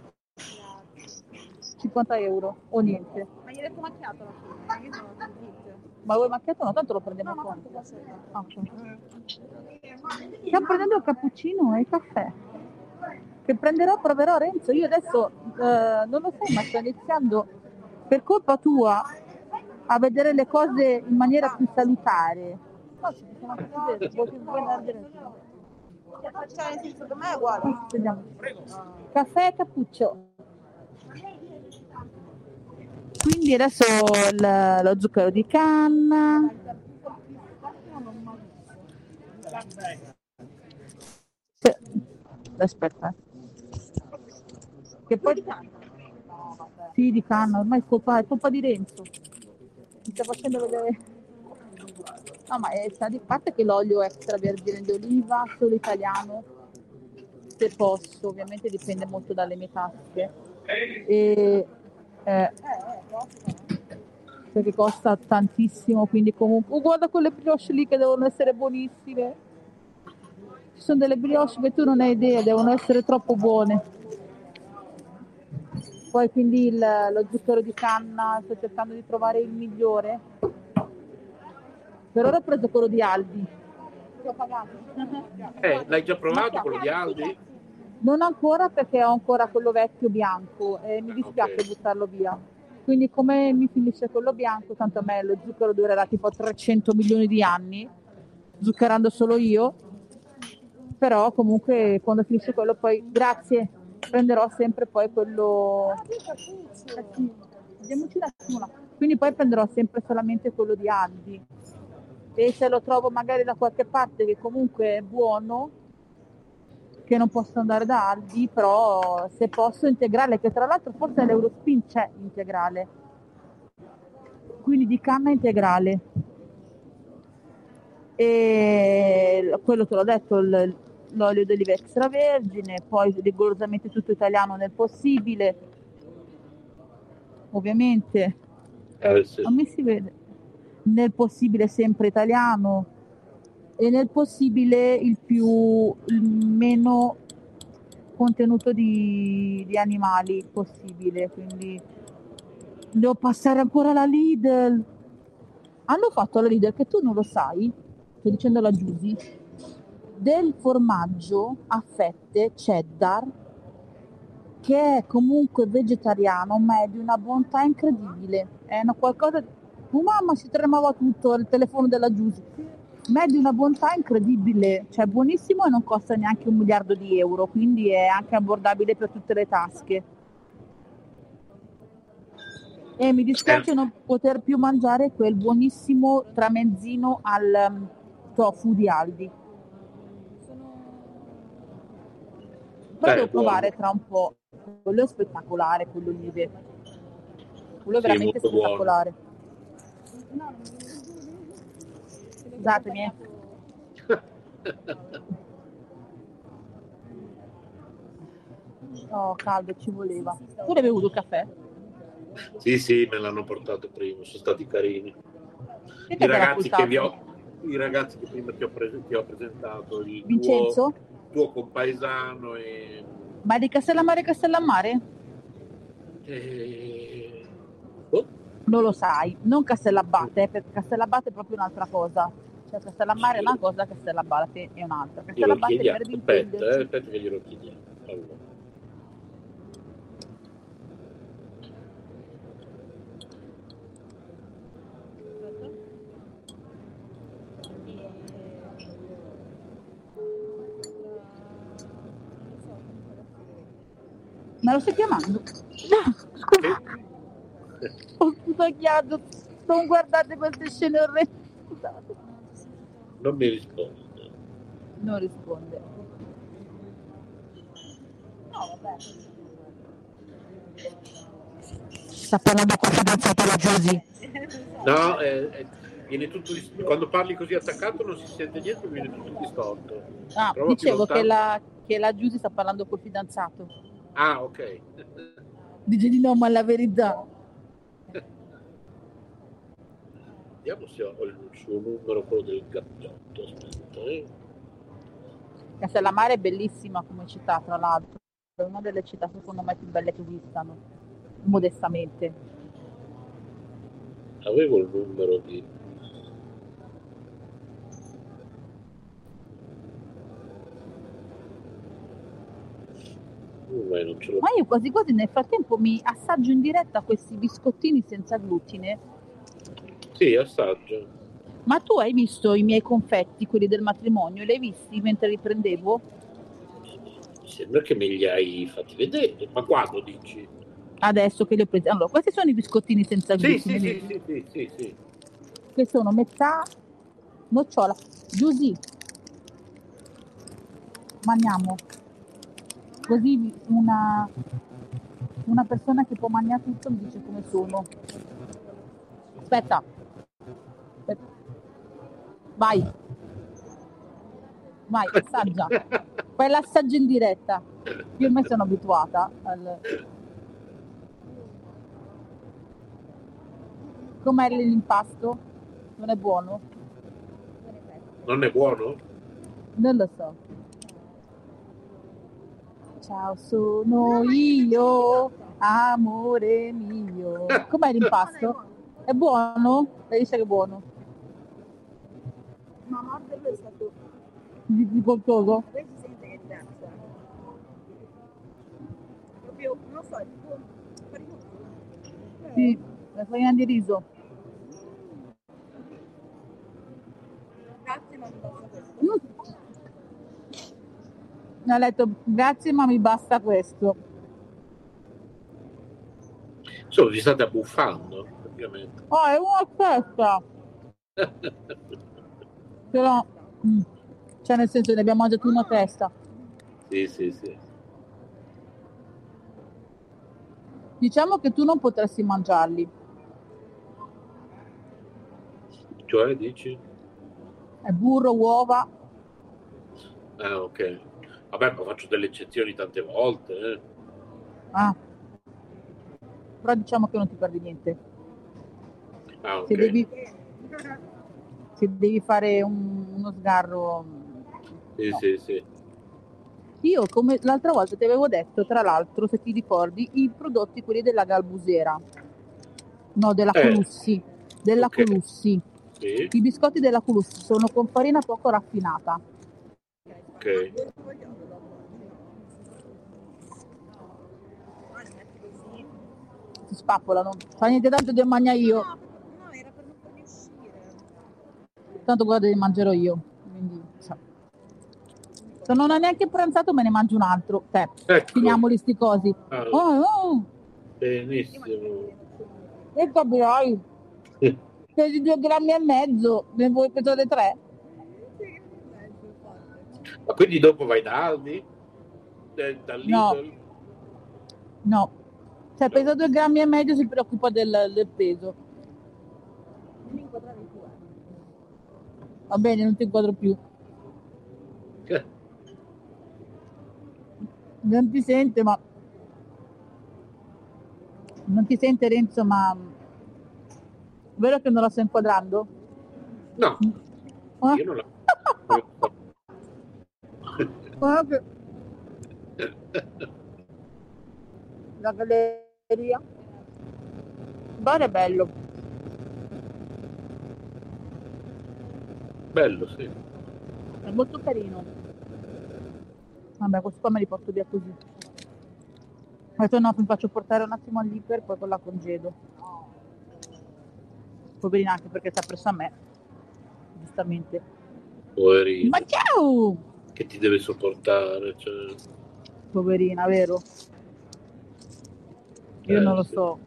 cinquanta euro o niente. Ma gli hai detto macchiato alla fine? Io sono sentito. Ma vuoi macchiato? No, tanto lo prendiamo No, ma qua. tanto qua sei. Ah, ok. Stiamo prendendo il cappuccino e il caffè. Che prenderò, proverò Renzo. Io adesso eh, non lo sai, ma sto iniziando per colpa tua a vedere le cose in maniera più salutare. No, ci siamo anche vedere, vuoi vuoi andare diretto? Cioè, nel senso, per me è uguale. Vediamo. Caffè e cappuccio. Quindi adesso il- lo zucchero di canna. Sì. Aspetta. Che poi... Sì, di canna, ormai è colpa, è colpa di Renzo. Mi sta facendo vedere... No, ma è, sta di parte che l'olio extravergine di oliva, solo italiano, se posso, ovviamente dipende molto dalle mie tasche. E, eh, perché costa tantissimo, quindi comunque oh, guarda quelle brioche lì che devono essere buonissime. Ci sono delle brioche che tu non hai idea, devono essere troppo buone. Poi quindi il, lo zucchero di canna, sto cercando di trovare il migliore. Per ora ho preso quello di Aldi, che ho pagato. Eh, l'hai già provato quello di Aldi? Non ancora, perché ho ancora quello vecchio bianco e mi dispiace Ok. buttarlo via. Quindi come mi finisce quello bianco, tanto a me lo zucchero durerà tipo trecento milioni di anni, zuccherando solo io. Però comunque quando finisce quello poi, grazie, prenderò sempre poi quello... Eh sì, vediamoci un attimo là. Quindi poi prenderò sempre solamente quello di Aldi. E se lo trovo magari da qualche parte che comunque è buono, che non posso andare da Aldi, però se posso integrale, che tra l'altro forse all'Eurospin c'è integrale, quindi di canna integrale. E quello te l'ho detto, il- l'olio d'oliva extravergine, poi rigorosamente tutto italiano nel possibile, ovviamente. Eh, sì. A me si vede nel possibile sempre italiano e nel possibile il più il meno contenuto di, di animali possibile, quindi devo passare ancora la Lidl. Hanno fatto la Lidl, che tu non lo sai, sto dicendo alla Giusy, del formaggio a fette cheddar che è comunque vegetariano, ma è di una bontà incredibile. È una qualcosa. Oh, mamma, si tremava tutto il telefono della Giusy. Ma è di una bontà incredibile, cioè buonissimo e non costa neanche un miliardo di euro, quindi è anche abbordabile per tutte le tasche. E mi dispiace non poter più mangiare quel buonissimo tramezzino al um, tofu di Aldi. Però Beh, devo buono. provare tra un po'. Quello è spettacolare, quello olive. Quello è Sì, veramente molto buono. spettacolare. Scusatemi. eh. Oh, caldo, ci voleva. Tu l'hai bevuto il caffè? Sì, sì, me l'hanno portato prima, sono stati carini. Chi I te l'ha ragazzi che vi portato? ho, i ragazzi che prima ti ho, pres- ti ho presentato, il Vincenzo? tuo, tuo compaesano e, Ma è di Castellammare Castellammare? e... oh, Non lo sai, non Castellabate, eh, perché Castellabate è proprio un'altra cosa. Cioè Castellammare è una cosa, Castellabate è un'altra. glielo Castellabate chiediamo, per aspetta, eh, intenderci. aspetta che glielo chiediamo. Allora. Ma lo stai chiamando? Ho sbagliato, non guardate queste scene orrende. Scusate. Non mi risponde. Non risponde. No, vabbè. Sta parlando con fidanzato la Giusy. No, eh, eh, viene tutto dis- quando parli così attaccato non si sente niente, viene tutto distorto. Ah, Prova più dicevo che lontano. la, che la Giusy sta parlando col fidanzato. Ah, ok. Dice di no, ma è la verità. Vediamo se ho il suo numero, quello del gattiotto. Aspetta, eh. Castellammare è bellissima come città, tra l'altro. È una delle città secondo me più belle che esistano, modestamente. Avevo il numero di... Uh, ma non ce l'ho. Ma io quasi quasi nel frattempo mi assaggio in diretta questi biscottini senza glutine. Sì, assaggio. Ma tu hai visto i miei confetti, quelli del matrimonio? Li hai visti mentre li prendevo? Sembra che me li hai fatti vedere. Ma quando dici? Adesso che li ho presi. Allora, questi sono i biscottini senza Sì, glutine. sì, vedi? sì, sì, sì, sì. Questi sono metà nocciola. Giusy, mangiamo. Così una, una persona che può mangiare tutto mi dice come sono. Aspetta. Aspetta. Vai. Vai, assaggia. Fai l'assaggio in diretta. Io ormai sono abituata al... Com'è l'impasto? Non è buono? Non è buono? Non lo so. Ciao, sono io, amore mio. Com'è l'impasto? È buono? Lei dice che è buono. Ma morderlo è stato... Di, di qualcosa? Poi si sente che è diverso, eh. Proprio, non lo so, è tipo farinoso. Sì, la farina di riso. Grazie, ma mi basta questo. Mm. Mi ha detto grazie ma mi basta questo. Insomma, vi state abbuffando, praticamente. Oh, è una festa! Però, mm, cioè nel senso ne abbiamo mangiato una testa. Sì, sì, sì. Diciamo che tu non potresti mangiarli. Cioè, dici? È burro, uova. Ah, ok. Vabbè, ma faccio delle eccezioni tante volte, eh. Ah. Però diciamo che non ti perdi niente. Ah, ok. Se devi, se devi fare un- uno sgarro. Sì, No. sì, sì. Io come l'altra volta ti avevo detto, tra l'altro, se ti ricordi, i prodotti quelli della Galbusera. No, della Eh, Colussi. Della ok. Colussi. Sì, I biscotti della Colussi sono con farina poco raffinata. ok. Si spappolano. Fa niente tanto di mangia io. No, no, era per non farli uscire. Tanto guarda li mangerò io. Quindi, cioè. Se non ho neanche pranzato me ne mangio un altro. Cioè, Ecco. finiamoli sti cosi. Ah, Oh, oh. benissimo. E capirai. Pesi due grammi e mezzo. Ne vuoi pesare tre? Ma quindi dopo vai da Aldi? Eh, Dal No. Lidl? No. Se pesa due grammi e mezzo si preoccupa del, del peso. Va bene, non ti inquadro più. Eh, Non ti sente, ma... Non ti sente Renzo, ma... Vero che non la sto inquadrando? No, Eh? io non la... Guarda che- La galleria. Guarda, è bello. Bello, sì. È molto carino. Vabbè, questo qua me li porto via così. Adesso no, mi faccio portare un attimo all'iper, poi con la congedo. Poverina, anche perché sta presso a me. Giustamente. Poverino. Ma ciao! Che ti deve sopportare, cioè... Poverina, vero? Io Eh, non lo sì. so.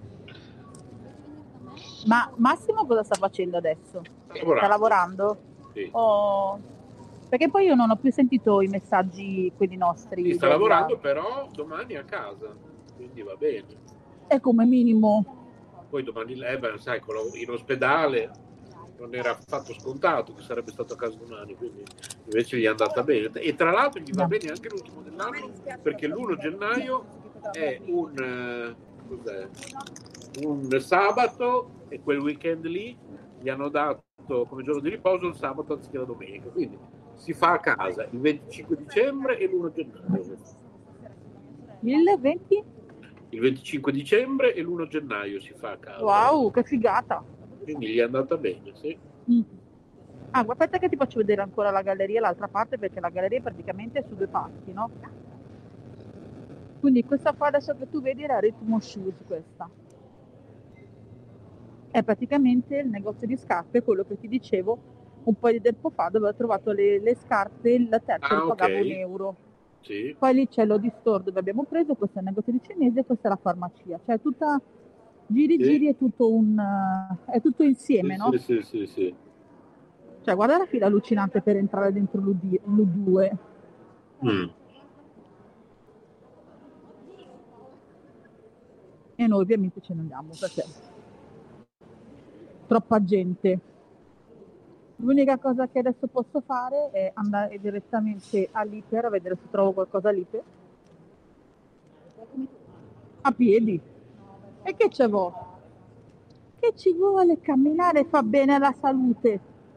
Ma Massimo cosa sta facendo adesso? Lavorando. Sta lavorando? Sì. Oh, perché poi io non ho più sentito i messaggi, quelli nostri. Sì, sta della- lavorando, però domani a casa, quindi va bene. È come minimo. Poi domani lei, beh, sai, con la- in ospedale non era affatto scontato che sarebbe stato a casa domani, quindi invece gli è andata bene. E tra l'altro gli va No. bene anche l'ultimo dell'anno, perché l'primo gennaio è un, eh, cos'è? un sabato e quel weekend lì gli hanno dato come giorno di riposo il sabato anziché la domenica, quindi si fa a casa il venticinque dicembre e l'primo gennaio. Il venti? Il venticinque dicembre e l'primo gennaio si fa a casa. Wow, che figata. Quindi gli è andata bene, sì. Mm. Ah, guarda, aspetta che ti faccio vedere ancora la galleria, l'altra parte, perché la galleria praticamente è su due parti, no? Quindi questa qua adesso che tu vedi è la Ritmo Shoes, questa. È praticamente il negozio di scarpe, quello che ti dicevo un po' di tempo fa, dove ho trovato le, le scarpe, il terzo Ah, lo pagavo ok. un euro. Sì. Poi lì c'è l'Odi Store dove abbiamo preso, questo è il negozio di cinese e questa è la farmacia. Cioè tutta, giri Sì. giri, è tutto un, eh, è tutto insieme, Sì, no? sì, sì, sì, sì. Cioè guarda la fila allucinante per entrare dentro l'U due. Mm. E noi ovviamente ce ne andiamo perché troppa gente. L'unica cosa che adesso posso fare è andare direttamente all'Iper a vedere se trovo qualcosa all'Iper. A piedi. E che c'è vo? che ci vuole, camminare fa bene alla salute.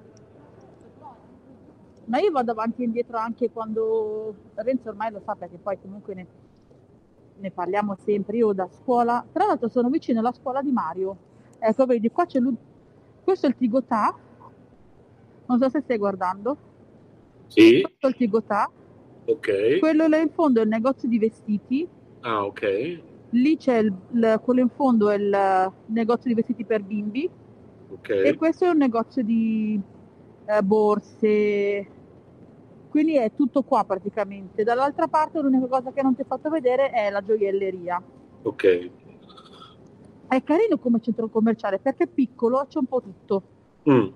Ma io vado avanti e indietro anche quando Renzo ormai lo sa, perché poi comunque ne, ne parliamo sempre. Io da scuola, tra l'altro sono vicino alla scuola di Mario. Ecco, vedi, qua c'è lui, questo è il Tigotà, non so se stai guardando. Sì. Questo è il Tigotà. Ok. Quello là in fondo è il negozio di vestiti. Ah, ok. Lì c'è il, il- quello in fondo è il negozio di vestiti per bimbi. Ok. E questo è un negozio di eh, borse, quindi è tutto qua praticamente. Dall'altra parte l'unica cosa che non ti ho fatto vedere è la gioielleria. Ok. È carino come centro commerciale perché è piccolo, c'è un po' tutto. Mm.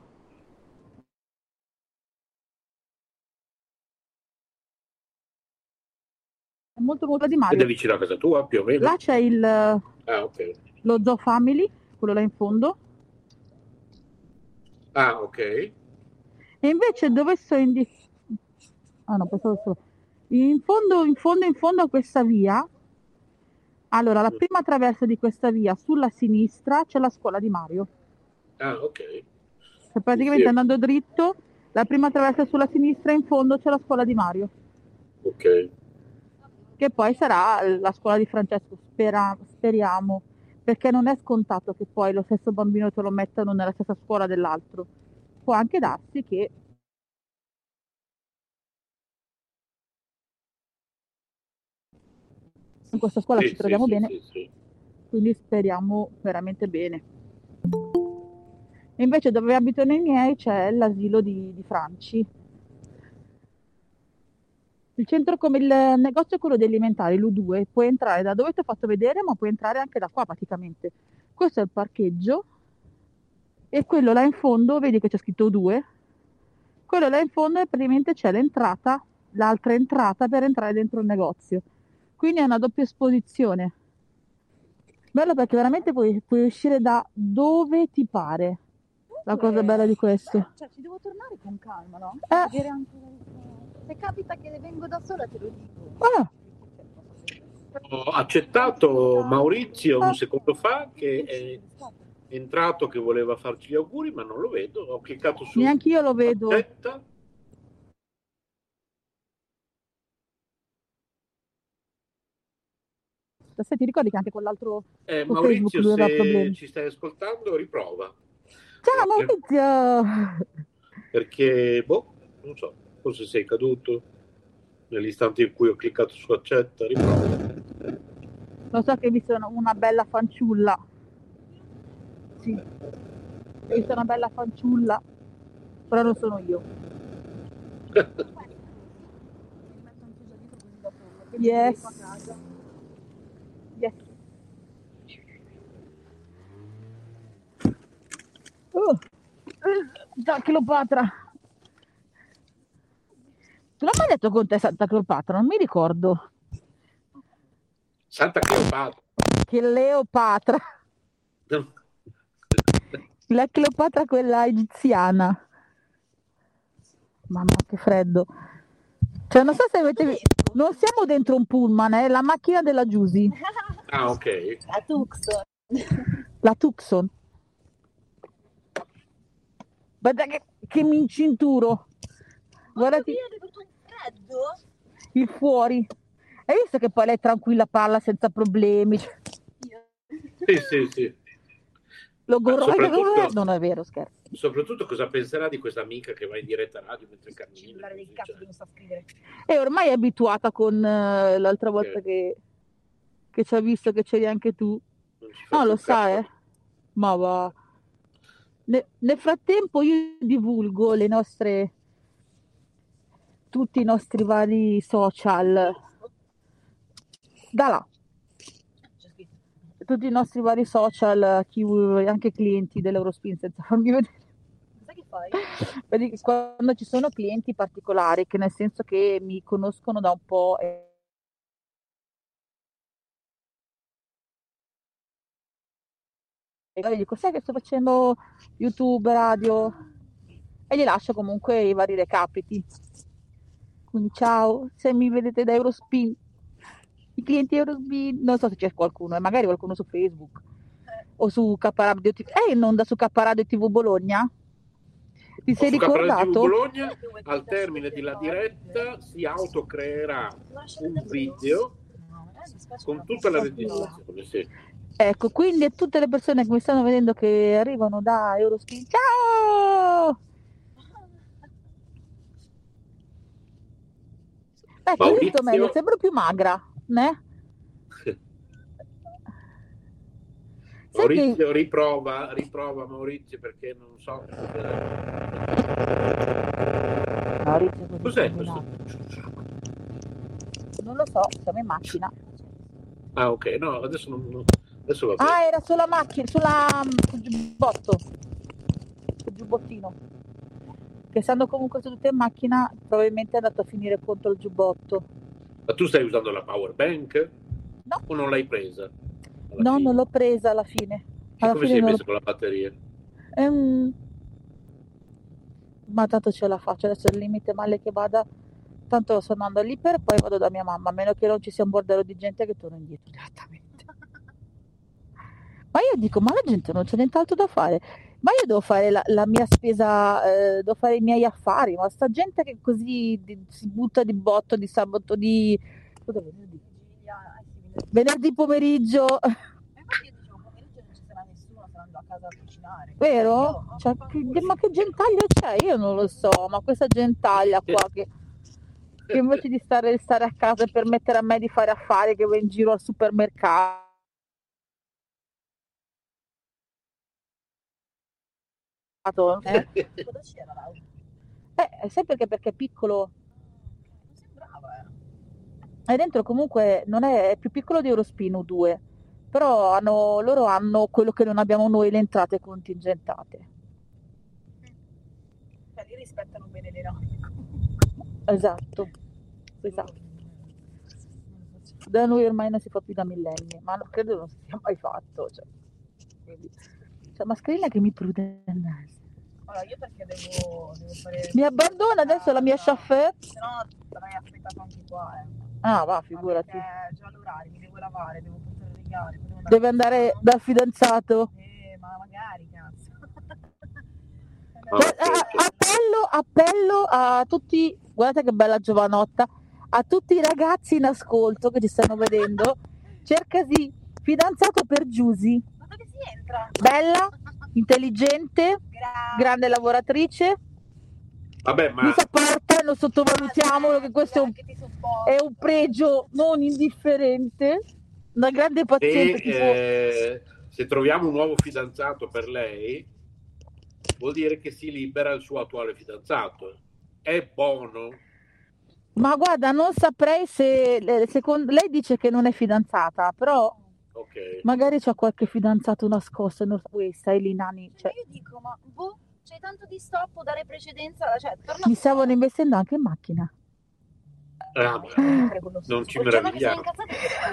È molto molto di Ed è Mario. vicino a casa tua, più o meno? Là c'è il, Ah, ok. lo Zoo Family, quello là in fondo. Ah, ok. E invece dove sono in di... Ah no, pensavo solo. In fondo, in fondo, in fondo a questa via, allora la prima traversa di questa via, sulla sinistra c'è la scuola di Mario. Ah, ok. Cioè, praticamente Sì. andando dritto, la prima traversa sulla sinistra, in fondo c'è la scuola di Mario, Ok. che poi sarà la scuola di Francesco, spera- speriamo, perché non è scontato che poi lo stesso bambino te lo mettano nella stessa scuola dell'altro. Può anche darsi che in questa scuola Sì, ci sì, troviamo sì, bene, sì, sì. quindi speriamo veramente bene. E invece dove abitano i miei c'è l'asilo di, di Franci. Il centro come il negozio è quello di alimentari, l'U due, puoi entrare da dove ti ho fatto vedere, ma puoi entrare anche da qua praticamente. Questo è il parcheggio e quello là in fondo, vedi che c'è scritto U due? Quello là in fondo è praticamente c'è l'entrata, l'altra entrata per entrare dentro il negozio. Quindi è una doppia esposizione. Bello perché veramente puoi, puoi uscire da dove ti pare. La cosa bella di questo. Cioè, ci devo tornare con calma, no? Eh. Vedere anche se capita che vengo da sola te lo dico. Ah, Ho accettato Maurizio un ah. secondo fa che è entrato che voleva farci gli auguri, ma non lo vedo. Ho cliccato su Neanche io lo vedo. accetta. Se ti ricordi che anche con l'altro Eh, con Facebook Maurizio, lui aveva se problemi. ci stai ascoltando, riprova. Ciao Perché, Maurizio! perché, boh, non so, forse sei caduto nell'istante in cui ho cliccato su accetta, riprova. Lo so che hai visto una, una bella fanciulla. Sì. Hai visto una bella fanciulla, però non sono io. Yes. Yes. Oh. Santa Cleopatra. Tu l'hai mai detto con te Santa Cleopatra? Non mi ricordo. Santa Cleopatra. Che Leopatra. No. La Cleopatra quella egiziana. Mamma che freddo. Cioè non so se avete visto. Non siamo dentro un pullman, è la macchina della Giusy. Ah, ok. La Tucson. La Tucson. Guarda che, che mi incinturo. Guardati Freddo? il fuori. Hai visto che poi lei tranquilla parla senza problemi? Sì, sì, sì. Lo Ma gorro- soprattutto, Non è vero, scherzo. soprattutto cosa penserà di questa amica che va in diretta radio mentre cammina? Cellulare del così, cazzo cioè. che non sa scrivere. E ormai è abituata con eh, l'altra volta Ok. che, che ci ha visto che c'eri anche tu. Non ci fa No, più lo sa, caso. eh. Ma va. Ne- nel frattempo io divulgo le nostre, tutti i nostri vari social. Da là. C'è scritto. Tutti i nostri vari social, chi, anche clienti dell'Eurospin senza farmi vedere. Sai che fai? Vedi che quando ci sono clienti particolari, che nel senso che mi conoscono da un po' e e io dico, sai che sto facendo YouTube, radio e gli lascio comunque i vari recapiti. Quindi ciao, se mi vedete da Eurospin, i clienti Eurospin, non so se c'è qualcuno, e magari qualcuno su Facebook. o su K Radio T V? È in onda su K Radio T V Bologna? Ti sei Su K Radio T V ricordato? Bologna, al termine della diretta, si autocreerà un video con tutta la registrazione. Sì. Ecco, quindi a tutte le persone che mi stanno vedendo che arrivano da Eurospin, ciao! Ecco, hai visto meglio, Maurizio, sembro più magra, né? Sai che Maurizio riprova, riprova Maurizio perché non so. Maurizio, così Cos'è combinato. questo? Non lo so, siamo in macchina. Ah, ok, no, adesso non. non- Adesso va bene. Ah, era sulla macchina, sulla sul giubbotto, sul giubbottino. Che essendo comunque sedute in macchina, probabilmente è andato a finire contro il giubbotto. Ma tu stai usando la power bank? No. O non l'hai presa? Alla No, fine? non l'ho presa alla fine. E Alla come fine sei non l'ho messa con la batteria? Ehm, ma tanto ce la faccio, adesso il limite male che vada, tanto sto andando all'Iper e poi vado da mia mamma, a meno che non ci sia un bordello di gente che torna indietro direttamente. Ma io dico, ma la gente non c'è nient'altro da fare, ma io devo fare la, la mia spesa, eh, devo fare i miei affari, ma sta gente che così di- si butta di botto di sabato, di cosa, venerdì? Venerdì pomeriggio. Vero? Cioè, che- ma che gentaglia c'è? Io non lo so, ma questa gentaglia qua che, che invece di stare, stare a casa e permettere a me di fare affari, che va in giro al supermercato, eh? Eh, sai perché? Perché è piccolo. E dentro comunque non è, è più piccolo di Eurospin U due, però hanno, loro hanno quello che non abbiamo noi, le entrate contingentate. Cioè, li rispettano bene le norme. Esatto, esatto. Da noi ormai non si fa più da millenni, ma non credo non si sia mai fatto. Cioè, quindi, cioè, mascherina che mi prude il naso. Allora, io perché devo, devo fare... Mi abbandona adesso la mia chauffeur? Se no l'avrei aspettato anche qua, eh. Ah, va, Ma figurati. perché è già l'orario, mi devo lavare, devo portare le chiavi, poi devo andare Deve a andare Milano. dal fidanzato. Eh, ma magari, cazzo. Ah, Cioè, ok, a- ok. appello, appello a tutti, guardate che bella giovanotta, a tutti i ragazzi in ascolto che ci stanno vedendo, cercasi fidanzato per Giusy, Ma dove si entra? bella, intelligente, Grazie. grande lavoratrice, Vabbè, mi ma sopporta, non sottovalutiamolo che questo è un, Che ti sopporto. è un pregio non indifferente, una grande se, paziente tipo... eh, se troviamo un nuovo fidanzato per lei, vuol dire che si libera il suo attuale fidanzato. È buono? Ma guarda, non saprei se, le- secondo lei dice che non è fidanzata, però Ok. magari c'ha qualche fidanzato nascosto, non so, uè, stai lì nani, Cioè, cioè, io dico, ma boh, c'è tanto di stop, dare precedenza, cioè, torna mi fuori. stavano investendo anche in macchina. Ah, Io ti prego, lo non so. ci Il giorno che sono meravigliamo. incazzata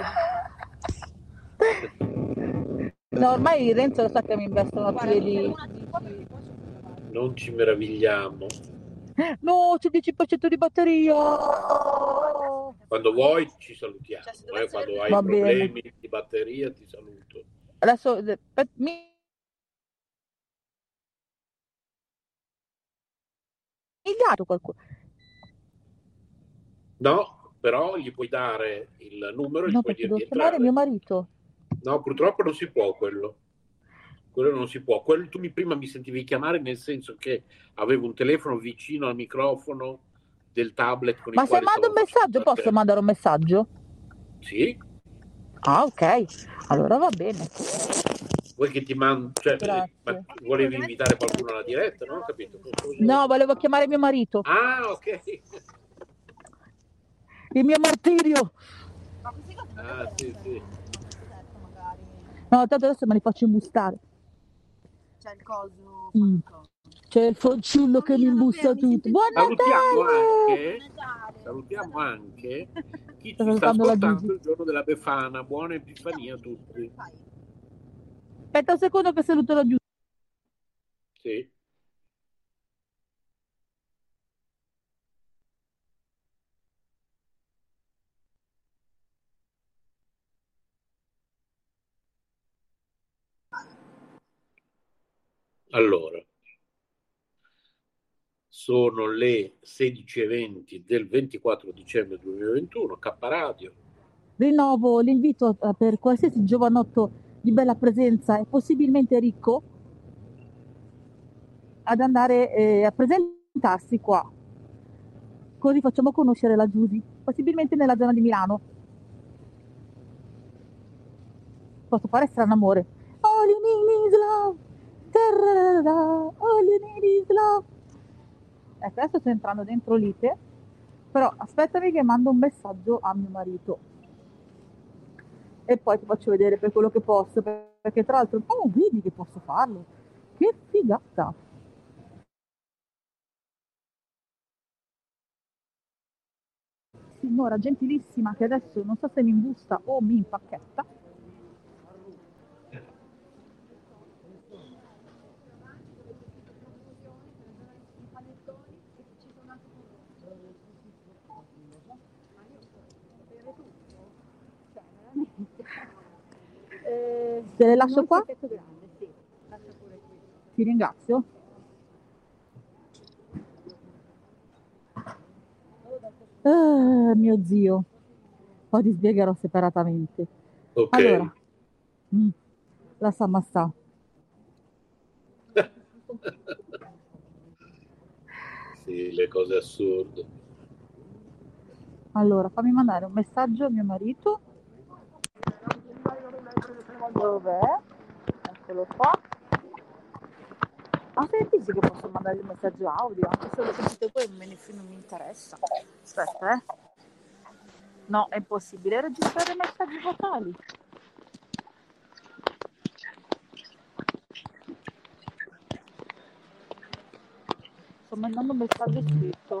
ti scusi. No, ormai Renzo lo sa che mi investono a Guarda, mi piedi. fermo un attimo qua perché poi c'è da fare. Non ci meravigliamo. No, c'è dieci per cento di batteria. Quando vuoi ci salutiamo. Cioè, se eh. dovesse Quando vedere- hai Va bene. problemi di batteria ti saluto. Adesso eh, pe- mi mi hai dato qualcuno. No, però gli puoi dare il numero e gli No, puoi perché dire di devo chiamare entrare. mio marito. No, purtroppo non si può quello. Quello non si può. Quello, tu mi, prima mi sentivi chiamare nel senso che avevo un telefono vicino al microfono del tablet con Ma il se quale mando stavo un messaggio, facendo posso mandare un messaggio? Sì? Ah, ok. Allora va bene. Vuoi che ti mando... Cioè, Grazie. ma volevi invitare qualcuno alla diretta? Non ho capito. No, volevo chiamare mio marito. Ah, ok. Il mio martirio. Ma queste cose non Ah, sì, sì. detto magari. No, tanto adesso me li faccio imbustare. C'è il coso. Mm. C'è il fanciullo che mi imbusta tutto. Buon Salutiamo Natale! anche, salutiamo anche chi Sto ci sta salutando la ascoltando Giusy. il giorno della Befana. Buona Epifania a tutti. Aspetta un secondo che saluto la Giusy. Sì. Allora, sono le sedici e venti del ventiquattro dicembre duemilaventuno, K Radio. Rinnovo l'invito eh, per qualsiasi giovanotto di bella presenza e possibilmente ricco ad andare eh, a presentarsi qua. Così facciamo conoscere la Giusy, possibilmente nella zona di Milano. Posso fare strano amore? All you need is love. Tararara, all you need is love. Ecco, adesso sto entrando dentro l'ite, però aspettami che mando un messaggio a mio marito. E poi ti faccio vedere per quello che posso, perché tra l'altro, oh, vedi che posso farlo. Che figata. Signora gentilissima, che adesso non so se mi imbusta o mi impacchetta. Te le lascio qua? Ti ringrazio. Ah, mio zio. Poi ti spiegherò separatamente. Ok. Allora, mm, la Samassa. Sì, le cose assurde. Allora, fammi mandare un messaggio a mio marito. Dov'è? Eccolo qua. Ah, senti sì che posso mandare il messaggio audio, anche se lo sentite voi me ne- non mi interessa. Aspetta, eh. No, è impossibile registrare messaggi vocali. Sto mandando un messaggio scritto.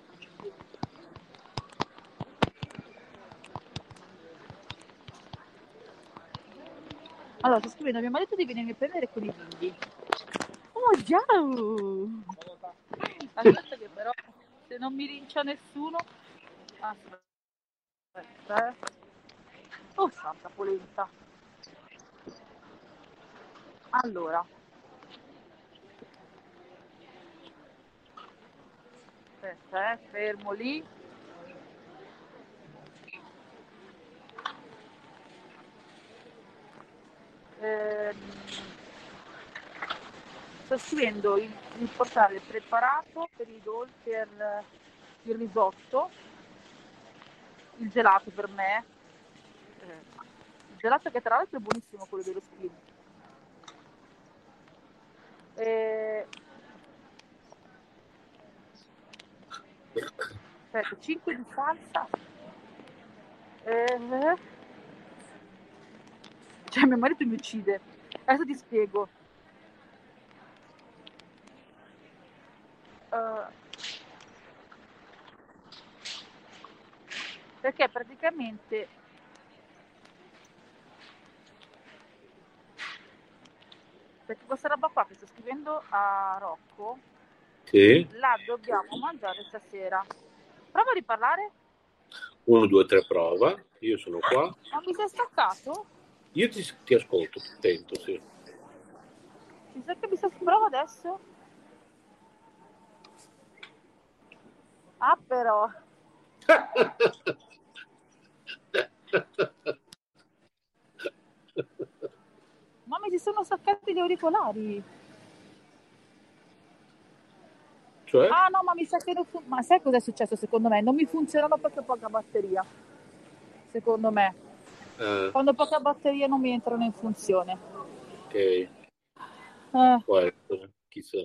Allora, sto scrivendo a mio marito di venirmi a prendere con i bimbi. Oh, ciao! Aspetta che però, se non mi rincia nessuno... Aspetta, eh. Oh, santa polenta. Allora. Aspetta, eh, fermo lì. Ehm, sto scrivendo il, il portale preparato per i dolci, per eh, il risotto, il gelato per me, eh, il gelato che tra l'altro è buonissimo, quello dello spin. Eh, aspetta, cinque di salsa. Eh, cioè mio marito mi uccide. Adesso ti spiego. Uh, perché praticamente perché questa roba qua che sto scrivendo a Rocco Sì. la dobbiamo mangiare stasera. Prova a riparlare. Uno, due, tre, prova. Io sono qua. Ma mi sei staccato? Io ti, ti ascolto, ti attento, sì. Mi sa che mi sta... Prova adesso. Ah però. Ma mi si sono staccati gli auricolari. Cioè? Ah no, ma mi sa che non fun- ma sai cosa è successo secondo me? Non mi funzionano perché ho poca batteria. Secondo me. Eh, Quando ho poca batteria non mi entrano in funzione. ok. Eh, Può essere, chissà.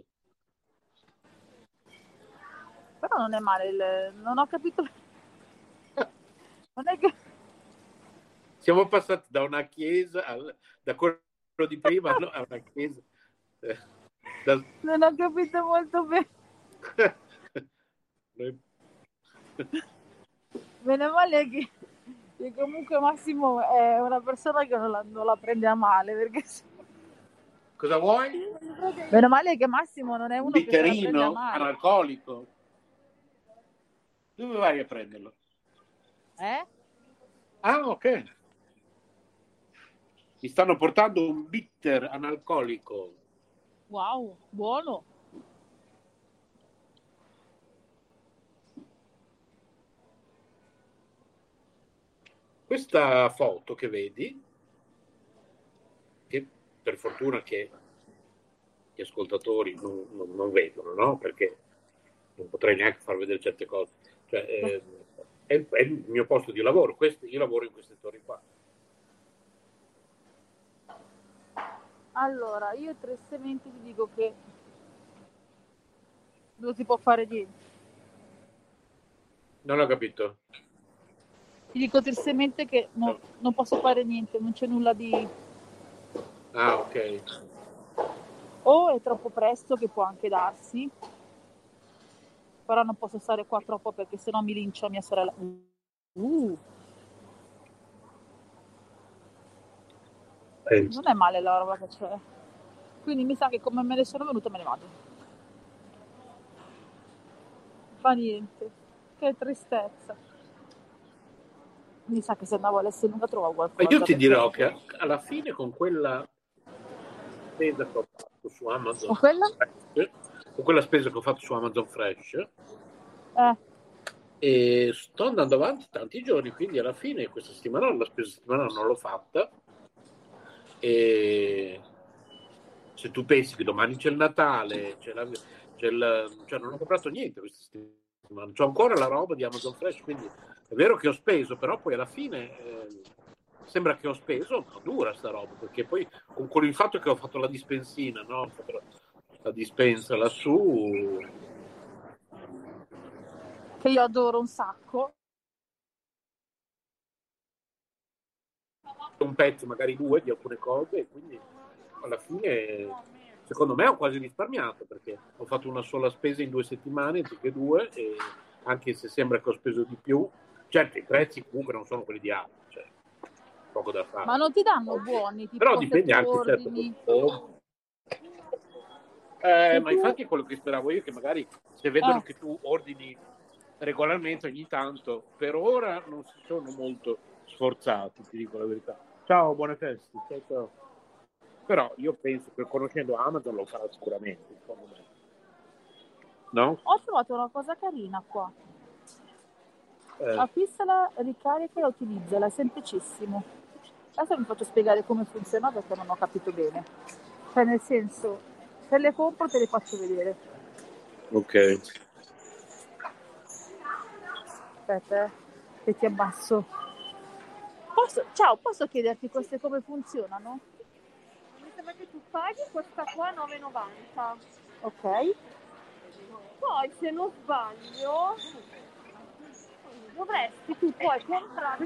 però non è male, il- non ho capito. Non è che... Siamo passati da una chiesa, al- da quello di prima no, a una chiesa. Eh, da- Non ho capito molto bene. Noi- Meno male che, che comunque Massimo è una persona che non la, non la prende a male, perché se- Cosa vuoi? meno male che Massimo non è Un uno che se la prende a bitterino male. analcolico? Dove vai a prenderlo? Eh? Ah, ok. Mi stanno portando un bitter analcolico. Wow, buono. Questa foto che vedi, che per fortuna che gli ascoltatori non, non, non vedono, no? Perché non potrei neanche far vedere certe cose. Cioè, eh, è, il, è il mio posto di lavoro. Questo, io lavoro in queste torri qua. Allora, io tristemente ti dico che non si può fare niente. Non ho capito. Ti dico tristemente che no, non posso fare niente, non c'è nulla di... Ah, ok. O è troppo presto, che può anche darsi, però non posso stare qua troppo perché sennò mi lincia mia sorella. Uh. Eh. Non è male la roba che c'è. Quindi mi sa che come me ne sono venuta me ne vado. Fa niente. Che tristezza. Mi sa che se andavo all'Esselunga trovavo qualcosa. Ma io ti perché... dirò che alla fine con quella spesa che ho fatto su Amazon Con quella? Fresh, con quella spesa che ho fatto su Amazon Fresh, Eh. e sto andando avanti tanti giorni, quindi alla fine questa settimana la spesa settimanale non l'ho fatta. E se tu pensi che domani c'è il Natale, c'è la, c'è il, cioè non ho comprato niente questa settimana, c'ho ancora la roba di Amazon Fresh, quindi è vero che ho speso, però poi alla fine eh, sembra che ho speso, ma dura sta roba, perché poi con quello il fatto che ho fatto la dispensina, no? Ho fatto la, la dispensa lassù, che io adoro un sacco. un pezzo, magari due, di alcune cose, e quindi alla fine secondo me ho quasi risparmiato, perché ho fatto una sola spesa in due settimane anziché due, e anche se sembra che ho speso di più, certo i prezzi comunque non sono quelli di altri, cioè poco da fare. Ma non ti danno buoni, tipo però dipende anche ordini. certo, eh, ma tu... infatti è quello che speravo io, che magari se vedono eh. che tu ordini regolarmente ogni tanto, per ora non si sono molto sforzati, ti dico la verità. Ciao, buone feste. Ciao, ciao. Però io penso che conoscendo Amazon lo farà sicuramente, secondo me. No? Ho trovato una cosa carina qua. Eh. Acquistala, ricarica e utilizzala, è semplicissimo. Adesso vi faccio spiegare come funziona perché non ho capito bene. Cioè nel senso, se le compro te le faccio vedere. Ok. Aspetta, eh, che ti abbasso. Posso, ciao, posso chiederti queste come funzionano? Mi sembra che tu paghi questa qua nove e novanta. Ok. Poi se non sbaglio dovresti tu poi comprare,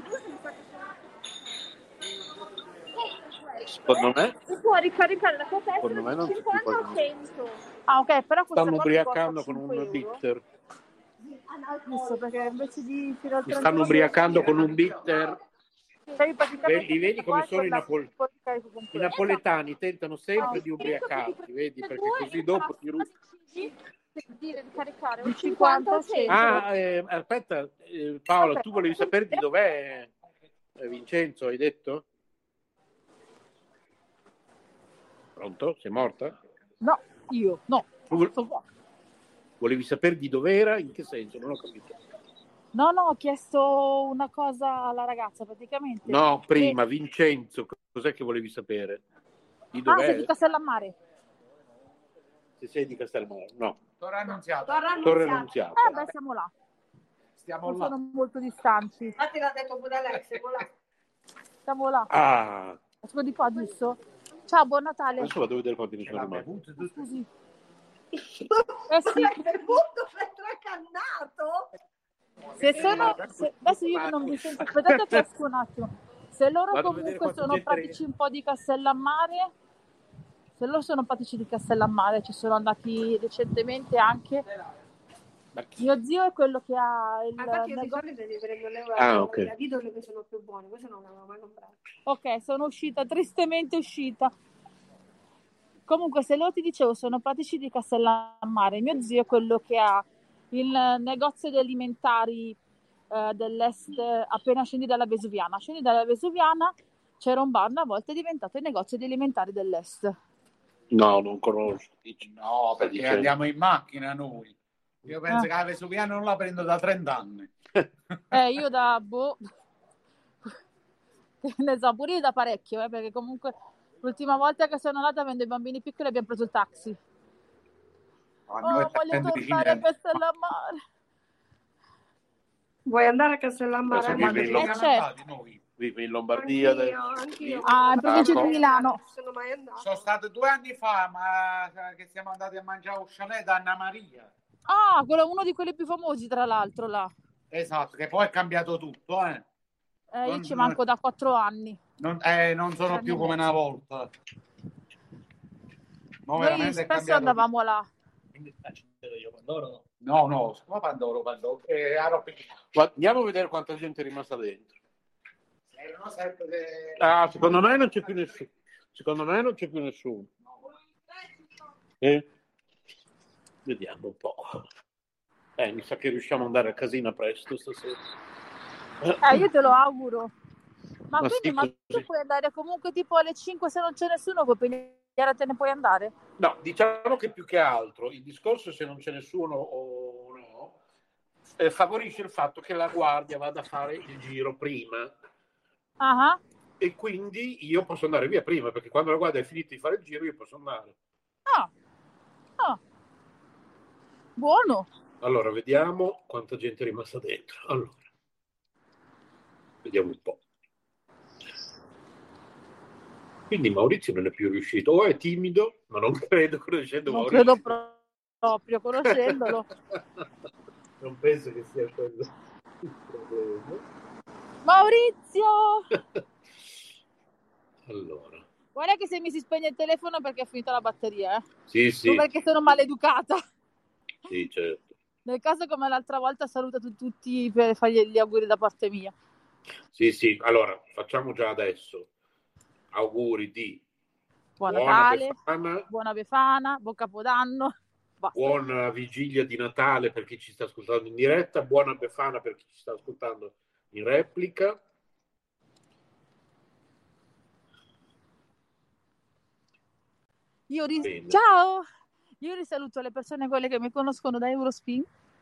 Secondo me tu puoi ricaricare la tua tessera Secondo me non di tutti cinquanta a pagano. cento. Ah ok, però questa stanno qua ubriacando con cinque un euro. bitter. Visto perché invece di fino al Mi stanno ubriacando con un bitter. praticamente Li vedi come sono i, napol- i I napoletani, tentano sempre di ubriacarti, vedi, perché così dopo ti rubano. Di ricaricare un un cinquanta cinquanta a cento. Ah, eh, aspetta, eh, Paola, tu volevi sapere di dov'è eh, Vincenzo, hai detto? Pronto? Sei morta? No, io, no. Tu volevi sapere di dov'era? In che senso? Non ho capito. No, no, ho chiesto una cosa alla ragazza praticamente. No, prima, che... Vincenzo, cos'è che volevi sapere? Di Ah, dov'è? sei di Castellammare. Se sei di Castellammare, no. Torre Annunziata. Torre Annunziata. Eh beh, siamo là. Stiamo non là. sono molto distanti. Infatti l'ha detto pure Alex, siamo là. Siamo là. Ah, Sono di qua, giusto? Ciao, buon Natale. adesso vado a vedere quanti ne sono rimasti. Scusi. Eh sì. Bevuto per tracannato? Se sono, se, adesso io non vi sento, aspettate che esco un attimo. Se loro Vado a vedere comunque quanta sono gente pratici un po' di Castellammare, se loro sono pratici di Castellammare, ci sono andati recentemente anche. Mio zio è quello che ha il Infatti io di negozio. solito li prendo le ore Ah, ok. a Lidl che sono più buone, questo non l'avevo mai comprato. Ok, sono uscita, tristemente uscita. Comunque, se loro ti dicevo, sono pratici di Castellammare. Mio zio è quello che ha il negozio di alimentari eh, dell'est, appena scendi dalla Vesuviana. Scendi dalla Vesuviana, c'era un bar, una volta è diventato il negozio di alimentari dell'est. No, non conosco. No, perché dicendo. andiamo in macchina noi. Io penso Ah. che la Vesuviana non la prendo da trenta anni. Eh, io da boh, ne so, pure io da parecchio, eh, perché comunque l'ultima volta che sono andata avendo i bambini piccoli abbiamo preso il taxi. A noi Oh, voglio trenta vicini tornare a andiamo. Castellammare. Vuoi andare a Castellammare? Adesso Quando vive ci in, Eh, siamo certo. andati noi? vive in Lombardia Anch'io, adesso. anch'io. Ah, in Ma provincia non di sono mai Milano. andata, non sono mai andata. Sono stato due anni fa, ma che siamo andati a mangiare un chalet da Anna Maria. Ah, quello, uno di quelli più famosi, tra l'altro, là. Esatto, che poi è cambiato tutto, eh. Eh, io Non, ci manco da quattro anni. non, eh, non sono Tre anni più e come mezzo. una volta. No, Noi veramente è spesso cambiato tutto. andavamo là. Quindi accedo io Pandoro no? No, no, come Pandoro, Pandoro, eh, a Roppigina. Guarda, andiamo a vedere quanta gente è rimasta dentro. Erano sempre... Ah, secondo me non c'è più nessuno. Secondo me non c'è più nessuno. Eh? Vediamo un po'. Eh, mi sa che riusciamo ad andare a casina presto stasera. Eh, io te lo auguro. Ma, Ma quindi sì, ma tu così. puoi andare comunque tipo alle cinque se non c'è nessuno, puoi pigliare, te ne puoi andare? No, diciamo che più che altro il discorso, se non c'è nessuno o no, eh, favorisce il fatto che la guardia vada a fare il giro prima. Ah, E quindi io posso andare via prima, perché quando la guardia è finita di fare il giro io posso andare. ah, ah. Buono. Allora, vediamo quanta gente è rimasta dentro. Allora, vediamo un po'. Quindi Maurizio non è più riuscito, o è timido, ma non credo, conoscendo Non Maurizio. credo pro- proprio, conoscendolo. Non penso che sia quello il problema. Maurizio! Allora, Guarda che se mi si spegne il telefono perché è finita la batteria, eh. sì, sì, Non perché sono maleducata. sì, certo. Nel caso come l'altra volta saluta tu- tutti per fargli gli auguri da parte mia. Sì, sì, allora, facciamo già adesso auguri di Buon buona Natale, Befana, buona Befana, buon Capodanno. Basta. buona vigilia di Natale per chi ci sta ascoltando in diretta, buona Befana per chi ci sta ascoltando in replica. Io ris- Bene. Ciao! Io risaluto le persone, quelle che mi conoscono da Eurospin.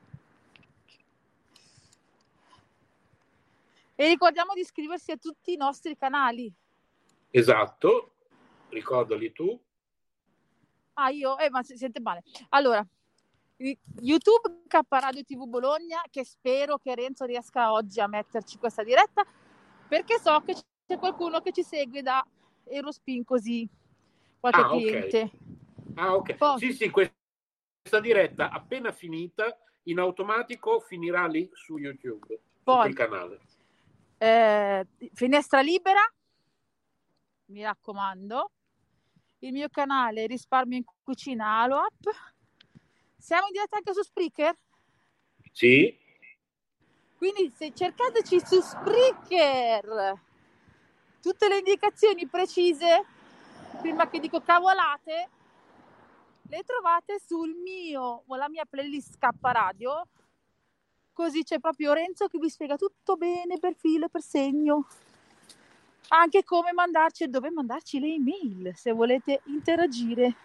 E ricordiamo di iscriversi a tutti i nostri canali. Esatto, ricordali tu. Ah, io? Eh, ma si sente male. Allora, YouTube K Radio T V Bologna, che spero che Renzo riesca oggi a metterci questa diretta, perché so che c'è qualcuno che ci segue da Eurospin, così qualche Ah, ok. cliente. Ah, ok. Poi- Sì, sì, questa diretta appena finita, in automatico finirà lì su YouTube, su Poi- quel canale. Eh, finestra libera, mi raccomando. Il mio canale Risparmio in Cucina Aloap. Siamo in diretta anche su Spreaker, Sì, quindi se cercateci su Spreaker tutte le indicazioni precise, prima che dico cavolate, le trovate sul mio o la mia playlist K Radio, così c'è proprio Renzo che vi spiega tutto bene per filo e per segno, anche come mandarci e dove mandarci le email se volete interagire.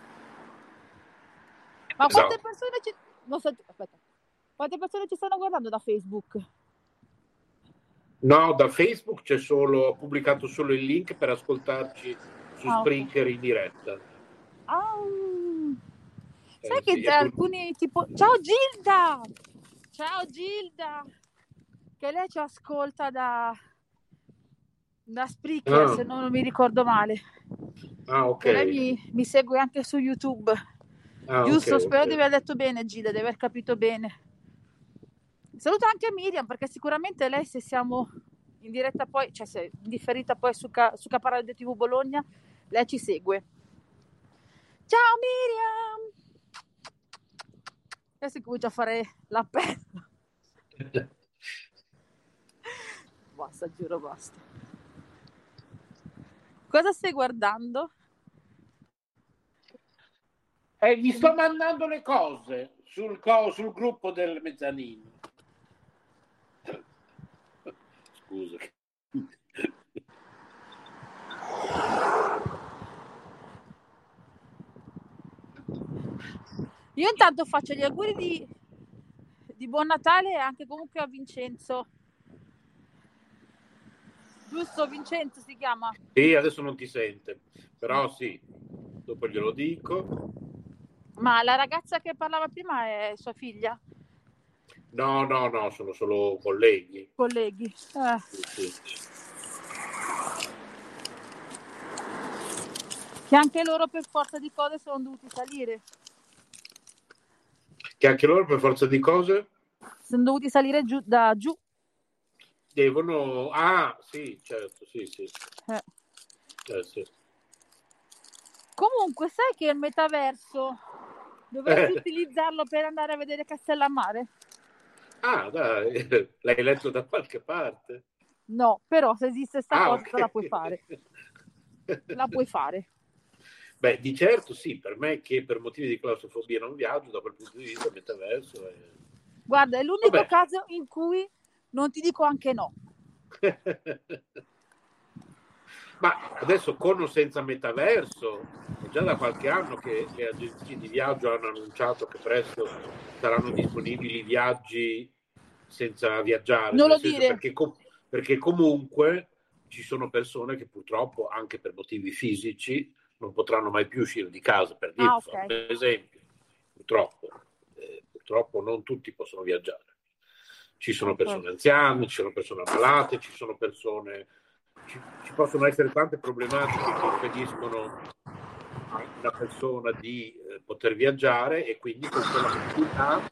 Ma quante Esatto. persone ci... non so- aspetta. Quante persone ci stanno guardando da Facebook? no, da Facebook c'è solo, ho pubblicato solo il link per ascoltarci su Ah, ok. Spreaker in diretta. Ah, Eh, sai sì, che e c'è poi- alcuni tipo... Ciao Gilda! Ciao Gilda! Che lei ci ascolta da... da Spreaker, Ah. se non mi ricordo male. Ah, ok. Che lei mi, mi segue anche su YouTube. Ah, Giusto? ok, Spero ok. di aver detto bene, Gilda, di aver capito bene. Saluto anche Miriam, perché sicuramente lei, se siamo in diretta poi, cioè se in differita poi su, Ca- su K Radio T V Bologna, lei ci segue. Ciao Miriam! Adesso comincio a fare l'appello. Basta, giuro, basta. Cosa stai guardando? Eh, gli sto mandando le cose sul, co- sul gruppo del mezzanino. Scusa. Io intanto faccio gli auguri di, di buon Natale anche comunque a Vincenzo. Giusto, Vincenzo si chiama? Sì, adesso non ti sente, però sì, dopo glielo dico. Ma la ragazza che parlava prima è sua figlia? No, no, no, sono solo colleghi. Colleghi. Eh. Sì, sì. Che anche loro per forza di cose sono dovuti salire. Che anche loro per forza di cose? Sono dovuti salire giù, da giù. Devono... Ah, sì, certo, sì, sì. Eh. Eh, sì. Comunque, sai che il metaverso dovresti Eh. utilizzarlo per andare a vedere Castellammare? Ah, dai, l'hai letto da qualche parte? No, però se esiste sta Ah, cosa ok. la puoi fare. La puoi fare. Beh, di certo sì, per me che per motivi di claustrofobia non viaggio, da quel punto di vista il metaverso è... Guarda, è l'unico Vabbè. caso in cui non ti dico anche no. Ma adesso con o senza metaverso è già da qualche anno che le agenzie di viaggio hanno annunciato che presto saranno disponibili viaggi senza viaggiare, Non nel lo senso dire. perché, com- perché comunque ci sono persone che purtroppo anche per motivi fisici non potranno mai più uscire di casa, per dirti, Ah, ok. fare un esempio. Purtroppo, eh, purtroppo non tutti possono viaggiare. Ci sono Ok. persone anziane, ci sono persone ammalate, ci sono persone... Ci, ci possono essere tante problematiche che impediscono a una persona di eh, poter viaggiare e quindi con quella possibilità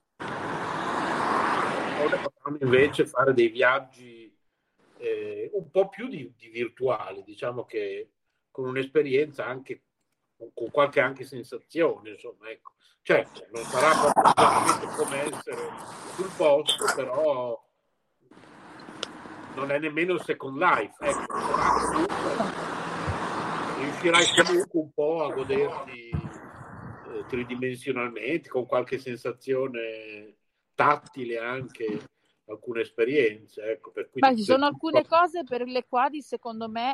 potranno invece fare dei viaggi eh, un po' più di, di virtuali, diciamo che con un'esperienza anche con, con qualche anche sensazione, insomma, ecco. Certo, non sarà proprio esattamente come essere sul posto, però non è nemmeno il Second Life, ecco, sarà comunque, riuscirai comunque un po' a goderti eh, tridimensionalmente, con qualche sensazione tattile anche, alcune esperienze, ecco, per cui Beh, ci sono del alcune tutto... cose per le quali secondo me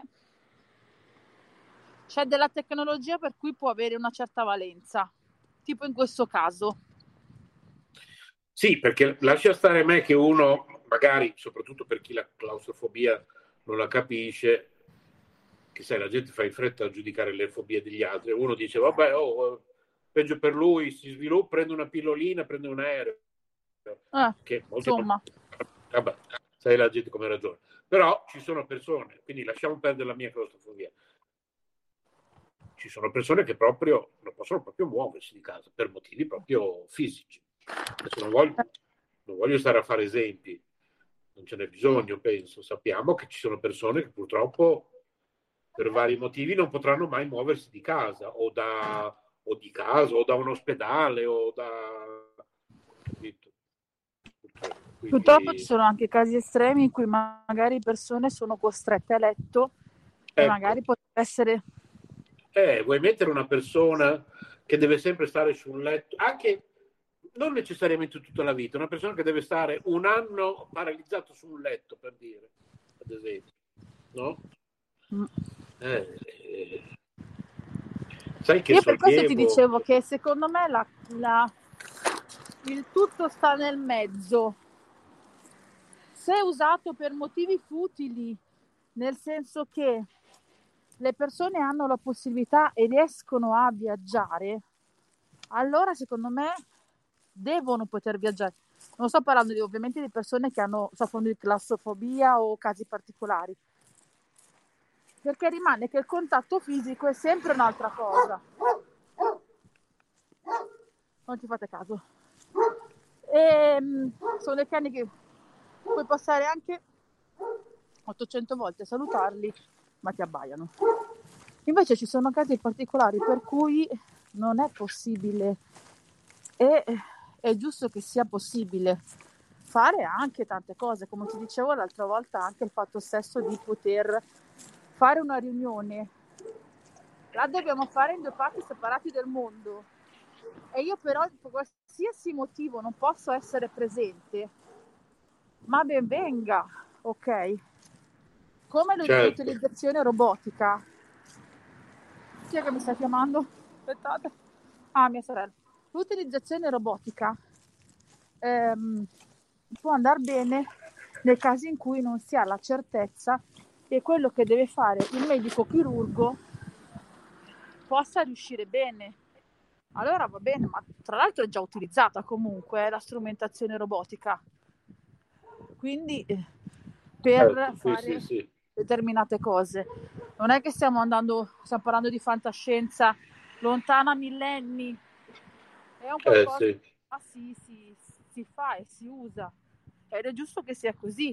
c'è della tecnologia per cui può avere una certa valenza, tipo in questo caso. Sì, perché lascia stare me che uno, magari, soprattutto per chi la claustrofobia non la capisce, che sai, la gente fa in fretta a giudicare le fobie degli altri, uno dice, vabbè, oh, peggio per lui, si sviluppa, prende una pillolina, prende un aereo. Eh, Che molti insomma. non... Vabbè, sai la gente come ragione. Però ci sono persone, quindi lasciamo perdere la mia claustrofobia. Ci sono persone che proprio non possono proprio muoversi di casa per motivi proprio fisici. Adesso non voglio, non voglio stare a fare esempi, non ce n'è bisogno, penso. Sappiamo che ci sono persone che purtroppo per vari motivi non potranno mai muoversi di casa o, da, o di casa o da un ospedale o da... Capito? Purtroppo. Quindi... Purtroppo ci sono anche casi estremi in cui magari persone sono costrette a letto e ecco. magari potrebbe essere... Eh, vuoi mettere una persona che deve sempre stare su un letto, anche non necessariamente tutta la vita, una persona che deve stare un anno paralizzato su un letto, per dire, ad esempio, no? Mm. Eh, eh. Sai che Io per sollievo... questo ti dicevo che secondo me la, la, il tutto sta nel mezzo. Se usato per motivi futili, nel senso che le persone hanno la possibilità e riescono a viaggiare, allora secondo me devono poter viaggiare. Non sto parlando di, ovviamente di persone che hanno soffrono di claustrofobia o casi particolari, perché rimane che il contatto fisico è sempre un'altra cosa. Non ci fate caso. E, sono dei cani che puoi passare anche ottocento volte a salutarli, ma ti abbaiano. Invece ci sono casi particolari per cui non è possibile, e è giusto che sia possibile fare anche tante cose, come ti dicevo l'altra volta, anche il fatto stesso di poter fare una riunione, la dobbiamo fare in due parti separati del mondo e io però per qualsiasi motivo non posso essere presente, ma ben venga, ok? Come certo. l'utilizzazione robotica. Chi è che mi sta chiamando? Aspettate. Ah, mia sorella. l'utilizzazione robotica ehm, può andare bene nel caso in cui non si ha la certezza che quello che deve fare il medico chirurgo possa riuscire bene. Allora va bene, ma tra l'altro è già utilizzata comunque eh, la strumentazione robotica, quindi eh, per Certo, sì, fare sì, sì. determinate cose. Non è che stiamo andando, stiamo parlando di fantascienza lontana millenni, è un Eh, qualcosa sì. che ah, si, si, si fa e si usa ed è giusto che sia così.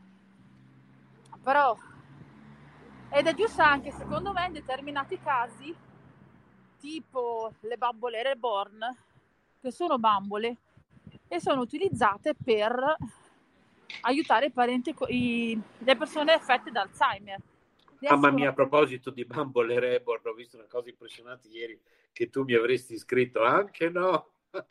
Però ed è giusto anche secondo me in determinati casi, tipo le bambole reborn, che sono bambole e sono utilizzate per aiutare i parenti, i, le persone affette da Alzheimer. Mamma mia, a proposito di bambole reborn, ho visto una cosa impressionante ieri che tu mi avresti scritto, anche no.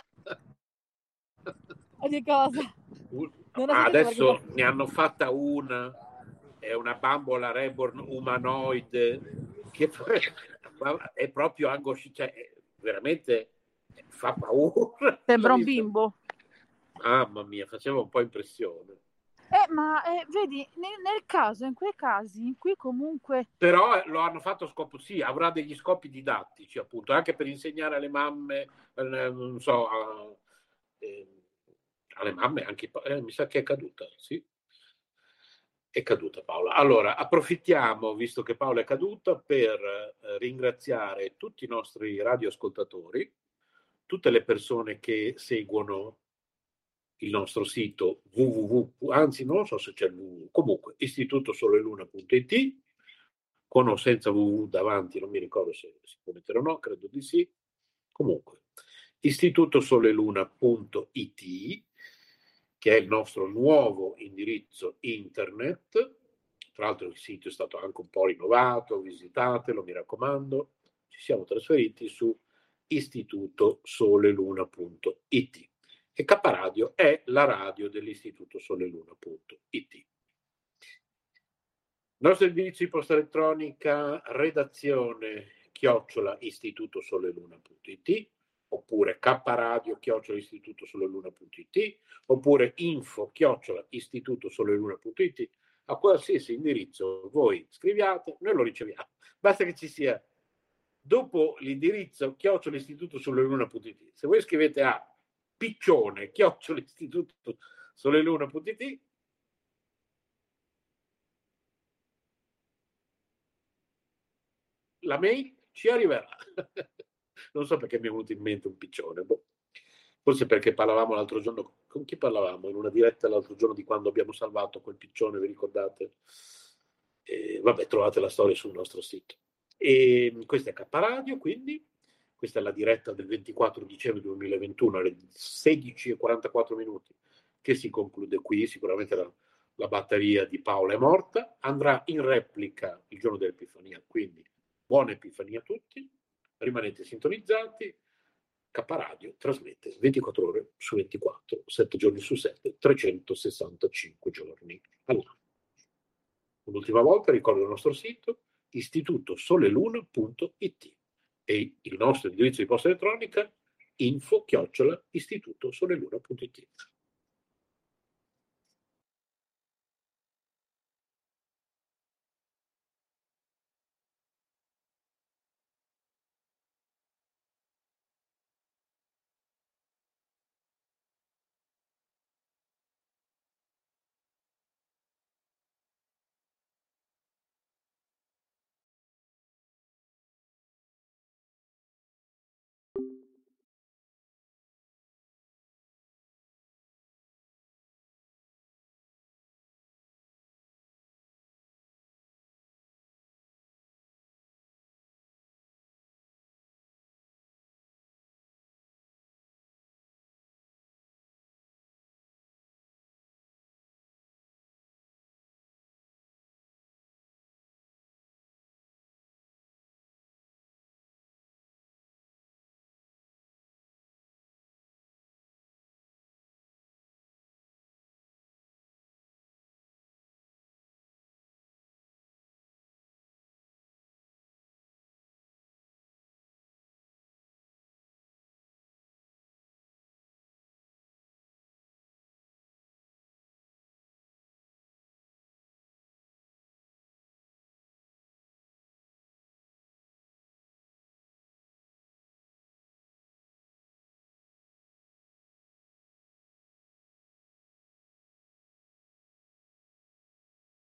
Di cosa? Non ho Ah, sentito adesso perché... ne hanno fatta una, è una bambola reborn umanoide che è proprio angosci, cioè veramente fa paura. Sembra un bimbo. Mamma mia, faceva un po' impressione. Eh, ma eh, vedi, nel, nel caso, in quei casi in cui comunque... Però eh, lo hanno fatto a scopo, sì, avrà degli scopi didattici, appunto, anche per insegnare alle mamme, eh, non so, a, eh, alle mamme anche, eh, mi sa che è caduta, sì. È caduta Paola. Allora, approfittiamo, visto che Paola è caduta, per eh, ringraziare tutti i nostri radioascoltatori, tutte le persone che seguono il nostro sito www, anzi non so se c'è il www, comunque istitutosoleluna punto it, con o senza www davanti, non mi ricordo se si può mettere o no, credo di sì. Comunque, istitutosoleluna punto it, che è il nostro nuovo indirizzo internet. Tra l'altro il sito è stato anche un po' rinnovato, visitatelo, mi raccomando. Ci siamo trasferiti su istitutosoleluna punto it. E K Radio è la radio dell'Istituto Soleluna punto it. Il nostro indirizzo di posta elettronica redazione chiocciola istitutosoleluna punto it, oppure kradio chiocciola istitutosoleluna punto it, oppure info chiocciola istitutosoleluna punto it. A qualsiasi indirizzo voi scriviate, noi lo riceviamo. Basta che ci sia dopo l'indirizzo chiocciola istitutosoleluna punto it. Se voi scrivete a piccione chiocciola istitutosoleluna punto it, la mail ci arriverà. Non so perché mi è venuto in mente un piccione, boh. Forse perché parlavamo l'altro giorno, con chi parlavamo? In una diretta l'altro giorno di quando abbiamo salvato quel piccione, vi ricordate? E, vabbè, trovate la storia sul nostro sito. E questa è K Radio, quindi questa è la diretta del ventiquattro dicembre duemilaventuno alle sedici e quarantaquattro minuti, che si conclude qui. Sicuramente la, la batteria di Paola è morta, andrà in replica il giorno dell'Epifania, quindi buona Epifania a tutti, rimanete sintonizzati. K Radio trasmette ventiquattro ore su ventiquattro, sette giorni su sette, trecentosessantacinque giorni all'anno. Un'ultima volta ricordo il nostro sito istitutosoleluna punto it e il nostro indirizzo di posta elettronica info chiocciola istitutosoleluna punto it.